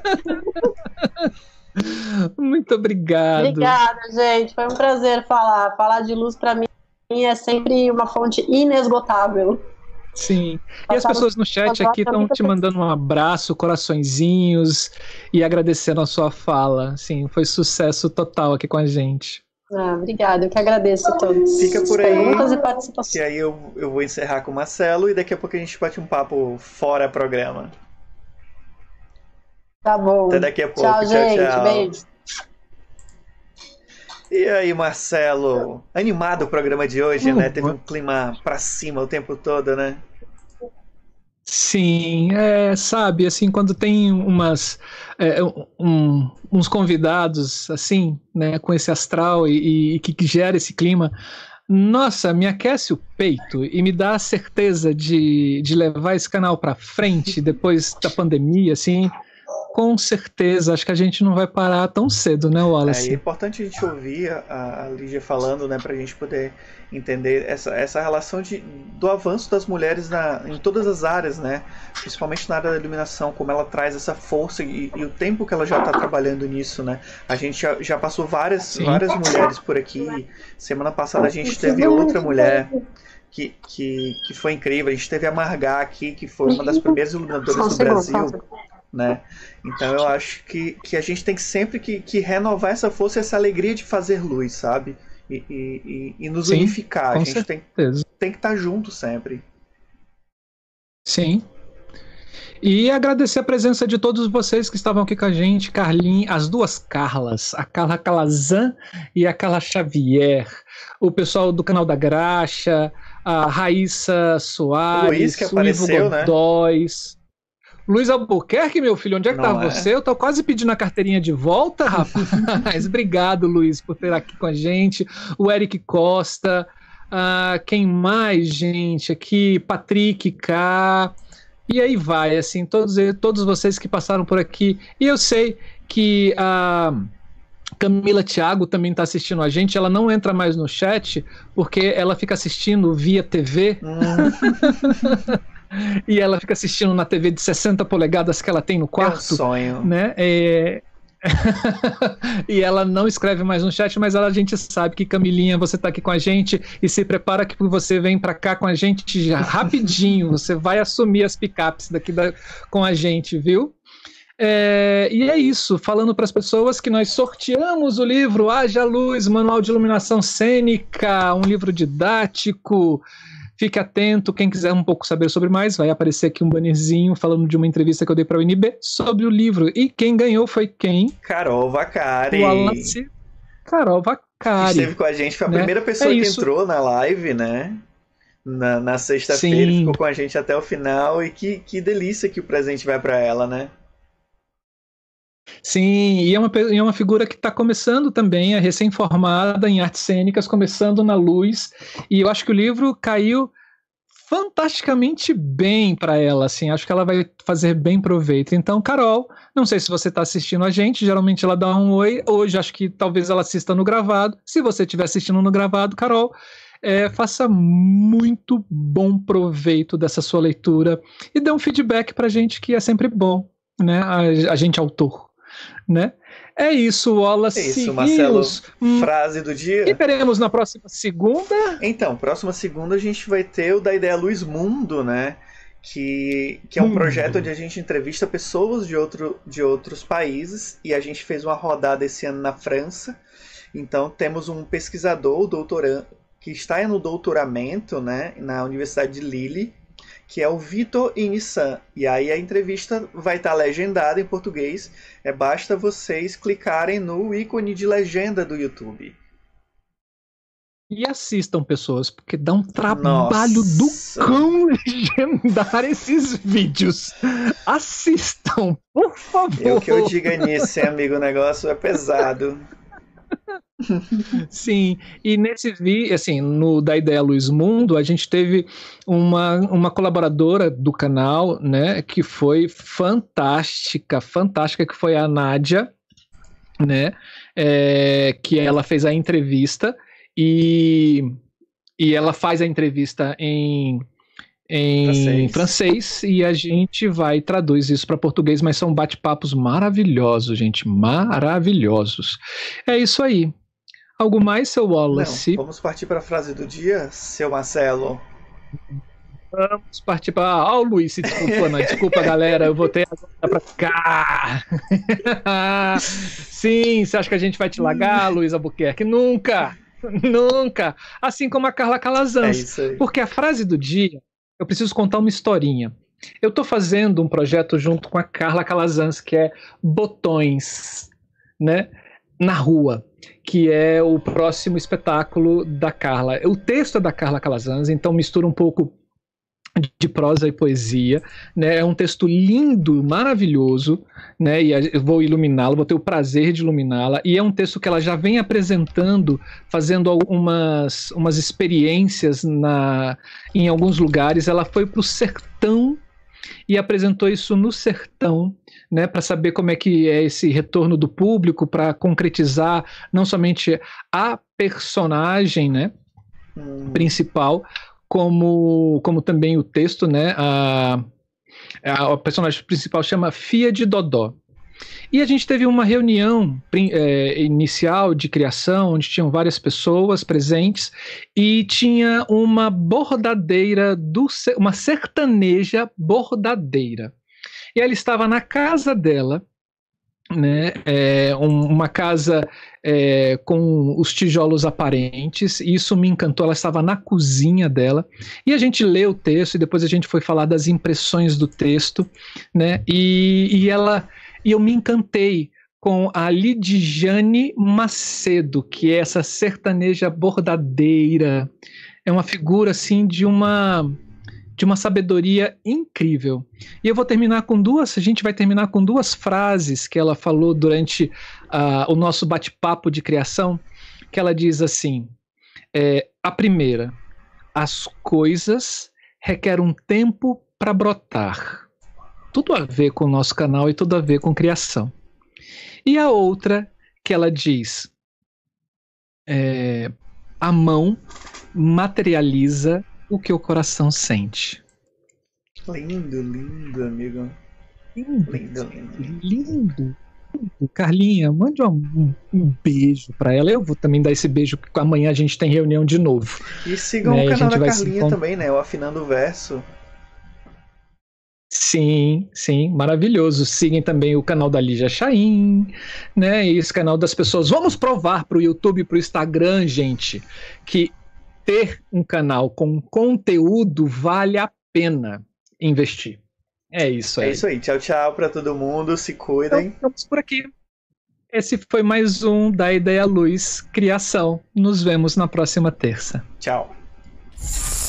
Muito obrigado. Obrigada, gente. Foi um prazer falar. Falar de luz para mim é sempre uma fonte inesgotável. Sim. E as Passaram- pessoas no chat aqui estão te mandando um abraço, coraçõezinhos e agradecendo a sua fala. Sim, foi sucesso total aqui com a gente. Ah, obrigada, eu que agradeço a todos. Fica por aí. Perguntas e E participações. aí eu, eu vou encerrar com o Marcelo e daqui a pouco a gente bate um papo fora programa. Tá bom. Até daqui a pouco. Tchau, Tchau, gente. tchau. Beijo. E aí, Marcelo? Animado o programa de hoje, né? Uhum. Teve um clima pra cima o tempo todo, né? Sim, é, sabe, assim, quando tem umas, é, um- uns convidados, assim, né, com esse astral e, e que, que gera esse clima, nossa, me aquece o peito e me dá a certeza de, de levar esse canal para frente depois da pandemia, assim, com certeza, acho que a gente não vai parar tão cedo, né, É, Wallace? e é importante a gente ouvir a, a Lígia falando, né, pra gente poder entender essa, essa relação de, do avanço das mulheres na, em todas as áreas, né, principalmente na área da iluminação, como ela traz essa força e, e o tempo que ela já está trabalhando nisso, né. A gente já, já passou várias, várias mulheres por aqui. Semana passada a gente teve outra mulher que, que, que foi incrível. A gente teve a Margá aqui, que foi uma das primeiras iluminadoras Só um do segundo, Brasil. só um segundo. Né? Então eu acho que, que a gente tem sempre que, que renovar essa força, essa alegria de fazer luz, sabe? E, e, e, e nos Sim, unificar. A com gente tem, certeza. tem que estar junto sempre. Sim. E agradecer a presença de todos vocês que estavam aqui com a gente, Carlinhos, as duas Carlas, a Carla Calazan e a Carla Xavier, o pessoal do canal da Graxa, a Raíssa Soares, Luiz, que o apareceu, Ivo Godóis. Luiz Albuquerque, meu filho, onde é que Não tá é? você? Eu tô quase pedindo a carteirinha de volta, rapaz. Obrigado, Luiz, por ter aqui com a gente. O Eric Costa, ah, quem mais, gente? Aqui, Patrick K. E aí vai, assim, todos, todos vocês que passaram por aqui. E eu sei que a Camila Thiago também está assistindo a gente. Ela não entra mais no chat porque ela fica assistindo via T V. Hum, E ela fica assistindo na T V de sessenta polegadas que ela tem no é um quarto, sonho. né? É... e ela não escreve mais no chat, mas ela, a gente sabe que, Camilinha, você tá aqui com a gente e se prepara que você vem para cá com a gente já rapidinho. Você vai assumir as picapes daqui da, com a gente, viu? É, e é isso, falando para as pessoas que nós sorteamos o livro Haja Luz, Manual de Iluminação Cênica, um livro didático. Fique atento, quem quiser um pouco saber sobre mais, vai aparecer aqui um bannerzinho falando de uma entrevista que eu dei para o U N B sobre o livro. E quem ganhou foi quem? Carol Vacari. O Wallace Carol Que Vacari. esteve com a gente, foi a né? primeira pessoa É que isso. entrou na live, né? na, na sexta-feira, ficou com a gente até o final, e que, que delícia que o presente vai para ela, né? Sim, e é uma, e é uma figura que está começando também, é recém-formada em artes cênicas, começando na luz, e eu acho que o livro caiu fantasticamente bem para ela, assim, acho que ela vai fazer bem proveito. Então, Carol, não sei se você está assistindo a gente, geralmente ela dá um oi, hoje acho que talvez ela assista no gravado. Se você estiver assistindo no gravado, Carol, é, faça muito bom proveito dessa sua leitura e dê um feedback para a gente, que é sempre bom, né, a, a gente autor, né? É isso, Wallace. É isso, Marcelo. Frase do dia. E teremos na próxima segunda? Então, próxima segunda a gente vai ter o Da Ideia Luz Mundo, né? Que, que é um Mundo. projeto onde a gente entrevista pessoas de, outro, de outros países, e a gente fez uma rodada esse ano na França. Então temos um pesquisador, doutorando, que está no doutoramento, né, na Universidade de Lille, que é o Vitor Inissan. E aí a entrevista vai estar legendada em português. É, basta vocês clicarem no ícone de legenda do YouTube. E assistam, pessoas, porque dá um trabalho Nossa. do cão legendar esses vídeos. Assistam, por favor. E o que eu diga nisso, hein, amigo? O negócio é pesado. Sim, e nesse vídeo, assim, no Da Ideia Luz Mundo, a gente teve uma, uma colaboradora do canal, né, que foi fantástica, fantástica, que foi a Nádia, né, é, que ela fez a entrevista, e, e ela faz a entrevista em... em francês. francês, e a gente vai traduz isso para português, mas são bate-papos maravilhosos, gente, maravilhosos. É isso aí. Algo mais, seu Wallace? Não, vamos partir para a frase do dia, seu Marcelo. Vamos partir para... Ah, o Luiz, desculpa, não, desculpa, galera, eu voltei agora para cá. Sim, você acha que a gente vai te largar, Luiz Albuquerque? Nunca, nunca. Assim como a Carla Calazans. É isso aí. Porque a frase do dia, eu preciso contar uma historinha. Eu estou fazendo um projeto junto com a Carla Calazans, que é Botões, né, na Rua, que é o próximo espetáculo da Carla. O texto é da Carla Calazans, então mistura um pouco de prosa e poesia, né? É um texto lindo, maravilhoso, né? E eu vou iluminá-lo, vou ter o prazer de iluminá-la, e é um texto que ela já vem apresentando, fazendo algumas umas experiências na, em alguns lugares. Ela foi para o sertão e apresentou isso no sertão, né, para saber como é que é esse retorno do público, para concretizar não somente a personagem, né, hum. principal, como, como também o texto, né, a, a, a personagem principal chama Fia de Dodó. E a gente teve uma reunião é, inicial de criação, onde tinham várias pessoas presentes, e tinha uma bordadeira, do, uma sertaneja bordadeira. E ela estava na casa dela, né, é, um, uma casa é, com os tijolos aparentes, e isso me encantou. Ela estava na cozinha dela, e a gente leu o texto, e depois a gente foi falar das impressões do texto, né, e, e ela... E eu me encantei com a Lidiane Macedo, que é essa sertaneja bordadeira. É uma figura, assim, de uma, de uma sabedoria incrível. E eu vou terminar com duas, a gente vai terminar com duas frases que ela falou durante uh, o nosso bate-papo de criação, que ela diz assim, é, a primeira, as coisas requerem um tempo para brotar. Tudo a ver com o nosso canal e tudo a ver com criação. E a outra, que ela diz, é, a mão materializa o que o coração sente. Lindo, lindo, amigo. Lindo, lindo, lindo. Lindo. Carlinha, mande um, um beijo para ela. Eu vou também dar esse beijo, porque amanhã a gente tem reunião de novo. E sigam né? o canal da Carlinha também, né? O Afinando o Verso. Sim, sim, maravilhoso. Sigam também o canal da Lígia Chaim, né? E esse canal das pessoas. Vamos provar para o YouTube e para o Instagram, gente, que ter um canal com conteúdo vale a pena investir. É isso aí. É isso aí. Tchau, tchau para todo mundo. Se cuidem. Então, estamos por aqui. Esse foi mais um Da Ideia Luz Criação. Nos vemos na próxima terça. Tchau.